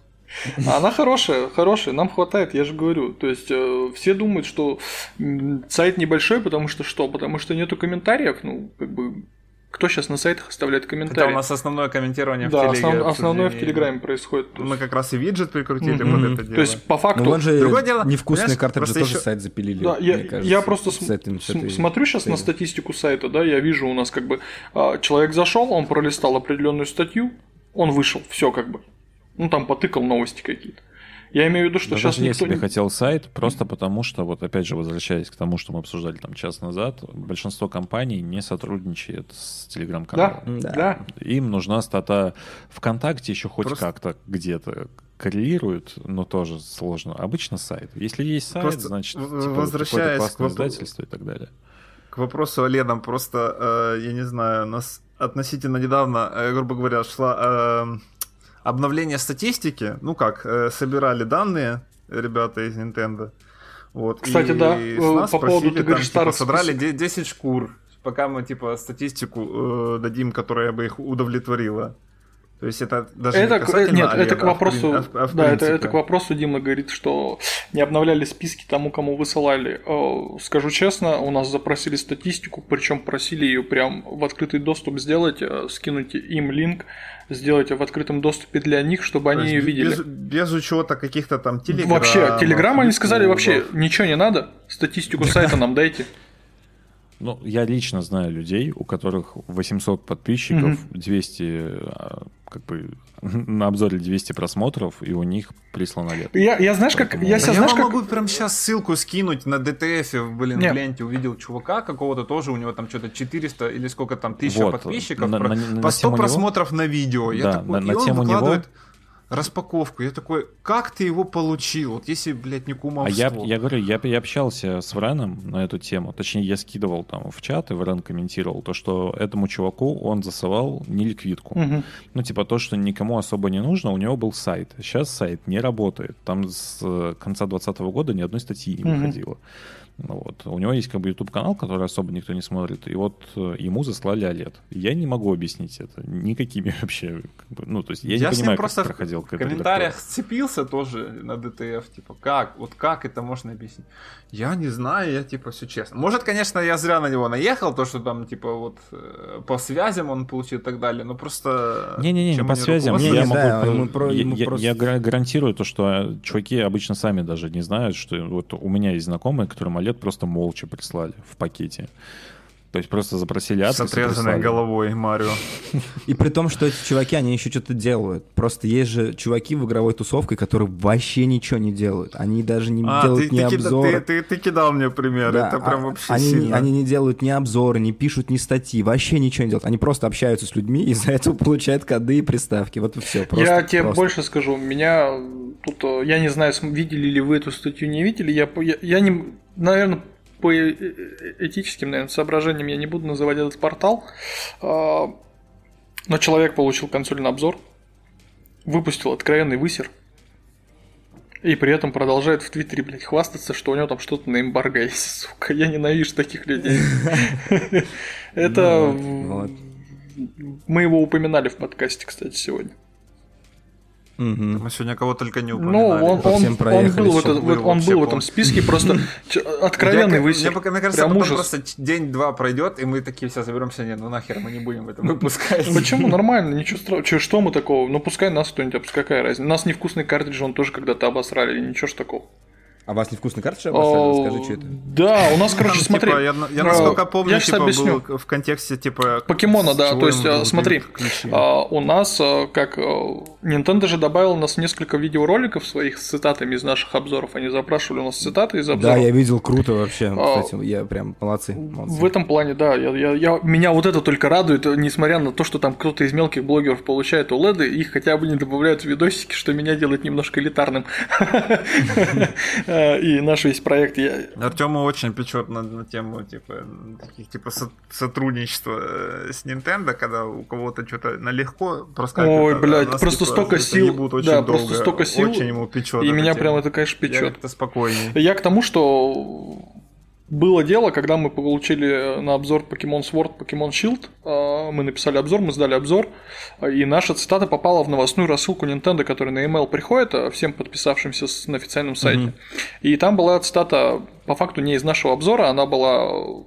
Она хорошая, хорошая, нам хватает, я же говорю. То есть э, все думают, что сайт небольшой, потому что что? Потому что нету комментариев. Ну, как бы, кто сейчас на сайтах оставляет комментарии? Это у нас основное комментирование да, в Телеграме. Да, основное в Телеграме происходит. Мы как раз и виджет прикрутили mm-hmm. под это дело. То есть, по факту... Ну, же другое дело, невкусные картриджи тоже еще... сайт запилили. Да, я, кажется, я просто с этим, с этой... смотрю сейчас на статистику сайта, да, я вижу у нас как бы человек зашел, он пролистал определенную статью, он вышел, все как бы. Ну, там потыкал новости какие-то. Я имею в виду, что да, сейчас даже никто я себе не... хотел сайт, просто потому что, вот опять же, возвращаясь к тому, что мы обсуждали там час назад, большинство компаний не сотрудничает с Телеграм-каналом. Да, да. Им нужна стата ВКонтакте, еще хоть просто... как-то где-то коррелирует, но тоже сложно. Обычно сайт. Если есть сайт, просто значит, типа, возвращаясь какое-то классное к воп... издательство и так далее. К вопросу о Леном, просто, э, я не знаю, у нас относительно недавно, э, грубо говоря, шла... Э, обновление статистики, ну как, э, собирали данные ребята из Nintendo. Вот, кстати, и да, с нас по поводу, ты говоришь, там, типа, содрали десять шкур, пока мы, типа, статистику э, дадим, которая бы их удовлетворила. То есть это даже это, не касательно нет, Олега, это к вопросу, а в, а в да, это, это к вопросу Дима говорит, что не обновляли списки тому, кому высылали. Скажу честно, у нас запросили статистику, причем просили ее прям в открытый доступ сделать, скинуть им линк, сделать в открытом доступе для них, чтобы они ее видели. Без, без учета каких-то там телеграмм. Вообще, телеграмм они сказали, вообще ничего не надо, статистику сайта нам дайте. Ну, я лично знаю людей, у которых восемьсот подписчиков, mm-hmm. двести, как бы, на обзоре двести просмотров, и у них прислано лет. Я, я знаешь, как... Поэтому... Я, себя, я знаешь, вам как... могу прям сейчас ссылку скинуть на ди ти эф, блин, Нет. в ленте увидел чувака какого-то тоже, у него там что-то четыреста или сколько там, тысяча вот. подписчиков, на, про... на, по сто просмотров него... на видео. Я да, такой, на, и на он тему выкладывает... него... распаковку. Я такой, как ты его получил? Вот если, блядь, не кумовство. А я, я говорю, я, я общался с Вреном на эту тему. Точнее, я скидывал там в чат, и Врен комментировал то, что этому чуваку он засылал неликвидку. Угу. Ну, типа то, что никому особо не нужно, у него был сайт. Сейчас сайт не работает. Там с конца двадцатого года ни одной статьи не угу. выходило. Вот. У него есть как бы YouTube-канал, который особо никто не смотрит, и вот ему заслали ОЛЕД. Я не могу объяснить это никакими вообще. Как бы, ну, то есть я, я не понимаю, как проходил. В комментариях сцепился тоже на ди ти эф, типа, как? Вот как это можно объяснить? Я не знаю, я типа все честно. Может, конечно, я зря на него наехал, то, что там, типа, вот по связям он получил и так далее, но просто... Не-не-не, не по связям. Не, я, не, могу, да, про... ему про, ему я, просто... я гарантирую то, что чуваки обычно сами даже не знают, что вот у меня есть знакомые, которым OLED просто молча прислали в пакете. То есть просто запросили адрес. С отрезанной головой Марио. И при том, что эти чуваки, они еще что-то делают. Просто есть же чуваки в игровой тусовке, которые вообще ничего не делают. Они даже не а, делают ты, ни ты, обзоры. Ты, ты, ты, ты кидал мне пример, да, это прям вообще они, сильно. Они не делают ни обзоры, не пишут ни статьи, вообще ничего не делают. Они просто общаются с людьми и из-за этого получают коды и приставки. Вот и все. Просто, я тебе просто. больше скажу. Меня тут, я не знаю, видели ли вы эту статью, не видели. Я, я, я не, наверное, по этическим, наверное, соображениям я не буду называть этот портал, но человек получил консольный обзор, выпустил откровенный высер, И при этом продолжает в Твиттере, блядь, хвастаться, что у него там что-то на эмбарго есть. Сука, я ненавижу таких людей. Это... Мы его упоминали в подкасте, кстати, сегодня. Угу. Мы сегодня кого только не упоминали. Ну, он, он, он, был, в, это, был, он был в этом списке, просто откровенный высер. Мне, мне кажется, потом просто день-два пройдет, и мы такие все соберемся, не, ну нахер, мы не будем это выпускать. Почему? Нормально, ничего страшного. Что мы такого? Ну, пускай нас кто-нибудь обсудит, какая разница. У нас невкусный картридж, он тоже когда-то обосрали, ничего ж такого. А вас невкусный картридж обосрали? Скажи, что это. Да, у нас, короче, смотри. Типа, я, я насколько помню, я типа, был в контексте типа покемона, да. То есть, смотри, а, у нас, как Nintendo же добавил у нас несколько видеороликов своих с цитатами из наших обзоров. Они запрашивали у нас цитаты из обзоров. Да, я видел, круто вообще. Кстати, а, я прям молодцы, молодцы. В этом плане, да. Я, я, я, меня вот это только радует, несмотря на то, что там кто-то из мелких блогеров получает о леды, их хотя бы не добавляют в видосики, что меня делает немножко элитарным. И наш весь проект. Я... Артёму очень печет на, на тему типа таких типа со- сотрудничества с Nintendo, когда у кого-то что-то налегко проскакивает. Ой, блядь, просто типа, столько сил. Да, долго. Просто столько сил. Очень ему печет. И меня тема. прям это, конечно, печет. Я как-то спокойнее. Я к тому, что было дело, когда мы получили на обзор Pokemon Sword, Pokemon Shield, мы написали обзор, мы сдали обзор, и наша цитата попала в новостную рассылку Nintendo, которая на e-mail приходит всем подписавшимся на официальном сайте. Mm-hmm. И там была цитата, по факту, не из нашего обзора, она была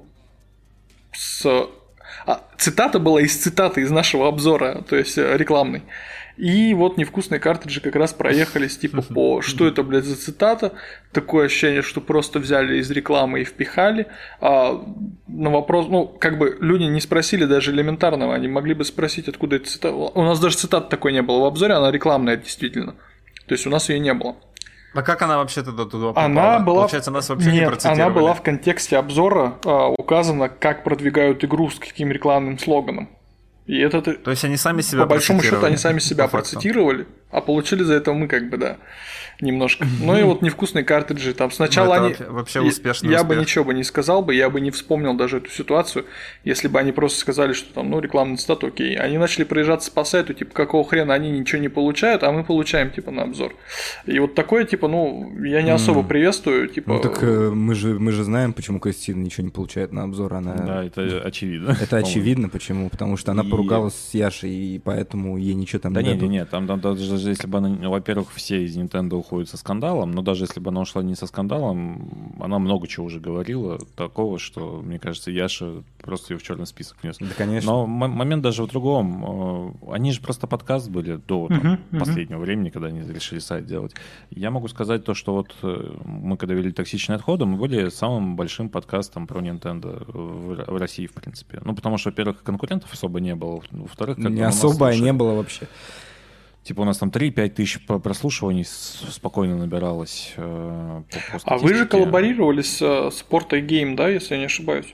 с... А, цитата была из цитаты из нашего обзора, то есть рекламной. И вот невкусные картриджи как раз проехались типа по что это, блядь, за цитата. Такое ощущение, что просто взяли из рекламы и впихали. А на вопрос, ну, как бы люди не спросили даже элементарного, они могли бы спросить, откуда эта цитата. У нас даже цитаты такой не было в обзоре, она рекламная действительно. То есть у нас ее не было. А как она вообще туда, туда попала? Она была... Получается, нас вообще Нет, не процитировали. Она была в контексте обзора а, указано, как продвигают игру, с каким рекламным слоганом. И это, то есть они сами себя по большому счету, они сами себя процитировали, а получили за это мы как бы, да, немножко. Ну и вот невкусные картриджи, там сначала они... Вообще успешный Я успех. бы ничего бы не сказал бы, я бы не вспомнил даже эту ситуацию, если бы они просто сказали, что там, ну, рекламный цитат, окей. Они начали проезжаться по сайту, типа, какого хрена они ничего не получают, а мы получаем, типа, на обзор. И вот такое, типа, ну, я не особо приветствую, типа... Ну так э, мы, же, мы же знаем, почему Кристина ничего не получает на обзор, она... Да, это очевидно. Это очевидно, почему, потому что она поругалась с Яшей, и поэтому ей ничего там да не нет, дадут. нет, там, там даже если бы она, во-первых, все из Nintendo уходят со скандалом, но даже если бы она ушла не со скандалом, она много чего уже говорила такого, что, мне кажется, Яша просто ее в черный список внес. Да, конечно. Но м- момент даже в другом. Они же просто подкаст были до там, uh-huh, uh-huh. последнего времени, когда они решили сайт делать. Я могу сказать то, что вот мы когда вели «Токсичные отходы», мы были самым большим подкастом про Nintendo в, в России, в принципе. Ну, потому что, во-первых, конкурентов особо не было. Во-вторых, как не особо не было вообще. Типа у нас там три-пять тысяч прослушиваний спокойно набиралось. Э, по, по а вы же коллаборировали с Sport и Game, да, если я не ошибаюсь?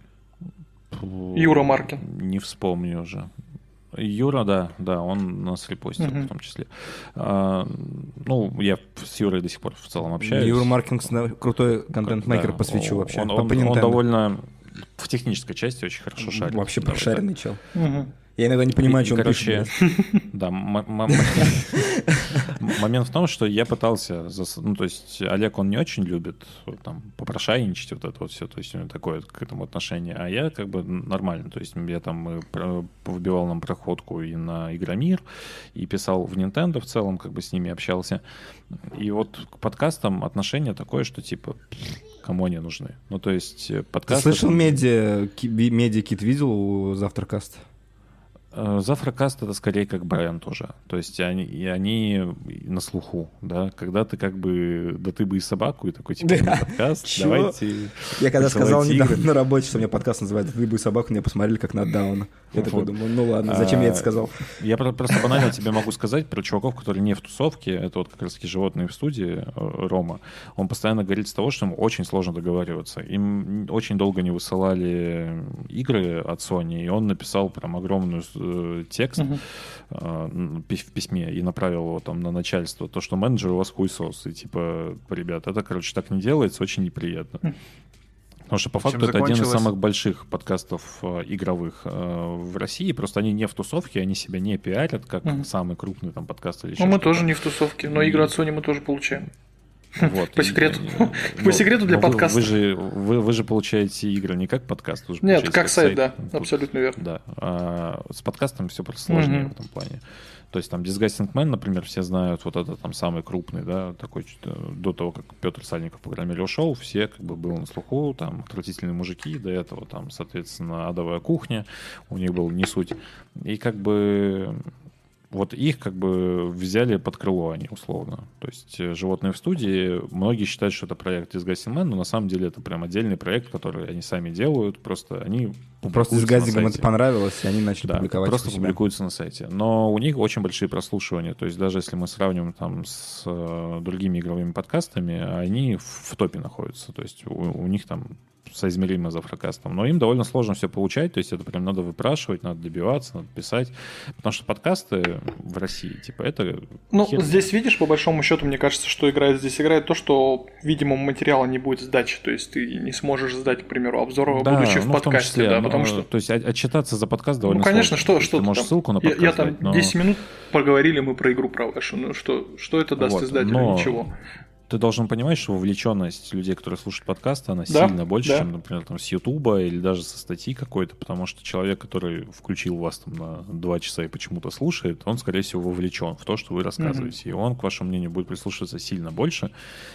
Юра Маркин. Не вспомню уже. Юра, да, да, он нас репостил uh-huh. в том числе. А, ну, я с Юрой до сих пор в целом общаюсь. Юра Маркин крутой контент-мейкер, да, посвящу вообще. Он, по, он, по он довольно в технической части очень хорошо шарит. Вообще да, прошаренный вот чел. Uh-huh. Я иногда не понимаю, что он пишет. Да, момент в том, что я пытался, ну, то есть Олег, он не очень любит там попрошайничать, вот это вот все, то есть у него такое к этому отношение, а я как бы нормально, то есть я там выбивал нам проходку и на Игромир, и писал в Nintendo в целом, как бы с ними общался, и вот к подкастам отношение такое, что типа... кому они нужны. Ну, то есть подкаст... Ты слышал, это... медиа, медиа-кит видел у Завтракаста? Завтракаст — это скорее как бренд уже. То есть они, и они на слуху, да. Когда ты как бы, да ты бы и собаку, и такой типа подкаст, давайте. Я когда сказал недавно на работе, что у меня подкаст называется «Ты бы и собаку», меня посмотрели как на Дауна. Я такой думаю, ну ладно, зачем я это сказал? Я просто банально тебе могу сказать про чуваков, которые не в тусовке. Это вот как раз таки животные в студии, Рома. Он постоянно говорит с того, что ему очень сложно договариваться. Им очень долго не высылали игры от Sony, и он написал прям огромную текст uh-huh. э, в письме и направил его там на начальство, то, что менеджер у вас хуесос, и типа, ребят, это, короче, так не делается, очень неприятно. Uh-huh. Потому что по факту Чем это один из закончилось? самых больших подкастов э, игровых э, в России. Просто они не в тусовке, они себя не пиарят, как Мгм. самый крупный там подкаст или Ну, еще мы что-то. тоже не в тусовке, но игры от Sony мы тоже получаем. Вот. По И- секрету. и- По секрету для но вы- подкаста. Вы же, вы, вы же получаете игры не как подкаст, вы же Нет, получаете как сайт, да, Тут- абсолютно верно. Да. А с подкастом все просто сложнее Мгм. в этом плане. То есть там Disgusting Man, например, все знают, вот это там самый крупный, да, такой что-то, до того, как Петр Сальников программировал шоу, все как бы было на слуху, там отвратительные мужики, до этого там, соответственно, адовая кухня, у них был не суть. И как бы вот их как бы взяли под крыло они, условно. То есть э, «Животные в студии», многие считают, что это проект Disgusting Man, но на самом деле это прям отдельный проект, который они сами делают, просто они Просто с публикуются на газдингом это сайте. понравилось, и они начали Да, публиковать просто их у себя. публикуются на сайте. Но у них очень большие прослушивания. То есть даже если мы сравним там с э, другими игровыми подкастами, они в, в топе находятся. То есть у, у них там соизмеримо за фракастом. Но им довольно сложно все получать. То есть это прям надо выпрашивать, надо добиваться, надо писать. Потому что подкасты в России, типа, это Ну, херня. здесь, видишь, по большому счету, мне кажется, что играет здесь играет то, что, видимо, материала не будет сдачи. То есть ты не сможешь сдать, к примеру, обзор, Да, будучи в ну, в том подкасте, числе, да, но, потому что... То есть от- отчитаться за подкаст довольно Ну, конечно, сложно. что, То есть что ты ты можешь там? ссылку на Я, подкаст я там дать, но... десять минут поговорили мы про игру про вашу. Ну, что, что это даст Вот, издателю? но Ничего. Ты должен понимать, что вовлеченность людей, которые слушают подкасты, она Да, сильно больше, да. чем, например, там, с Ютуба или даже со статьи какой-то, потому что человек, который включил вас там на два часа и почему-то слушает, он, скорее всего, вовлечен в то, что вы рассказываете. И он, к вашему мнению, будет прислушиваться сильно больше,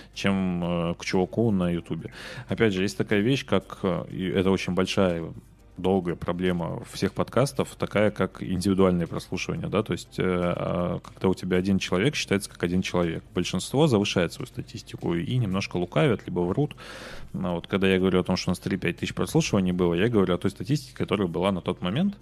чем э, к чуваку на Ютубе. Опять же, есть такая вещь, как... э, и это очень большая долгая проблема всех подкастов, такая как индивидуальное прослушивание, да, то есть э, когда у тебя один человек считается как один человек. Большинство завышает свою статистику и немножко лукавят, либо врут. Но вот когда я говорю о том, что у нас три-пять тысяч прослушиваний было, я говорю о той статистике, которая была на тот момент.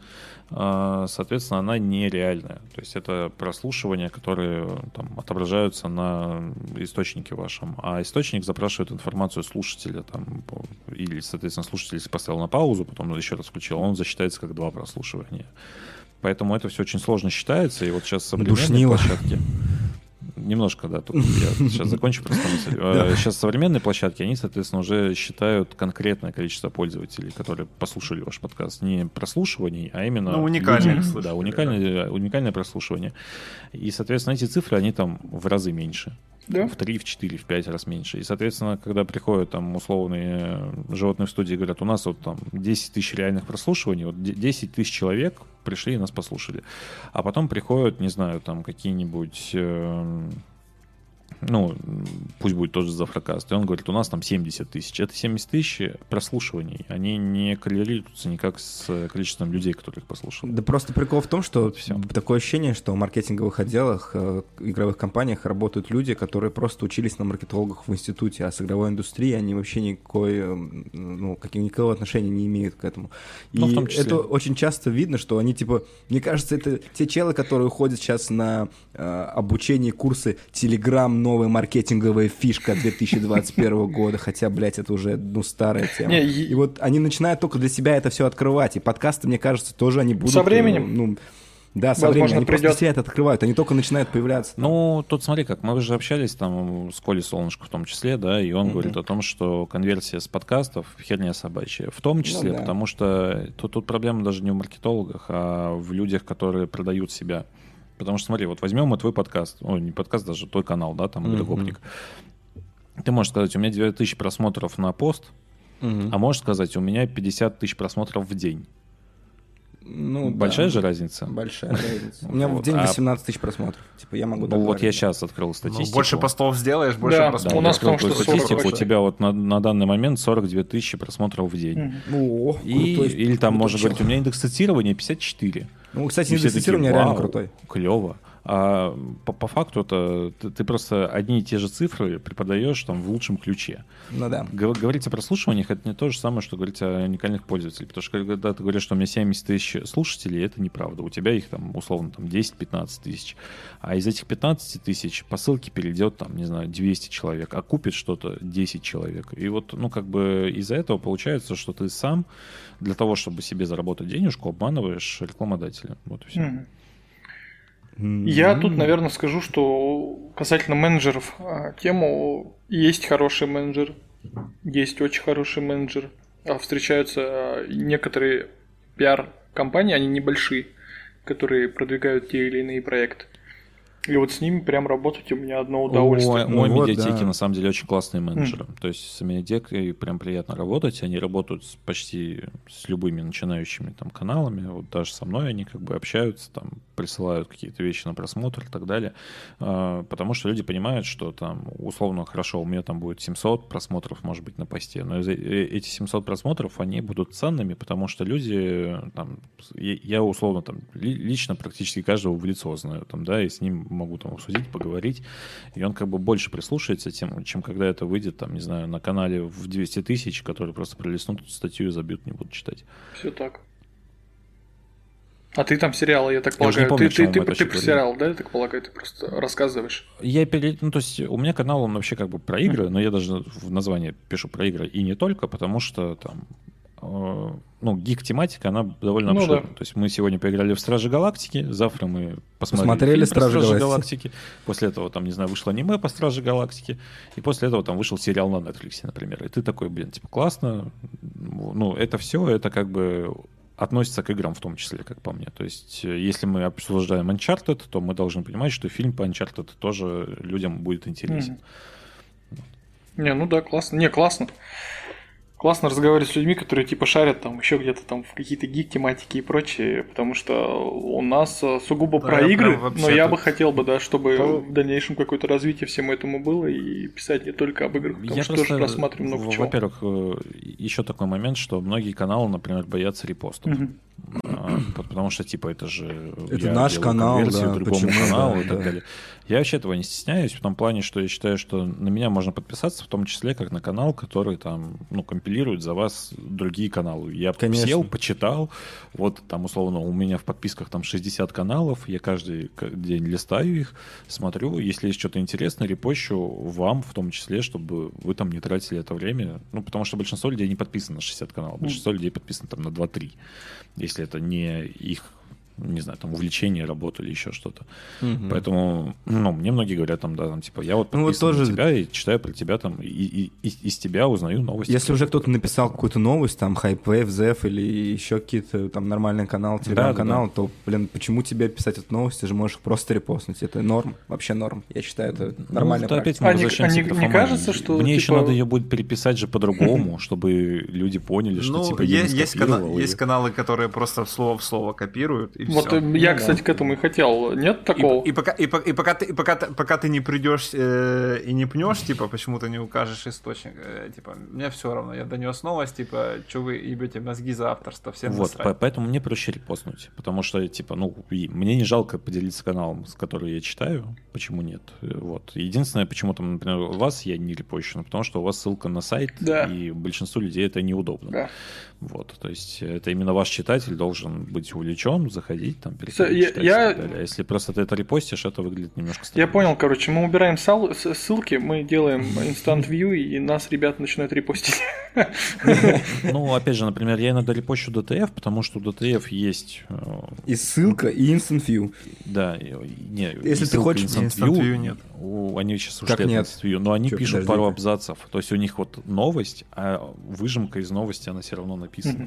Э, соответственно, она нереальная. То есть это прослушивания, которые там отображаются на источнике вашем. А источник запрашивает информацию слушателя там, или, соответственно, слушатель поставил на паузу, потом еще раз включил, он засчитается как два прослушивания. Поэтому это все очень сложно считается. И вот сейчас современные Душнило. площадки... Немножко, да, тут я сейчас закончу просто мысль. Э, Сейчас современные площадки, они, соответственно, уже считают конкретное количество пользователей, которые послушали ваш подкаст. Не прослушиваний, а именно... Ну, уникальных людей. слушателей, Да, уникальное, уникальное прослушивание. И, соответственно, эти цифры, они там в разы меньше. Да? В три, в четыре, в пять раз меньше. И, соответственно, когда приходят там условные животные в студии и говорят, у нас вот там десять тысяч реальных прослушиваний, вот десять тысяч человек пришли и нас послушали. А потом приходят, не знаю, там какие-нибудь... э, ну, пусть будет тоже Зафракаст, и он говорит, у нас там семьдесят тысяч. Это семьдесят тысяч прослушиваний. Они не коррелируются никак с количеством людей, которые их послушали. Да просто прикол в том, что Всё. такое ощущение, что в маркетинговых отделах, э, игровых компаниях работают люди, которые просто учились на маркетологах в институте, а с игровой индустрией они вообще никакой, э, ну, каких- никакого отношения не имеют к этому. И Ну, в том числе. это очень часто видно, что они, типа, мне кажется, это те челы, которые уходят сейчас на э, обучение, курсы Telegram, новая маркетинговая фишка две тысячи двадцать первого года, хотя, блядь, это уже, ну, старая тема. Не, и... и- вот они начинают только для себя это все открывать, и подкасты, мне кажется, тоже они будут... Со временем. э, Ну, да, со Возможно, временем. Они просто придёт. для себя это открывают, они только начинают появляться. там. Ну, тут смотри как, мы же общались там с Колей Солнышко в том числе, да, и он Мгм. говорит о том, что конверсия с подкастов херня собачья. В том числе, Ну да. потому что тут, тут проблема даже не в маркетологах, а в людях, которые продают себя. Потому что, смотри, вот возьмем мы твой подкаст, ой, не подкаст даже, твой канал, да, там, Мгм. Игрогопник. Ты можешь сказать, у меня девять тысяч просмотров на пост, Мгм. а можешь сказать, у меня пятьдесят тысяч просмотров в день. Ну, Большая да. же разница? Большая разница. У меня в Вот, день а- восемнадцать тысяч просмотров. Типа я могу Ну, так вот говорить, я да. сейчас открыл статистику. Ну, больше постов сделаешь, больше Да, просмотров. у нас открыл потому что твою статистику, сорок у вообще. тебя вот на, на данный момент сорок две тысячи просмотров в день. Мгм. О, И, крутой- или там крутой можно чел. говорить, у меня индекс цитирования пятьдесят четыре. Ну, кстати, И все индекс такие, цитирования реально «Вау, крутой. клево. А по, по факту это ты, ты просто одни и те же цифры преподаешь там в лучшем ключе. Ну да. Гов- Говорить о прослушиваниях — это не то же самое, что говорить о уникальных пользователях. Потому что когда ты говоришь, что у меня семьдесят тысяч слушателей, это неправда. У тебя их там условно там десять-пятнадцать тысяч. А из этих пятнадцати тысяч по ссылке перейдет там, не знаю, двести человек, а купит что-то десять человек. И вот, ну, как бы из-за этого получается, что ты сам для того, чтобы себе заработать денежку, обманываешь рекламодателя. Вот и все. Мгм. Я тут, наверное, скажу, что касательно менеджеров а, тему, есть хорошие менеджеры, есть очень хороший менеджер. А встречаются некоторые пиар-компании, они небольшие, которые продвигают те или иные проекты. И вот с ними прям работать у меня одно удовольствие. У, у Ну вот, медиатеки да. на самом деле очень классные менеджеры. Mm. То есть с медиатекой прям приятно работать. Они работают с, почти с любыми начинающими там каналами. Вот даже со мной они как бы общаются, там присылают какие-то вещи на просмотр и так далее. А, потому что люди понимают, что там условно хорошо, у меня там будет семьсот просмотров, может быть, на посте. Но эти семьсот просмотров, они будут ценными, потому что люди там, я условно там лично практически каждого в лицо знаю, там, да, и с ним могу там обсудить, поговорить, и он как бы больше прислушается тем, чем когда это выйдет, там, не знаю, на канале в двести тысяч, которые просто пролистнут статью и забьют, не будут читать. Все так. А ты там сериалы, я так полагаю, я помню, ты, ты, ты, ты про сериал, да, я так полагаю, ты просто рассказываешь? Я перед... Ну, то есть у меня канал, он вообще как бы про игры, mm-hmm. но я даже в названии пишу про игры, и не только, потому что там ну, гик-тематика, она довольно ну, обширная. да. То есть мы сегодня поиграли в Стражи Галактики, завтра мы посмотрели Посмотрели фильм Стражи, Стражи Галактики. Галактики, после этого, там, не знаю, вышло аниме по Стражи Галактики, и после этого там вышел сериал на Netflix, например. И ты такой, блин, типа, классно. Ну, это все, это как бы относится к играм в том числе, как по мне. То есть если мы обсуждаем Uncharted, то мы должны понимать, что фильм по Uncharted тоже людям будет интересен. Mm-hmm. Не, ну да, классно. Не, классно. Классно разговаривать с людьми, которые типа шарят там еще где-то там в какие-то гик-тематики и прочее, потому что у нас сугубо да, про игры, но я бы хотел бы, да, чтобы По... в дальнейшем какое-то развитие всему этому было и писать не только об играх, потому я что тоже просматриваю много в, чего. Во-первых, еще такой момент, что многие каналы, например, боятся репостов. Mm-hmm. Потому что, типа, это же это наш канал, да, другому почему, каналу да, и так да. далее. Я вообще этого не стесняюсь в том плане, что я считаю, что на меня можно подписаться, в том числе как на канал, который там, ну, компилирует за вас другие каналы. Я Конечно. сел, почитал, вот там, условно, у меня в подписках там шестьдесят каналов, я каждый день листаю их, смотрю, если есть что-то интересное, репощу вам в том числе, чтобы вы там не тратили это время, ну, потому что большинство людей не подписано на шестьдесят каналов, большинство mm. людей подписано там на два-три. Если это не их, не знаю, там, увлечение, работа или еще что-то. Угу. Поэтому, ну, мне многие говорят, там, да, там, типа, я вот подписан ну, вот тоже... на тебя и читаю про тебя, там, и, и, и из тебя узнаю новости. Если уже кто-то написал какую-то новость, там, Hypewave, Зев или еще какие-то там нормальные каналы, телеграм-каналы, да, да, да. то, блин, почему тебе писать эту новость, ты же можешь просто репостнуть. Это норм, вообще норм. Я считаю, это нормальная ну, практика. А не, а не, не кажется, что... Мне типа... еще надо ее будет переписать же по-другому, чтобы люди поняли, что, ну, типа, я есть, кана- есть каналы, которые просто слово в слово копируют, и вот все. Я, кстати, к этому и хотел. Нет такого? И, и, пока, и, и, пока, ты, и пока, пока ты не придешь э, и не пнешь, типа, почему ты не укажешь источник, э, типа, мне все равно, я донес новость, типа, что вы ебете мозги за авторство, всем вот, по- поэтому мне проще репостнуть, потому что, типа, ну, мне не жалко поделиться каналом, с которым я читаю, почему нет, вот. Единственное, почему там, например, у вас я не репощу, потому что у вас ссылка на сайт, да. и большинству людей это неудобно. Да. Вот, то есть это именно ваш читатель должен быть увлечен, заходить, там, переходить, я, читать я... и так далее. А если просто ты это репостишь, это выглядит немножко странно. Я понял, короче, мы убираем сал- ссылки, мы делаем instant view, и нас ребята начинают репостить. Ну, опять же, например, я иногда репощу ди ти эф, потому что у ди ти эф есть... И ссылка, и instant view. Да, не, если ты хочешь... Instant view нет. У, они сейчас ушли от instant view, но они Чё, пишут пару абзацев. То есть у них вот новость, а выжимка из новости, она все равно написана. Mm-hmm.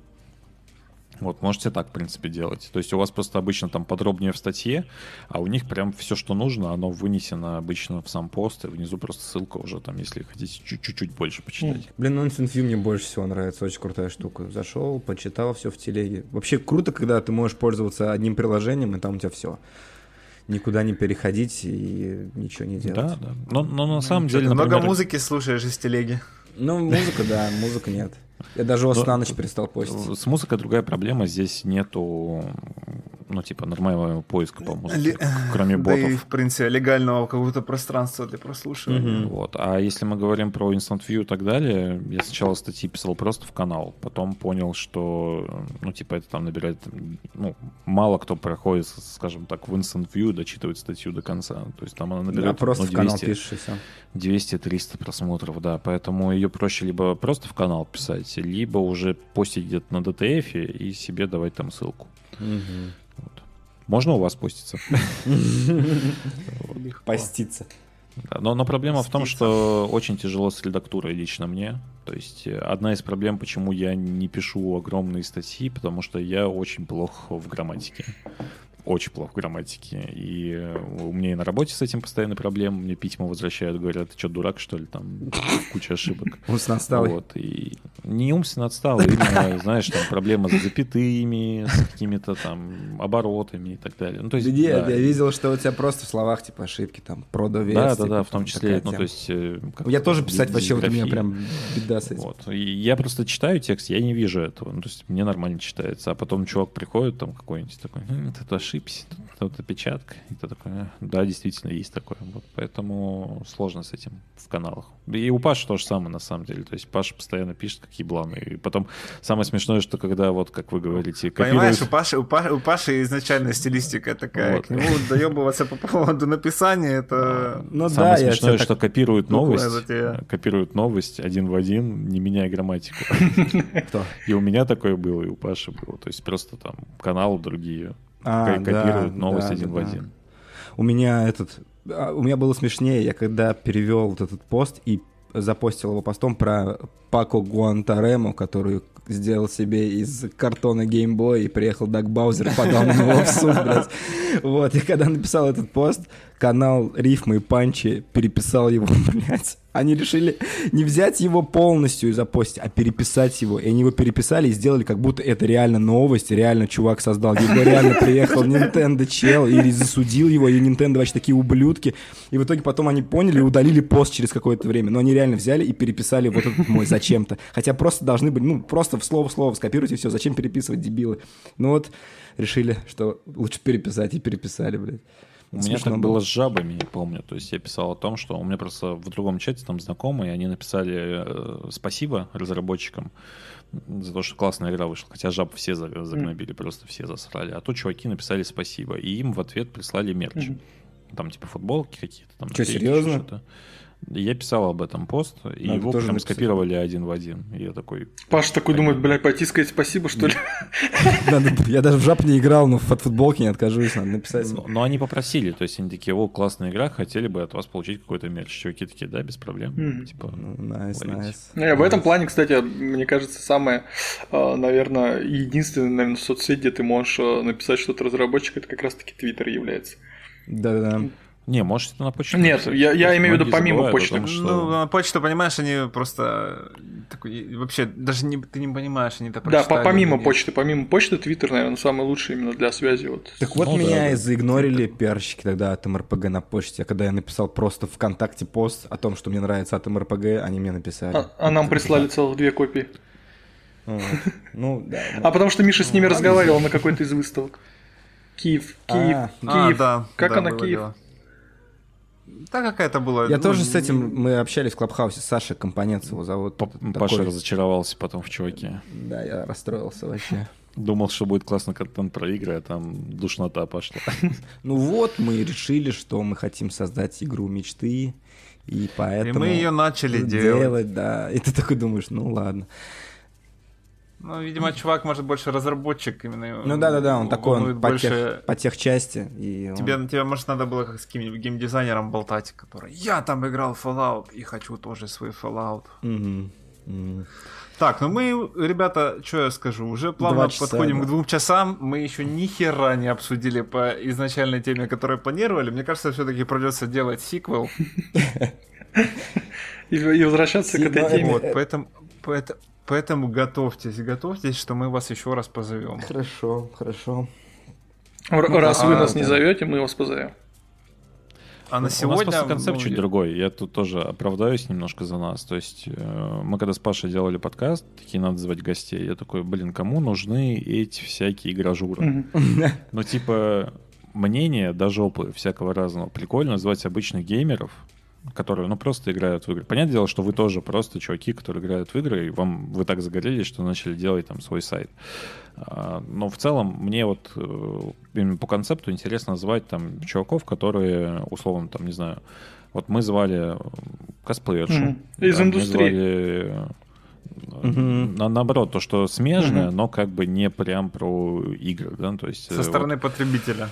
Вот, можете так, в принципе, делать. То есть у вас просто обычно там подробнее в статье, а у них прям все, что нужно, оно вынесено обычно в сам пост, и внизу просто ссылка уже там, если хотите чуть-чуть больше почитать. Mm. Блин, ну Instant View мне больше всего нравится, очень крутая штука. Зашел, почитал все в телеге. Вообще круто, когда ты можешь пользоваться одним приложением, и там у тебя все. Никуда не переходить и ничего не делать. Да, да. Но, но на самом ну, деле, ты например... много музыки слушаешь из телеги. Ну, музыка, да, музыка нет. Я даже вас на ночь перестал постить. С музыкой другая проблема. Здесь нету, ну, типа, нормального поиска по музыке, Ли... кроме ботов. Да и, в принципе, легального какого-то пространства для прослушивания. Угу. Вот. А если мы говорим про Instant View и так далее, я сначала статьи писал просто в канал, потом понял, что, ну, типа, это там набирает, ну, мало кто проходит, скажем так, в Instant View, дочитывает статью до конца. То есть там она набирает, да, просто ну, в канал пишешь и все. двести-триста просмотров, да. Поэтому ее проще либо просто в канал писать, либо уже постить где-то на ди ти эф и себе давать там ссылку. Угу. Вот. Можно у вас поститься? Поститься. Да, но, но проблема в том, что очень тяжело с редактурой лично мне. То есть одна из проблем, почему я не пишу огромные статьи, потому что я очень плох в грамматике. Очень плохо в грамматике. И у меня и на работе с этим постоянно проблемы. Мне письма возвращают, говорят, ты что, дурак, что ли? Там куча ошибок. Умственно отсталый. Вот. И не умственно отсталый, именно, знаешь, там проблемы с запятыми, с какими-то там оборотами и так далее. Ну, то есть, Нет, да. я видел, что у тебя просто в словах типа ошибки, там, продовес. Да, да, типа, да, в том числе. Ну, тема. то есть, я тоже писать вообще, вот у меня прям беда с этим. Вот. И я просто читаю текст, я не вижу этого. Ну, то есть мне нормально читается. А потом чувак приходит там какой-нибудь такой, «М, ты ошибся, тут опечатка». И ты такой, да, действительно есть такое. Вот. Поэтому сложно с этим в каналах. И у Паши то же самое, на самом деле. То есть Паша постоянно пишет, какие бланы. И потом самое смешное, что когда, вот как вы говорите, копируют... Понимаешь, у Паши, у Паши, у Паши изначально стилистика такая. Вот. К нему доебываться по поводу написания, это... Ну Самое да, я смешное, тебя что так... копируют новость, затея. копируют новость один в один, не меняя грамматику. Кто? И у меня такое было, и у Паши было. То есть просто там каналы другие А, ко- копируют да, новость да, один да, в да. один. У меня этот... а, У меня было смешнее, я когда перевел вот этот пост и запостил его постом про Пако Гуантаремо, который сделал себе из картона геймбой и приехал Даг Баузер, подал на него в суд, блядь. Вот, и когда написал этот пост, канал Рифмы и Панчи переписал его, блядь. Они решили не взять его полностью и запостить, а переписать его. И они его переписали и сделали, как будто это реально новость, реально чувак создал геймбой, реально приехал Nintendo чел и засудил его, и Nintendo вообще такие ублюдки. И в итоге потом они поняли и удалили пост через какое-то время. Но они реально взяли и переписали вот этот мой зачем-то. Хотя просто должны были, ну, просто в слово в слово скопируйте все. Зачем переписывать, дебилы? Ну вот, решили, что лучше переписать, и переписали, блядь. У меня так было с жабами, я помню. То есть я писал о том, что у меня просто в другом чате там знакомые, они написали э, спасибо разработчикам за то, что классная игра вышла. Хотя жаб все загнобили, mm. просто все засрали. А то чуваки написали спасибо. И им в ответ прислали мерч. Mm-hmm. Там типа футболки какие-то. Там, что, серьезно? Что-то. Я писал об этом пост, и Надо его прям скопировали один в один. И я такой... Паша такой думает, блядь, пойти сказать спасибо, что ли? Я даже в жаб не играл, но от футболки не откажусь, надо написать. Но они попросили, то есть они такие, о, классная игра, хотели бы от вас получить какой-то мерч. Чуваки такие, да, без проблем. Типа, найс, найс. В этом плане, кстати, мне кажется, самое, наверное, единственное, наверное, соцсеть, где ты можешь написать что-то разработчик, это как раз-таки Твиттер является. Да-да-да. Не, может, это на почту. Нет, я, я имею в виду помимо почты. Том, что... Ну, на почту, понимаешь, они просто... Такой, вообще, даже не, ты не понимаешь, они это прочитали. Да, помимо почты. Помимо почты, Твиттер, наверное, самый лучший именно для связи. Вот. Так вот, ну, меня да, и заигнорили пиарщики тогда от эм эр пэ гэ на почте. А когда я написал просто ВКонтакте пост о том, что мне нравится от эм эр пэ гэ, они мне написали. А, а нам прислали целых две копии. Ну, да. А потому что Миша с ними разговаривал на какой-то из выставок. Киев, Киев, Киев. Как она, Киев? Да, какая-то была. Я ну, тоже с этим, мы общались в Клабхаусе, Саша Компонент его зовут. Паша такой... разочаровался потом в чуваке. Да, я расстроился вообще. Думал, что будет классный контент про игры, а там душнота пошла. Ну вот, мы решили, что мы хотим создать игру мечты, и поэтому... И мы ее начали делать. делать. Да, и ты такой думаешь, ну ладно. Ну, видимо, чувак, может, больше разработчик именно. Ну да-да-да, он такой, он по, больше... тех, по техчасти. И тебе, он... тебе, может, надо было как с каким-нибудь геймдизайнером болтать, который «Я там играл в Fallout и хочу тоже свой Fallout». Угу. Угу. Так, ну мы, ребята, что я скажу, уже плавно часа, подходим да. к двум часам. Мы еще ни хера не обсудили по изначальной теме, которую планировали. Мне кажется, все-таки придется делать сиквел. И возвращаться к этой теме. Поэтому... Поэтому готовьтесь, готовьтесь, что мы вас еще раз позовем. Хорошо, хорошо. Раз вы нас не зовете, мы вас позовем. А на сегодня... У нас просто концепт ну, чуть другой. Я тут тоже оправдаюсь немножко за нас. То есть э, мы когда с Пашей делали подкаст, такие надо звать гостей. Я такой, блин, кому нужны эти всякие игражуры? Ну типа мнения до жопы всякого разного. Прикольно звать обычных геймеров, которые, ну, просто играют в игры. Понятное дело, что вы тоже просто чуваки, которые играют в игры, и вам вы так загорелись, что начали делать там свой сайт. А, но в целом мне вот именно по концепту интересно звать там чуваков, которые, условно, там, не знаю, вот мы звали косплеершу. Mm-hmm. Из да, индустрии. Мы звали... Mm-hmm. На, наоборот, то, что смежное, mm-hmm. но как бы не прям про игры. Да? То есть, со стороны вот, потребителя.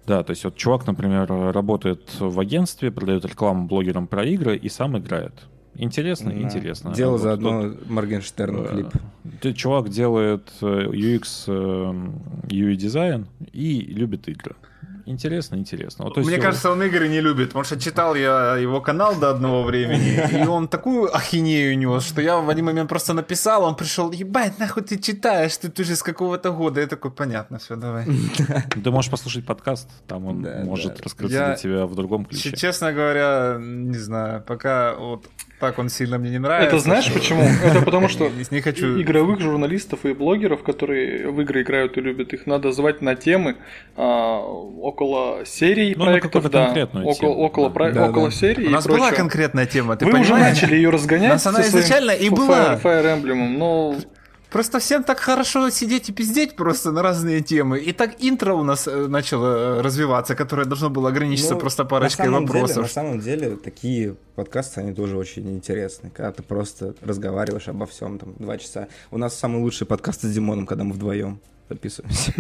Да, то есть вот чувак, например, работает в агентстве, продает рекламу блогерам про игры и сам играет. Интересно, да. интересно. Делал вот заодно тот, Моргенштерн клип. Э, чувак делает ю экс, ю ай дизайн и любит игры. Интересно, интересно. Вот, Мне есть, кажется, он игры не любит, потому что читал я его канал до одного времени, и он такую ахинею нес, что я в один момент просто написал, он пришел, ебать, нахуй ты читаешь, ты уже с какого-то года. Я такой, понятно, все, давай. Ты можешь послушать подкаст, там он да, может да. раскрыться я, для тебя в другом ключе. Честно говоря, не знаю, пока вот так он сильно мне не нравится. Это знаешь что... почему? Это потому что не хочу... игровых журналистов и блогеров, которые в игры играют и любят, их надо звать на темы а, около серий ну, проектов, да, около, около, да. Про... Да, около да. серий. У нас и была прочего. конкретная тема, ты Вы понимаешь? уже начали ее разгонять. Нас она изначально и была. Fire Emblem, но... Просто всем так хорошо сидеть и пиздеть просто на разные темы. И так интро у нас начало развиваться, которое должно было ограничиться ну, просто парочкой на вопросов. Деле, на самом деле, такие подкасты, они тоже очень интересны. Когда ты просто разговариваешь обо всем, там, два часа. У нас самый лучший подкаст с Димоном, когда мы вдвоем записываемся.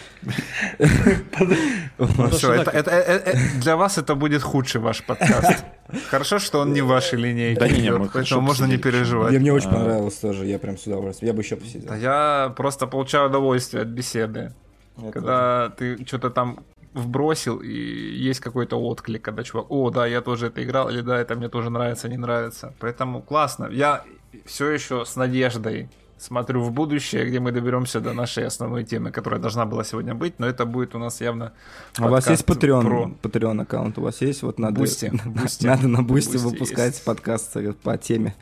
Для вас это будет худший ваш подкаст. Хорошо, что он не в вашей линейке, поэтому можно не переживать. Мне очень понравилось тоже, я прям с удовольствием. Я бы еще посидел. Я просто получаю удовольствие от беседы. Когда ты что-то там вбросил, и есть какой-то отклик, когда чувак, о, да, я тоже это играл, или да, это мне тоже нравится, не нравится. Поэтому классно. Я все еще с надеждой смотрю в будущее, где мы доберемся до нашей основной темы, которая должна была сегодня быть, но это будет у нас явно. А у вас есть Patreon, про... Patreon аккаунт? У вас есть? Вот надо, Boosty, Boosty. надо на Boosty выпускать есть. Подкасты по теме.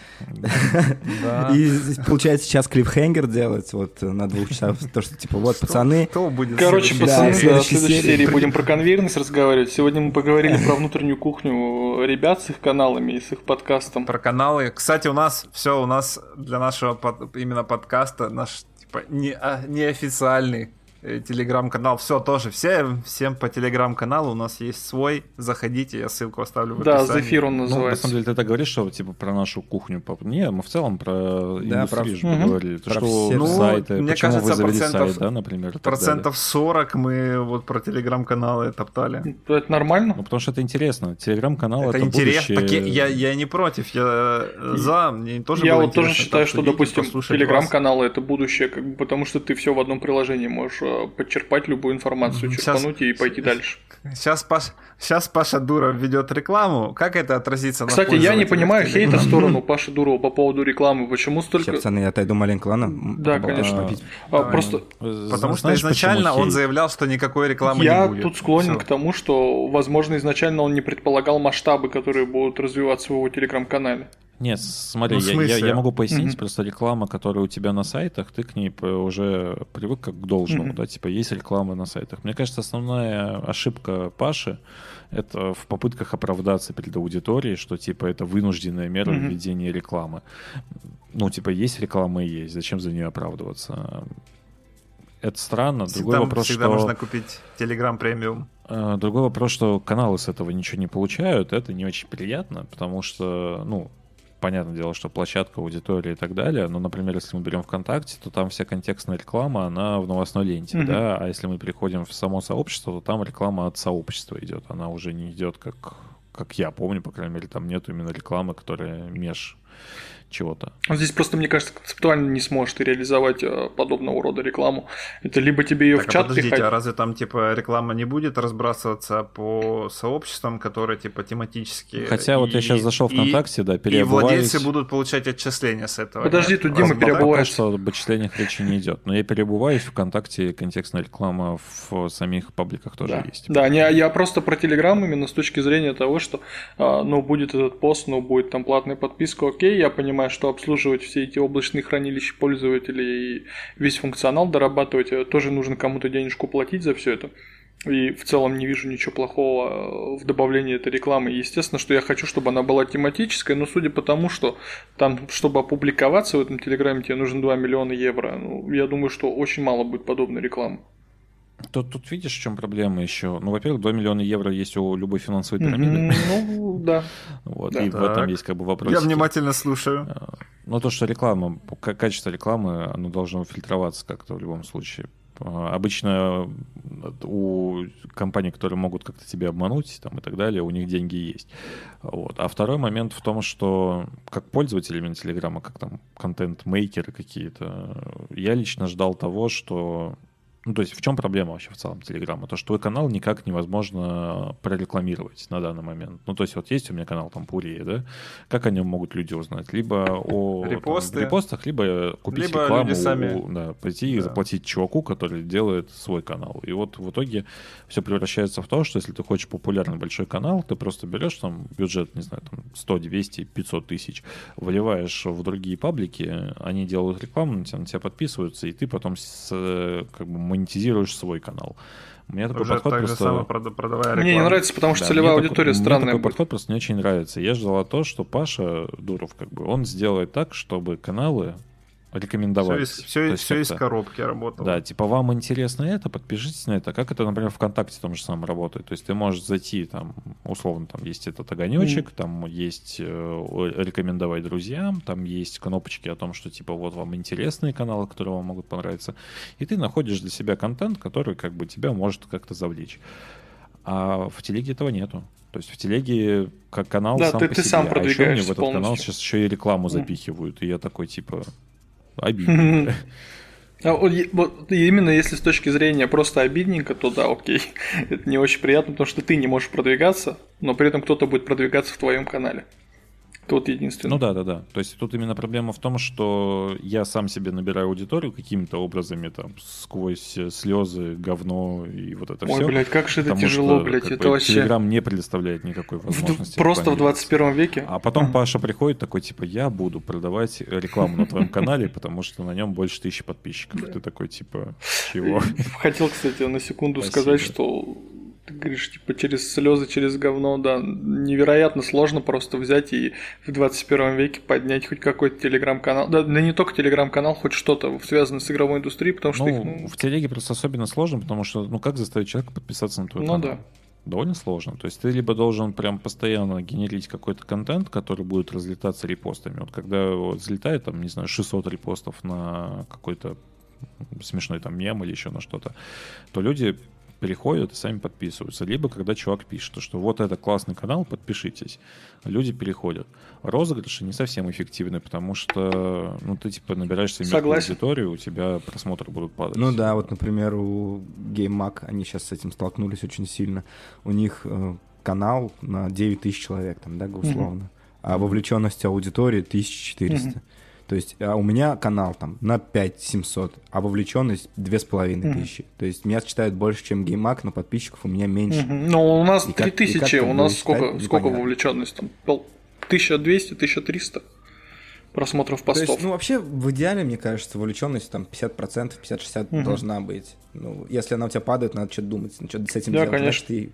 Да. И получается сейчас клиффхенгер делать вот на двух часах, то что типа вот что, пацаны. Что будет Короче, в пацаны, да, в следующей серии, серии будем про конвейерность разговаривать. Сегодня мы поговорили про внутреннюю кухню ребят с их каналами и с их подкастом. Про каналы. Кстати, у нас все у нас для нашего под, именно подкаста наш типа не, а, неофициальный телеграм-канал, все тоже, все, всем по телеграм-каналу у нас есть свой, заходите, я ссылку оставлю в да, описании. Да, Зефир он называется. Ну, на самом деле, ты так говоришь, что типа про нашу кухню, не, мы в целом про да, индустрию про... же поговорили, про что ну, сайты, мне почему кажется, вы завели сайт, да, например, процентов сорок мы вот про телеграм-каналы топтали. Это нормально? Ну, потому что это интересно, телеграм-канал это, это интересно, будущее... так я, я не против, я за, мне тоже я было вот тоже считаю, что, допустим, телеграм-каналы вас. Это будущее, как бы, потому что ты все в одном приложении можешь подчерпать любую информацию, черпануть и пойти дальше. Сейчас, Паш, сейчас Паша Дуров ведет рекламу. Как это отразится на Кстати, я не понимаю хейта в сторону Паши Дурова по поводу рекламы. Почему столько... Сейчас, пацаны, я отойду маленько, ладно? Да, конечно. А, просто... Потому что изначально он заявлял, что никакой рекламы я не будет. Я тут склонен Все. к тому, что, возможно, изначально он не предполагал масштабы, которые будут развиваться в его телеграм-канале. Нет, смотри, ну, я, я, я могу пояснить, mm-hmm. просто реклама, которая у тебя на сайтах, ты к ней уже привык как к должному, mm-hmm. да, типа есть реклама на сайтах. Мне кажется, основная ошибка Паши — это в попытках оправдаться перед аудиторией, что типа это вынужденная мера mm-hmm. введения рекламы. Ну, типа есть реклама и есть, зачем за нее оправдываться? Это странно. Всегда, Другой вопрос, всегда что... можно купить Telegram премиум. Другой вопрос, что каналы с этого ничего не получают, это не очень приятно, потому что, ну, понятное дело, что площадка, аудитория и так далее, но, например, если мы берем ВКонтакте, то там вся контекстная реклама, она в новостной ленте, mm-hmm. да, а если мы переходим в само сообщество, то там реклама от сообщества идет, она уже не идет, как, как я помню, по крайней мере, там нету именно рекламы, которая меж чего-то. Здесь просто, мне кажется, концептуально не сможешь ты реализовать подобного рода рекламу. Это либо тебе ее так, в чат а подождите, пихать... а разве там типа реклама не будет разбрасываться по сообществам, которые типа тематические? Хотя и, вот я сейчас зашел в ВКонтакте, и, да, переобуваюсь. И владельцы будут получать отчисления с этого. Подожди, нет? тут Дима Разве переобувается. Что об отчислениях речи не идет. Но я переобуваюсь в ВКонтакте, контекстная реклама в самих пабликах тоже да. есть. Да, не, я просто про Телеграм именно с точки зрения того, что ну будет этот пост, ну будет там платная подписка, окей, я понимаю, что обслуживать все эти облачные хранилища пользователей и весь функционал дорабатывать, тоже нужно кому-то денежку платить за все это. И в целом не вижу ничего плохого в добавлении этой рекламы. Естественно, что я хочу, чтобы она была тематической, но судя по тому, что там, чтобы опубликоваться в этом Телеграме, тебе нужно два миллиона евро. Ну, я думаю, что очень мало будет подобной рекламы. Тут, тут видишь, в чем проблема еще? Ну, во-первых, два миллиона евро есть у любой финансовой пирамиды. Ну, да. Вот, да. И Так. в этом есть как бы вопрос. Я внимательно слушаю. Ну, то, что реклама, качество рекламы, оно должно фильтроваться как-то в любом случае. Обычно у компаний, которые могут как-то тебя обмануть там, и так далее, у них деньги есть. Вот. А второй момент в том, что как пользователь именно Телеграма, как там контент-мейкеры какие-то, я лично ждал того, что... Ну, то есть в чем проблема вообще в целом Телеграма? То, что твой канал никак невозможно прорекламировать на данный момент. Ну, то есть вот есть у меня канал там Пурия, да? Как о нем могут люди узнать? Либо о Репосты. Там, репостах, либо купить либо рекламу, люди сами... у, да, пойти да. и заплатить чуваку, который делает свой канал. И вот в итоге все превращается в то, что если ты хочешь популярный большой канал, ты просто берешь там бюджет, не знаю, там сто, двести, пятьсот тысяч, выливаешь в другие паблики, они делают рекламу, на тебя, на тебя подписываются, и ты потом с, как бы монетизируешь свой канал. У меня такой Уже подход так просто... же самое продавая рекламу. Мне не нравится, потому что Да, целевая мне аудитория такой, странная мне такой будет. подход просто не очень нравится. Я ждала то, что Паша Дуров, как бы, он сделает так, чтобы каналы рекомендовать. Все, из, все, есть все из как-то... коробки работало. Да, типа, вам интересно это, подпишитесь на это. Как это, например, ВКонтакте том же самом работает. То есть ты можешь зайти, там, условно, там есть этот огонечек, mm. там есть э, рекомендовать друзьям, там есть кнопочки о том, что, типа, вот вам интересные каналы, которые вам могут понравиться. И ты находишь для себя контент, который, как бы, тебя может как-то завлечь. А в телеге этого нету. То есть в телеге как канал да, сам ты, по ты себе. сам А еще мне в этот полностью. канал сейчас еще и рекламу запихивают. И я такой, типа... Обидненько. А вот именно если с точки зрения просто обидненько, то да, окей. Это не очень приятно, потому что ты не можешь продвигаться, но при этом кто-то будет продвигаться в твоем канале. Тут единственное. Ну да, да, да. То есть тут именно проблема в том, что я сам себе набираю аудиторию какими-то образами, там, сквозь слезы, говно и вот это Ой, все. Ой, блядь, как же это тяжело, что, блядь, это бы, вообще... Телеграм не предоставляет никакой возможности. В, просто в двадцать первом веке. А потом Паша приходит такой, типа, я буду продавать рекламу на твоем канале, потому что на нем больше тысячи подписчиков. Ты такой, типа, чего? Хотел, кстати, на секунду сказать, что... Ты говоришь, типа, через слезы, через говно, да, невероятно сложно просто взять и в двадцать первом веке поднять хоть какой-то телеграм-канал. Да, да не только телеграм-канал, хоть что-то связанное с игровой индустрией, потому что ну, их, ну... в телеге просто особенно сложно, потому что, ну, как заставить человека подписаться на твой ну, канал? Да. Довольно сложно. То есть ты либо должен прям постоянно генерить какой-то контент, который будет разлетаться репостами. Вот когда вот взлетает, там, не знаю, шестьсот репостов на какой-то смешной там мем или еще на что-то, то люди переходят и сами подписываются. Либо когда чувак пишет, что вот это классный канал, подпишитесь. Люди переходят. Розыгрыши не совсем эффективны, потому что ну, ты типа набираешь себе мертвую аудиторию, у тебя просмотры будут падать. Ну да, вот, например, у GameMag, они сейчас с этим столкнулись очень сильно. У них э, канал на девять тысяч человек, там, да, условно. Mm-hmm. А вовлеченность аудитории тысяча четыреста. Mm-hmm. То есть а у меня канал там на пять тысяч семьсот, а вовлеченность две тысячи пятьсот. Mm-hmm. То есть меня читают больше, чем GameMag, но подписчиков у меня меньше. Mm-hmm. Ну, у нас три тысячи, у нас сколько, сколько вовлеченность? Там тысяча двести - тысяча триста просмотров постов. То есть, ну, вообще, в идеале, мне кажется, вовлеченность там пятьдесят процентов, пятьдесят-шестьдесят процентов mm-hmm. должна быть. Ну, если она у тебя падает, надо что-то думать, ну, что-то с этим да, делать. Конечно. Значит,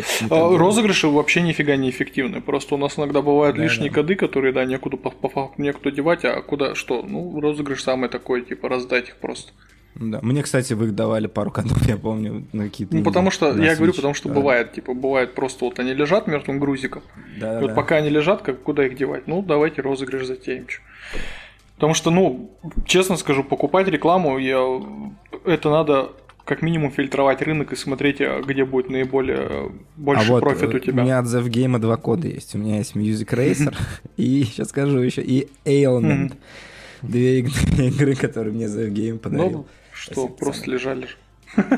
А, розыгрыши вообще нифига не эффективны. Просто у нас иногда бывают да, лишние да. коды, которые, да, некуда, по, по, некуда девать, а куда что? Ну, розыгрыш самый такой, типа, раздать их просто. Да. Мне, кстати, вы давали пару кодов, я помню, на какие-то... Ну, потому что, я Switch. говорю, потому что да. бывает, типа, бывает просто вот они лежат мертвым грузиком, да, и вот да. пока они лежат, как, куда их девать? Ну, давайте розыгрыш затеем. Потому что, ну, честно скажу, покупать рекламу, я... это надо... как минимум фильтровать рынок и смотреть, где будет наиболее больше а профит вот у тебя. У меня от ZevGame два кода есть. У меня есть Music Racer и, сейчас скажу еще, и Ailment. Две игры, которые мне ZevGame подарил. Ну, что, просто лежали же.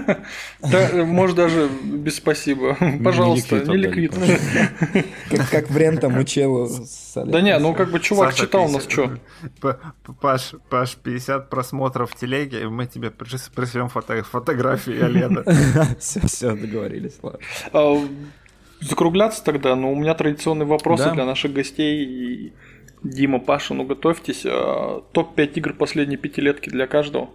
Да, может, даже без спасибо. Пожалуйста, не ликвид. Как Брент там учил. Да не, ну как бы чувак читал у нас что. Паш, Паш, пятьдесят просмотров в телеге, мы тебе пришлем фотографии Олега. Все, все, договорились, ладно. Закругляться тогда, но у меня традиционные вопросы для наших гостей. Дима, Паша, ну готовьтесь. топ пять игр последней пятилетки для каждого.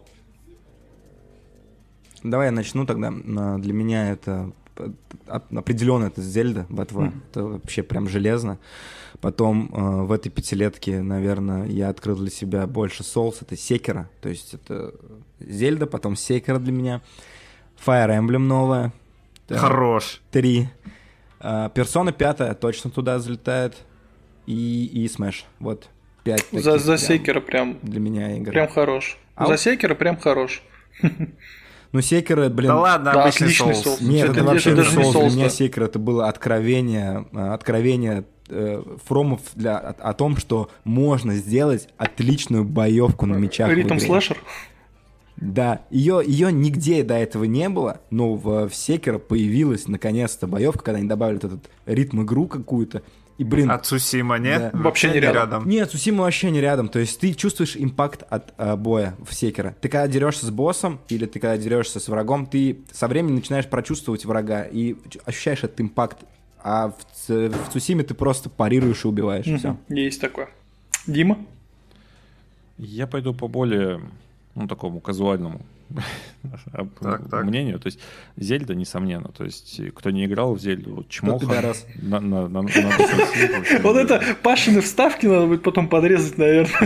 Давай я начну тогда. Для меня это определенно это Зельда, ботва. Mm. Это вообще прям железно. Потом в этой пятилетке, наверное, я открыл для себя больше Souls. Это Sekiro. То есть это Зельда, потом Sekiro для меня. Fire Emblem новая. Хорош. Три. Persona пять точно туда залетает. И, и Smash. Вот пять. За, за Sekiro прям. Для меня игра. Прям хорош. А за Sekiro прям хорош. Ну, Секиро, блин... Да ладно, Да, обычный отличный соус. соус. Нет, это, Это вообще не даже не соус. соус, Для меня да. Секиро это было откровение, э, откровение э, фромов для, о, о том, что можно сделать отличную боевку на мечах в Ритм игре. слэшер? Да, ее, ее нигде до этого не было, но в, в Секиро появилась наконец-то боевка, когда они добавили вот этот ритм игру какую-то. И, блин, От Цусима, нет? Да. Вообще не рядом. нет, Цусима вообще не рядом. То есть ты чувствуешь импакт от э, боя в Секиро. Ты когда дерешься с боссом или ты когда дерешься с врагом, ты со временем начинаешь прочувствовать врага и ощущаешь этот импакт. А в, Ц- в Цусиме ты просто парируешь и убиваешь. и всё. Есть такое. Дима? Я пойду по более, ну, такому казуальному Так, так. мнению. То есть Зельда, несомненно. То есть кто не играл в Зельду, вот чмоха. пидорас. на- на- на- надо спросить вообще. Вот это Пашины вставки надо будет потом подрезать, наверное.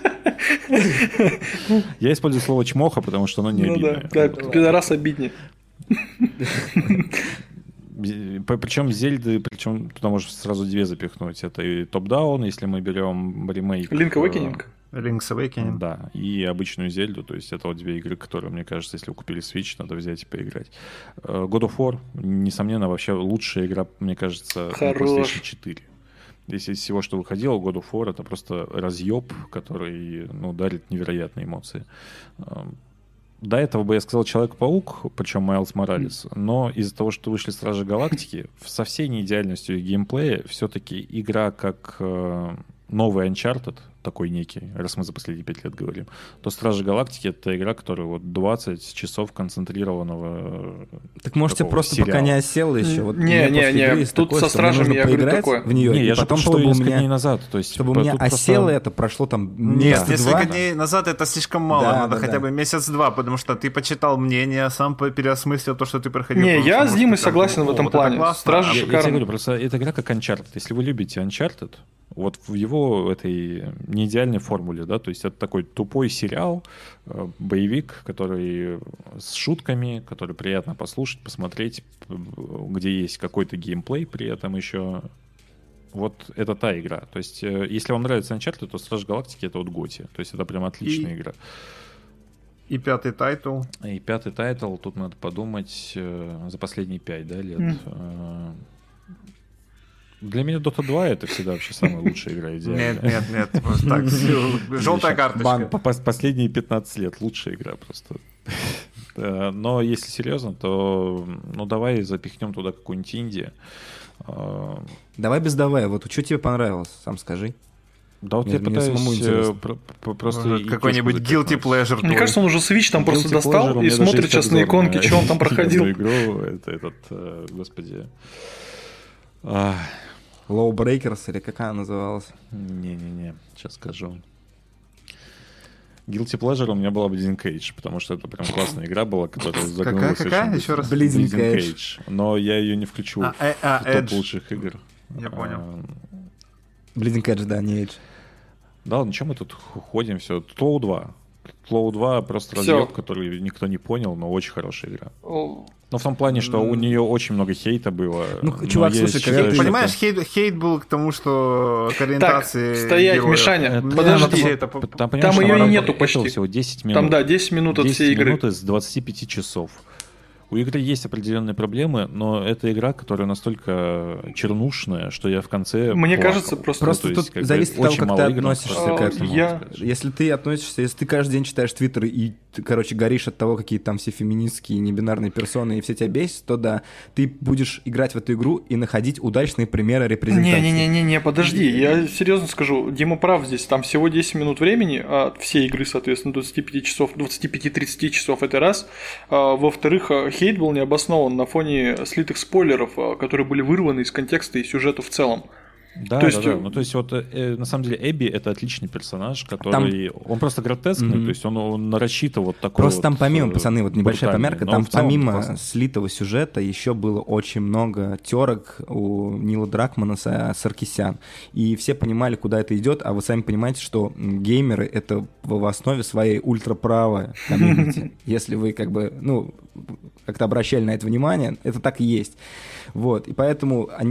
Я использую слово чмоха, потому что оно не Ну да, обидное. да, Вот. пидорас обиднее. Причем Зельды, причем туда можно сразу две запихнуть. Это и топ-даун, если мы берем ремейк. Link Awakening? Link's Awakening. Да, и обычную Зельду, то есть это вот две игры, которые, мне кажется, если вы купили Switch, надо взять и поиграть. Э, God of War, несомненно, вообще лучшая игра, мне кажется, на Хорош. PlayStation четыре. Если из всего, что выходило, God of War — это просто разъеб, который, ну, дарит невероятные эмоции. Э, До этого бы я сказал Человек-паук, причем Майлз Моралес, но из-за того, что вышли Стражи Галактики, со всей неидеальностью геймплея, все-таки игра как э, новый Uncharted, такой некий, раз мы за последние пять лет говорим, то Стражи Галактики — это игра, которая вот двадцать часов концентрированного. Так может, тебе такого просто сериала. пока не осела еще. Вот Не, у меня не, после не, игры есть тут такое, со что мне Стражами нужно я говорю поиграть такое. в нее, Не, и я же потом, что чтобы у несколько меня, дней назад. То есть, чтобы у по- меня тут просто- осело это, прошло там Нет, месяца несколько два. дней назад это слишком мало. Да, Надо да, хотя да. бы месяц-два, потому что ты почитал мнение, сам по- переосмыслил то, что ты проходил. Не, потому я что, с может, Димой ты там согласен думал, в этом «О, вот это плане. классно». Стражи Я, я шикарно. тебе говорю, просто эта игра как Uncharted. Если вы любите Uncharted, вот в его этой неидеальной формуле, да, то есть это такой тупой сериал, э, боевик, который с шутками, который приятно послушать, посмотреть, э, где есть какой-то геймплей при этом еще. Вот это та игра. То есть, э, если вам нравится Uncharted, то Стражи Галактики — это вот Готи. То есть это прям отличная И- игра. И пятый тайтл. И пятый тайтл, тут надо подумать, э, за последние пять, да, лет. Мгм. Э, Для меня Дота два — это всегда вообще самая лучшая игра, идеальная. Нет, нет, нет. просто так, желтая карточка. Бан. По- пос- Последние пятнадцать лет лучшая игра просто. Да, но если серьезно, то ну давай запихнем туда какую-нибудь инди. А, Давай без давай, вот что тебе понравилось, сам скажи. Да вот Мне- я мне пытаюсь самому э, интересно. про- про- просто Может, и какой-нибудь книжку guilty запихнуть. pleasure. Мне твой. кажется, он уже Switch там просто Guilty достал Pleasure, у и меня даже смотрит есть сейчас на обзор иконки, что он там проходил. одну игру, это этот, э, господи. А, Low Breakers или какая она называлась? Не-не-не, сейчас скажу. Guilty Pleasure у меня была Bleeding Cage, потому что это прям классная игра была, которая загнулась какая? очень Еще быстро. раз. Bleeding Bleeding Cage. Cage. Но я ее не включу А, в э, а, топ Edge. лучших игр. Я понял. А, Bleeding Edge, да, не Edge. Да ладно, чем мы тут ходим, все. Тлоу два. Тлоу два просто Всё. разъеб, который никто не понял, но очень хорошая игра. О, Но в том плане, что у нее очень много хейта было. Ну, но чувак, я слушай, считаю, когда ты- что Понимаешь, хейт, хейт был к тому, что к Так, ориентации стоять, героев. Мишаня, Это- Мне подожди. вообще это по- Там, понимаешь, Там её и этого нету почти. всего десять минут. Там, да, десять минут от десять всей игры. минут из двадцати пяти часов. У игры есть определенные проблемы, но это игра, которая настолько чернушная, что я в конце Мне плакал. кажется, просто- Ну, Просто то есть, тут как бы, зависит от того, очень как мало ты игр, относишься но к просто этому. можно Я- сказать. Если ты относишься, если ты каждый день читаешь твиттер и, ты, короче, горишь от того, какие там все феминистские, небинарные персоны, и все тебя бесит, то да, ты будешь играть в эту игру и находить удачные примеры репрезентации. Не-не-не-не, подожди, я серьезно скажу, Дима прав здесь, там всего десять минут времени, а от всей игры, соответственно, двадцати пяти часов, двадцати пяти-тридцати часов это раз. А, во-вторых, а, хейт был необоснован на фоне слитых спойлеров, а, которые были вырваны из контекста и сюжета в целом. Да, То да, есть, да. э, Ну, то есть, вот, э, на самом деле, Эбби — это отличный персонаж, который... Он просто гротескный, Мгм. то есть он, он нарочито вот такой Просто вот, там помимо, э, пацаны, вот небольшая брутальный. померка, Но там в целом помимо классно. слитого сюжета еще было очень много терок у Нила Дракмана с Саркисян. И все понимали, куда это идет, а вы сами понимаете, что м, геймеры — это в в основе своей ультраправая комьюнити. Если вы как бы, ну, как-то обращали на это внимание, это так и есть. Вот, и поэтому они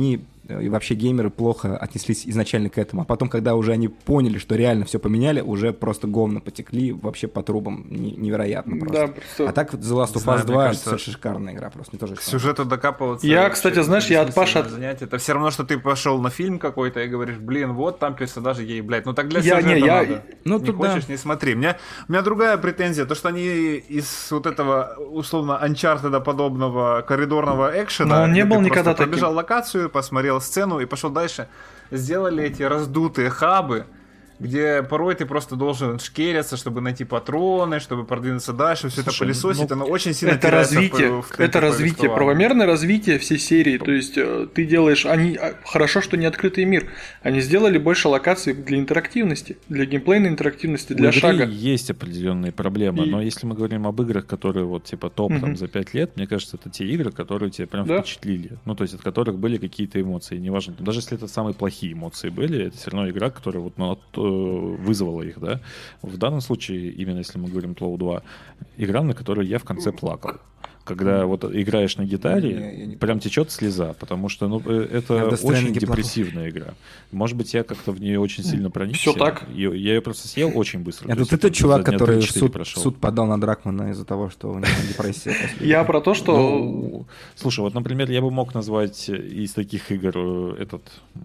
и вообще геймеры плохо отнеслись изначально к этому. А потом, когда уже они поняли, что реально все поменяли, уже просто говно потекли вообще по трубам. Невероятно просто. Да, просто... А так The Last of Us два кажется, это шикарная игра просто. Мне тоже к сюжету докапываться. Я, кстати, знаешь, я от Паши... Занятие. Это все равно, что ты пошел на фильм какой-то и говоришь, блин, вот там персонажи гей, блядь. Ну так для я, сюжета не, я... надо. Ну, не хочешь, да. Не смотри. У меня, у меня другая претензия. То, что они из вот этого, условно, Uncharted подобного коридорного экшена... Но он не был никогда таким. Пробежал локацию, посмотрел сцену и пошел дальше. Сделали эти раздутые хабы, где порой ты просто должен шкериться, чтобы найти патроны, чтобы продвинуться дальше, все Слушай, это пылесосить, ну, оно очень сильно это развитие, в, в это развитие, правомерное развитие всей серии, то есть ты делаешь, они, хорошо, что не открытый мир, они сделали больше локаций для интерактивности, для геймплейной интерактивности, для У шага. игры есть определенные проблемы, и... но если мы говорим об играх, которые вот типа топ угу. там за пять лет, мне кажется, это те игры, которые тебя прям да? впечатлили, ну то есть от которых были какие-то эмоции, неважно, даже если это самые плохие эмоции были, это все равно игра, которая вот ну, вызвала их, да. В данном случае, именно если мы говорим Тлоу два, игра, на которой я в конце плакал. Когда вот играешь на гитаре, не, не, не прям течет слеза, потому что ну, это очень депрессивная игра. Может быть, я как-то в нее очень сильно проникся. Все так? Я, я ее просто съел очень быстро. Это ты тот чувак, который в суд, суд подал на Дракмана из-за того, что у него депрессия. Я про то, что... Ну, слушай, вот, например, я бы мог назвать из таких игр этот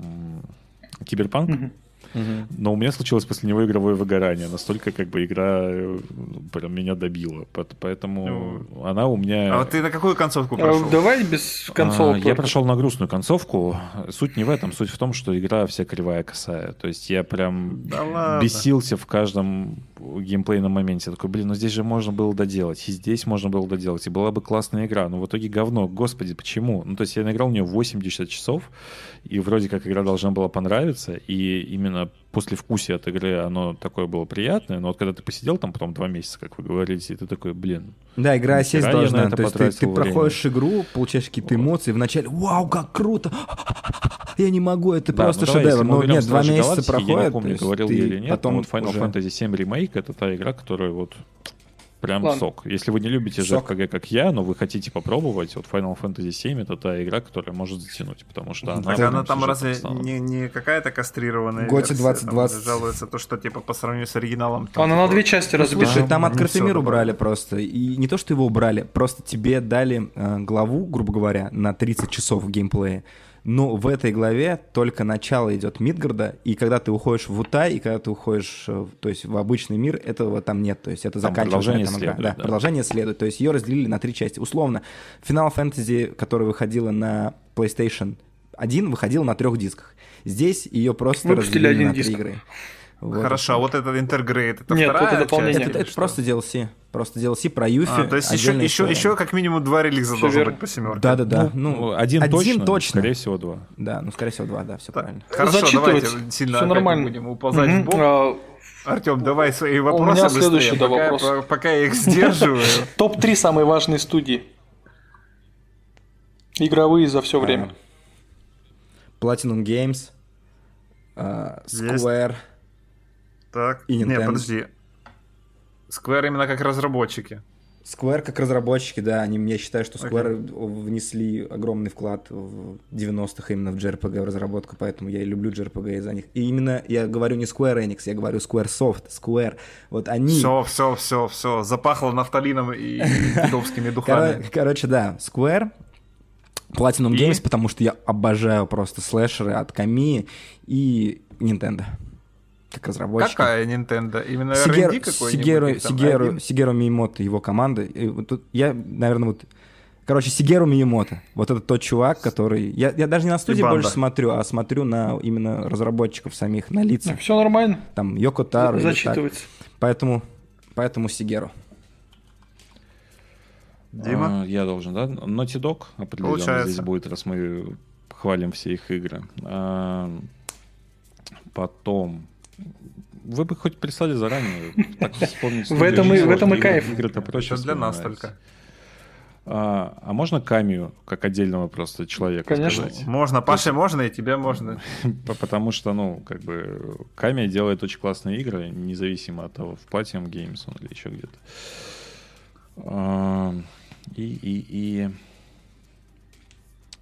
Киберпанк. Угу. Но у меня случилось после него игровое выгорание. Настолько как бы игра прям меня добила. Поэтому ну, она у меня... А вот ты на какую концовку прошел? А, давай без концовок. А, я прошел на грустную концовку. Суть не в этом. Суть в том, что игра вся кривая косая. То есть я прям да бесился в каждом геймплейном моменте. Я такой, блин, ну здесь же можно было доделать. И здесь можно было доделать. И была бы классная игра. Но в итоге говно. Господи, почему? Ну то есть я наиграл в нее восемьдесят часов. И вроде как игра должна была понравиться. И именно послевкусие от игры, оно такое было приятное, но вот когда ты посидел там потом два месяца, как вы говорите, и ты такой, блин. Да, игра сесть должна, то есть ты, ты проходишь игру, получаешь какие-то эмоции, вначале, вау, как круто, я не могу, это да, просто ну, шедевр, но нет, два месяца проходит. Я не помню, говорил я или нет, потом но вот Final уже... Fantasy семь Remake — это та игра, которая вот... Прям Ладно. сок. Если вы не любите жэ эр пэ гэ, как я, но вы хотите попробовать, вот Final Fantasy семь — это та игра, которая может затянуть, потому что она... Так она там разве не, не какая-то кастрированная Готи двадцать двадцать жалуется то, что типа по сравнению с оригиналом... Там, она типа... на две части разбита. Слушай, там открытый мир убрали просто. И не то, что его убрали, просто тебе дали э, главу, грубо говоря, на тридцать часов геймплея. Но в этой главе только начало идет Мидгарда, и когда ты уходишь в Утай, и когда ты уходишь, то есть в обычный мир, этого там нет, то есть это там заканчивается на этом игра. Да, да, продолжение следует, то есть ее разделили на три части. Условно, Final Fantasy, которая выходила на PlayStation один, выходила на трех дисках. Здесь ее просто выпустили разделили один на три диск. игры. Вот. Хорошо, а вот этот Intergrade, это Нет, вторая это дополнение. часть? Это, это просто ди эл си. Просто ди эл си про Юфи. А, то есть еще, еще, еще как минимум два релиза все должно верно. Быть по семерке. Да-да-да. Ну, ну, один, один точно, точно, скорее всего два. Да, ну скорее всего два, да, все так, правильно. Хорошо, давайте сильно нормально. будем уползать mm-hmm. в бок. А... Артем, давай свои вопросы. У меня быстрее, следующий пока, вопрос. Пока, пока я их сдерживаю. топ три самые важные студии. Игровые за все время. Platinum Games, Square. Так, и не, подожди. Square именно как разработчики. Square как разработчики, да. Они, я считаю, что Square okay. внесли огромный вклад в девяностых именно в джей ар пи джи в разработку, поэтому я и люблю джей ар пи джи из-за них. И именно я говорю не Square Enix, я говорю Squaresoft, Square. Вот они... Все, все, все, все. Запахло нафталином и китовскими духами. Короче, да, Square, Platinum Games, потому что я обожаю просто слэшеры от Kami и Nintendo. Как разработчик. Какая Nintendo? Именно эр энд ди какой-нибудь? Сигеру, Сигеру Миямото, его команда. И вот тут я, наверное, вот... Короче, Сигеру Миямото. Вот это тот чувак, который... Я, я даже не на студии больше смотрю, а смотрю на именно разработчиков самих, на лица. Все нормально. Там Йоко Таро. Зачитывается. Поэтому, поэтому Сигеру. Дима? А, я должен, да? Naughty Dog определенно Получается. Здесь будет, раз мы хвалим все их игры. А, потом... Вы бы хоть прислали заранее, так вспомнить. В этом и, в этом и кайф. Игры-то проще для нас только. А, а можно Камию, как отдельного просто человека Конечно. сказать? Можно, Паше можно, и тебе можно. Потому что, ну, как бы, Камия делает очень классные игры, независимо от того, в Platinum Games он или еще где-то. А, и, и, и...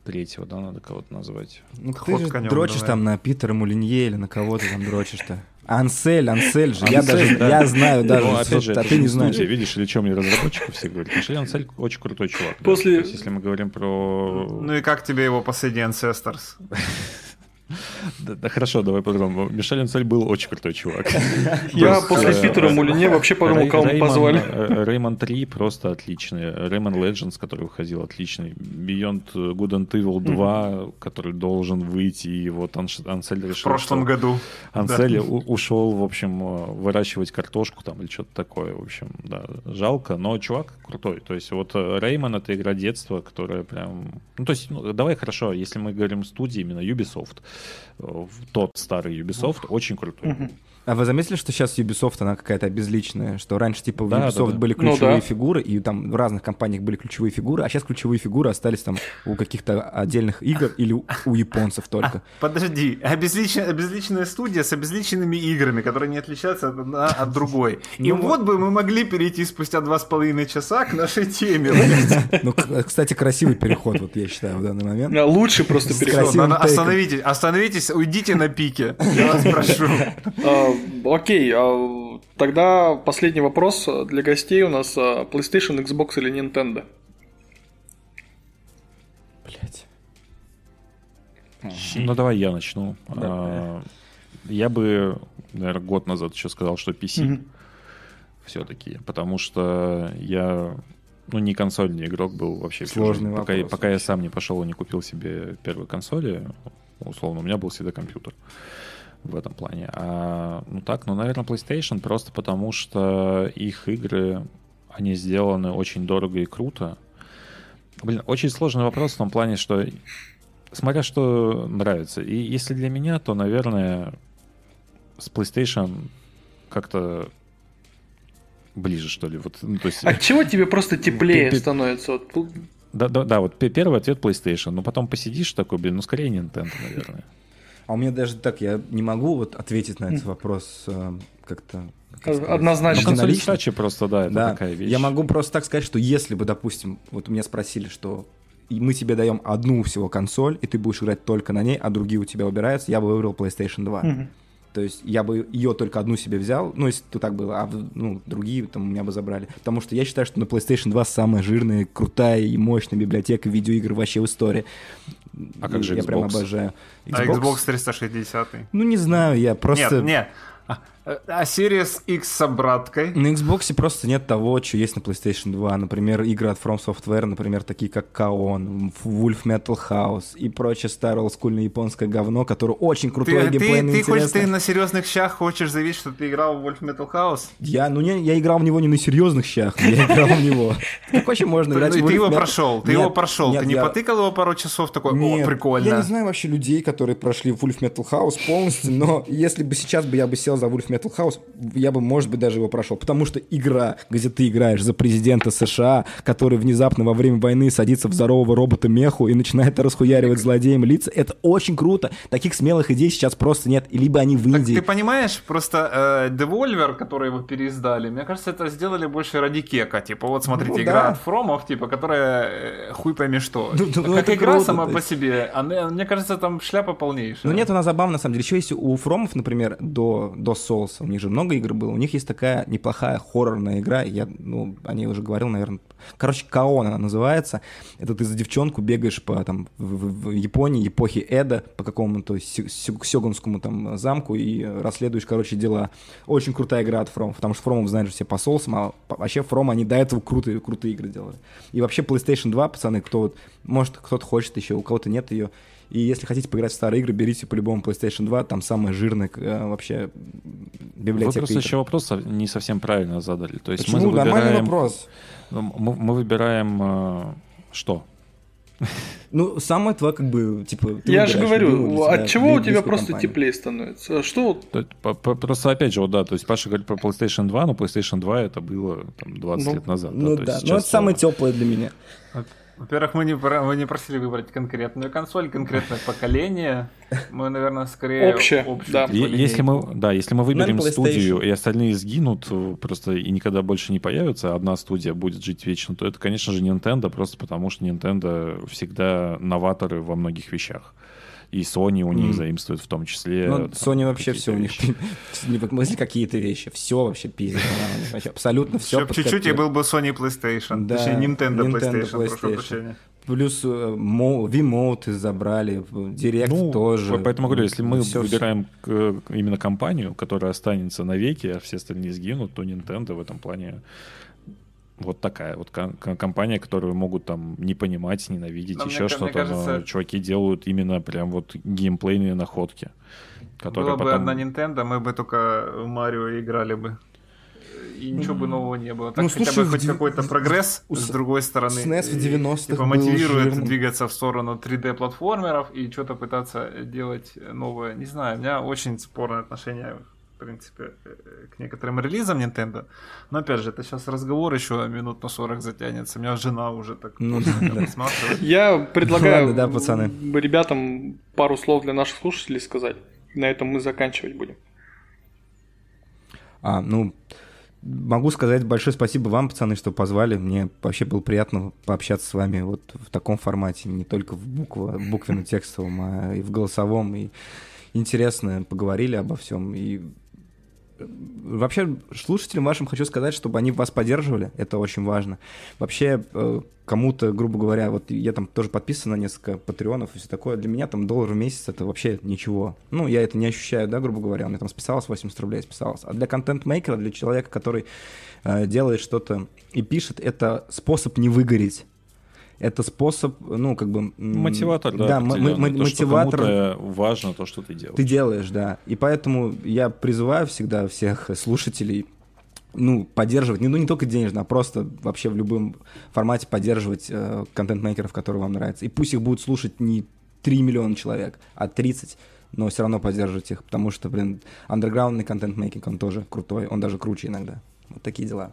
третьего, да, надо кого-то назвать. Ну ты Ход же конем дрочишь давай. там на Питера Мулинье или на кого ты там дрочишь-то. Ансель, Ансель же, я Ансель, даже, да. я знаю даже, Ну, опять же, а это ты же не знаешь. студия, видишь, или что мне разработчики все говорят. Мишель Ансель очень крутой чувак. да. После- То есть, если мы говорим про... Ну и как тебе его последний Ancestors? Да, да хорошо, давай по-другому. Мишель Ансель был очень крутой чувак. Я Просто, после э, Питера Мулине вообще подумал, Рей- кого мы Rayman, позвали. э, Rayman три просто отличный. Rayman Legends, который выходил, отличный. Beyond Good and Evil два, который должен выйти, и вот Анш- Ансель решил... В прошлом что году. Ансель у- ушел, в общем, э, выращивать картошку там или что-то такое. В общем, да, жалко, но чувак крутой. То есть вот Rayman — это игра детства, которая прям... Ну, то есть, ну, давай хорошо, если мы говорим студии, именно Ubisoft, э, тот старый Ubisoft, очень крутой. А вы заметили, что сейчас Ubisoft, она какая-то обезличенная, что раньше типа в Да, Ubisoft да, да. были Ну ключевые да. фигуры, и там в разных компаниях были ключевые фигуры, а сейчас ключевые фигуры остались там у каких-то отдельных игр или у, у японцев только. Подожди, обезличенная, обезличенная студия с обезличенными играми, которые не отличаются одна от другой. И Ну, вот бы мы могли перейти спустя два с половиной часа к нашей теме. Ну, к- кстати, красивый переход, вот я считаю, в данный момент. Лучше просто С переход. красивым Надо- тейком. Остановитесь, остановитесь, уйдите на пике. Я вас прошу. А, Окей, а, тогда последний вопрос для гостей у нас. а, PlayStation, Xbox или Nintendo? Блять. Ну, давай я начну. А, Я бы, наверное, год назад еще сказал, что пи си. Мгм. Все-таки. Потому что я, ну, не консольный игрок был вообще. всю Сложный жизнь. Пока, я- вопрос пока я сам не пошел и не купил себе первые консоли, условно, у меня был всегда компьютер в этом плане. А, ну так, ну, наверное, PlayStation просто потому, что их игры, они сделаны очень дорого и круто. Блин, очень сложный вопрос в том плане, что смотря что нравится. И если для меня, то, наверное, с PlayStation как-то ближе, что ли. Вот, ну, то есть, От чего тебе просто теплее Пи- пи- становится? Вот тут- да, да, да, вот пе- первый ответ PlayStation, но потом посидишь такой, блин, ну скорее Nintendo, наверное. А у меня даже так, я не могу вот ответить на этот вопрос э, как-то... как сказать, Однозначно. Ну, консоль единолично. сдачи просто, да, это Да, такая вещь. я могу просто так сказать, что если бы, допустим, вот меня спросили, что и мы тебе даем одну всего консоль, и ты будешь играть только на ней, а другие у тебя убираются, я бы выбрал PlayStation два. Мгм. То есть я бы ее только одну себе взял, ну, если то так было, а ну, другие там у меня бы забрали. Потому что я считаю, что на PlayStation два самая жирная, крутая и мощная библиотека видеоигр вообще в истории. А как же Я прям Xbox? обожаю. А Xbox триста шестьдесят? Ну, не знаю, я просто... Нет, нет. А, а Series X с обраткой? На Xbox просто нет того, что есть на PlayStation два. Например, игры от From Software, например, такие как Kaon, Wolf Metal House и прочее старое олдскульное японское говно, которое очень крутое, Ты, ты, геймплейно ты, хочешь, интересно. ты на серьезных щах хочешь заявить, что ты играл в Wolf Metal House? Я, ну, не, я играл в него не на серьезных щах, но я играл в него. Как вообще можно Ты, играть в ты Wolf его Metal- прошел, ты Нет, его прошел, нет, ты не я- потыкал его пару часов, такой, Нет, о, прикольно. Я не знаю вообще людей, которые прошли Wolf Metal House полностью, но если бы сейчас бы я бы сел за Wolf Metal House, я бы, может быть, даже его прошел. Потому что игра, где ты играешь за президента США, который внезапно во время войны садится в здорового робота-меху и начинает расхуяривать злодеям лица, это очень круто. Таких смелых идей сейчас просто нет. И либо они в Так Индии... ты понимаешь, просто э, Devolver, который его переиздали, мне кажется, это сделали больше ради кека. Типа, вот смотрите, Ну, игра да. от Фромов, типа, которая э, хуй пойми что. Ну, ну, как это игра круто, сама то по есть. себе, она, мне кажется, там шляпа полнейшая. Ну нет, она забавна, на самом деле. Еще есть у Фромов, например, до, до Souls, у них же много игр было, у них есть такая неплохая хоррорная игра, я, ну, о ней уже говорил, наверное. Короче, Каон она называется. Это ты за девчонку бегаешь по, там, в, в- в Японии, эпохи Эда, по какому-то сё- сё- сёгунскому там замку и расследуешь, короче, дела. Очень крутая игра от Фромов, потому что Фромов, знаешь, все по Souls'ам, а по- вообще Фром, они до этого крутые, крутые игры делали. И вообще PlayStation два, пацаны, кто вот, может, кто-то хочет еще, у кого-то нет ее. И если хотите поиграть в старые игры, берите по-любому PlayStation два, там самая жирная э, вообще Вы библиотека просто игр. еще вопрос не совсем правильно задали. То есть Почему? мы Нормальный выбираем, вопрос. мы, мы выбираем э, что? Ну, самое твое, как бы, типа... ты Я же выбираешь любимую говорю, для от себя чего у тебя близкую просто компанию. теплее становится? Что вот То есть, по- по- Просто опять же, вот да, то есть Паша говорит про PlayStation два, но PlayStation два это было там, двадцать Ну, лет назад. Ну то да, есть ну это сейчас, самое э, теплое для меня. Во-первых, мы не, мы не просили выбрать конкретную консоль, конкретное поколение. Мы, наверное, скорее... Общее, да. Если мы, да, если мы выберем студию, и остальные сгинут просто и никогда больше не появятся, одна студия будет жить вечно, то это, конечно же, Nintendo, просто потому что Nintendo всегда новаторы во многих вещах. И Sony у них mm. заимствует в том числе. Ну, Sony вообще все у них, не в смысле какие-то вещи, все вообще пиздец. Абсолютно все. Еще чуть-чуть и был бы Sony PlayStation, да, точнее Nintendo, Nintendo PlayStation, PlayStation. Плюс Wiimote забрали, Direct ну, тоже. Поэтому говорю, если мы все выбираем все. именно компанию, которая останется навеки, а все остальные сгинут, то Nintendo в этом плане вот такая вот компания, которую могут там не понимать, ненавидеть, но еще что-то. Кажется, но чуваки делают именно прям вот геймплейные находки. Было бы потом... на Nintendo, мы бы только в Марио играли бы. И ничего бы нового не было. Так ну, хотя слушай, бы хоть в... какой-то прогресс у... с другой стороны. эс эн и эс в девяностых типа мотивирует двигаться в сторону три дэ-платформеров и что-то пытаться делать новое. Не знаю, у меня очень спорное отношение, в принципе, к некоторым релизам Nintendo. Но опять же, это сейчас разговор еще минут на сорок затянется. У меня жена уже так ну, посматривает. Я предлагаю ребятам пару слов для наших слушателей сказать. На этом мы заканчивать будем. А, ну... Могу сказать большое спасибо вам, пацаны, что позвали. Мне вообще было приятно пообщаться с вами вот в таком формате, не только в, буква, в буквенно-текстовом, а и в голосовом. И интересно поговорили обо всем. И вообще слушателям вашим хочу сказать, чтобы они вас поддерживали. Это очень важно. Вообще кому-то, грубо говоря, вот я там тоже подписан на несколько патреонов и все такое. Для меня там доллар в месяц — это вообще ничего. Ну, я это не ощущаю, да, грубо говоря. У меня там списалось восемьдесят рублей, списалось. А для контент-мейкера, для человека, который э, делает что-то и пишет, это способ не выгореть. Это способ, ну, как бы... Мотиватор, да, да м- м- м- то, мотиватор. Что важно то, что ты делаешь. Ты делаешь, да. И поэтому я призываю всегда всех слушателей, ну, поддерживать, ну, не только денежно, а просто вообще в любом формате поддерживать э, контент-мейкеров, которые вам нравятся. И пусть их будут слушать не три миллиона человек, а тридцать, но все равно поддерживать их, потому что, блин, андерграундный контент-мейкинг, он тоже крутой, он даже круче иногда. Вот такие дела.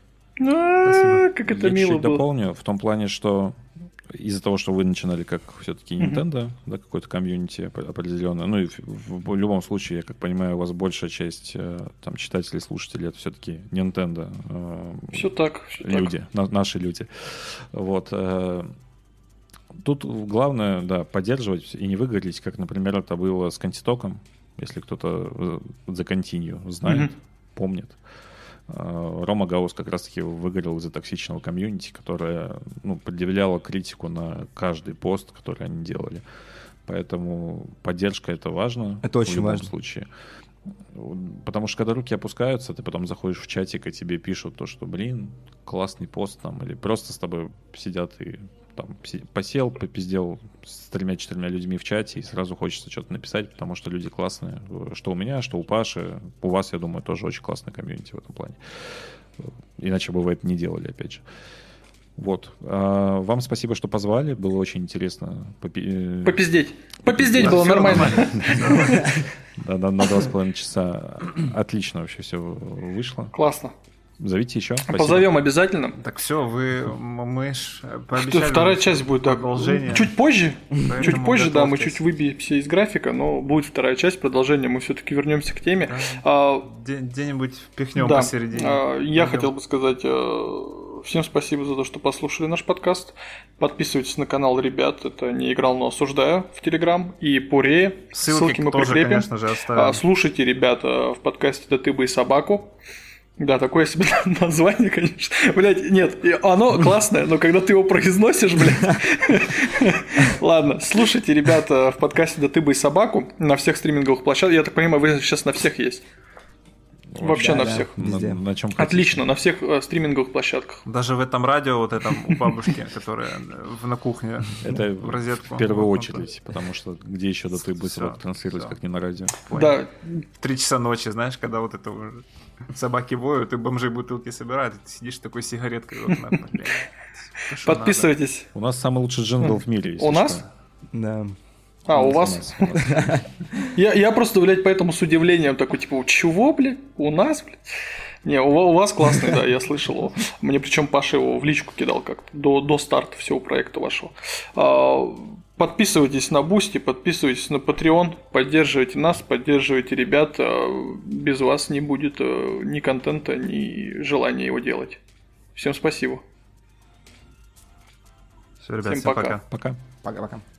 А, как это мило было. Я чуть дополню в том плане, что из-за того, что вы начинали как все-таки Nintendo, uh-huh. да, какой-то комьюнити определенное, ну и в, в, в любом случае, я как понимаю, у вас большая часть там читателей, слушателей — это все-таки Nintendo. Э, все так, все люди, так. На, наши люди. Вот. Э, тут главное, да, поддерживать и не выгореть, как, например, это было с Контитоком, если кто-то за Континью знает, uh-huh. помнит. Рома Гаус как раз-таки выгорел из-за токсичного комьюнити, которое, ну, предъявляло критику на каждый пост, который они делали. Поэтому поддержка — это важно. Это очень в любом важно. случае. Потому что когда руки опускаются, ты потом заходишь в чатик, и тебе пишут то, что, блин, классный пост там, или просто с тобой сидят и там посел, попиздел с тремя-четырьмя людьми в чате, и сразу хочется что-то написать, потому что люди классные. Что у меня, что у Паши. У вас, я думаю, тоже очень классный комьюнити в этом плане. Иначе бы вы это не делали, опять же. Вот. А вам спасибо, что позвали. Было очень интересно. Попи... Попиздеть. Попиздеть было нормально. На два с половиной часа. Отлично вообще все вышло. Классно. Зовите еще. Спасибо. Позовем обязательно. Так все, вы мы ж пообещали. Вторая часть будет так. Чуть позже. Поэтому чуть позже, да, мы готовьтесь. чуть выбьемся из графика, но будет вторая часть, продолжение. Мы все-таки вернемся к теме. Да. А, Где-нибудь впихнем да. посередине. А, я хотел бы сказать всем спасибо за то, что послушали наш подкаст. Подписывайтесь на канал ребят. Это не играл, но осуждаю в Телеграм. И Пуре. Ссылки, Ссылки мы тоже, прикрепим. конечно же, оставим. Слушайте, ребята, в подкасте «Да ты бы и собаку». Да, такое себе название, конечно. Блядь, нет, оно классное, но когда ты его произносишь, блядь. Ладно, слушайте, ребята, в подкасте «Да ты бы и собаку» на всех стриминговых площадках. Я так понимаю, вы сейчас на всех есть. Вообще да, на всех. На, на чем Отлично, на всех э, стриминговых площадках. Даже в этом радио, вот этом у бабушки, которая на кухне, это в розетку. В первую очередь, потому что где еще «Да ты бы и собаку» транслировать, как не на радио. Да. Три часа ночи, знаешь, когда вот это уже собаки воют, и бомжи бутылки собирают, и ты сидишь такой с сигареткой. Вот, на, блин, подписывайтесь. У нас самый лучший джингл в мире. У нас? Да. А, у вас? У нас, у нас. я, я просто, блядь, поэтому с удивлением такой, типа, чего, блядь? У нас, блядь? Не, у, у вас классный, да, я слышал его. Мне причем Паша его в личку кидал как-то до, до старта всего проекта вашего. Подписывайтесь на Boosty, подписывайтесь на Patreon, поддерживайте нас, поддерживайте ребят. Без вас не будет ни контента, ни желания его делать. Всем спасибо. Все, ребят, всем всем пока. Пока. Пока-пока.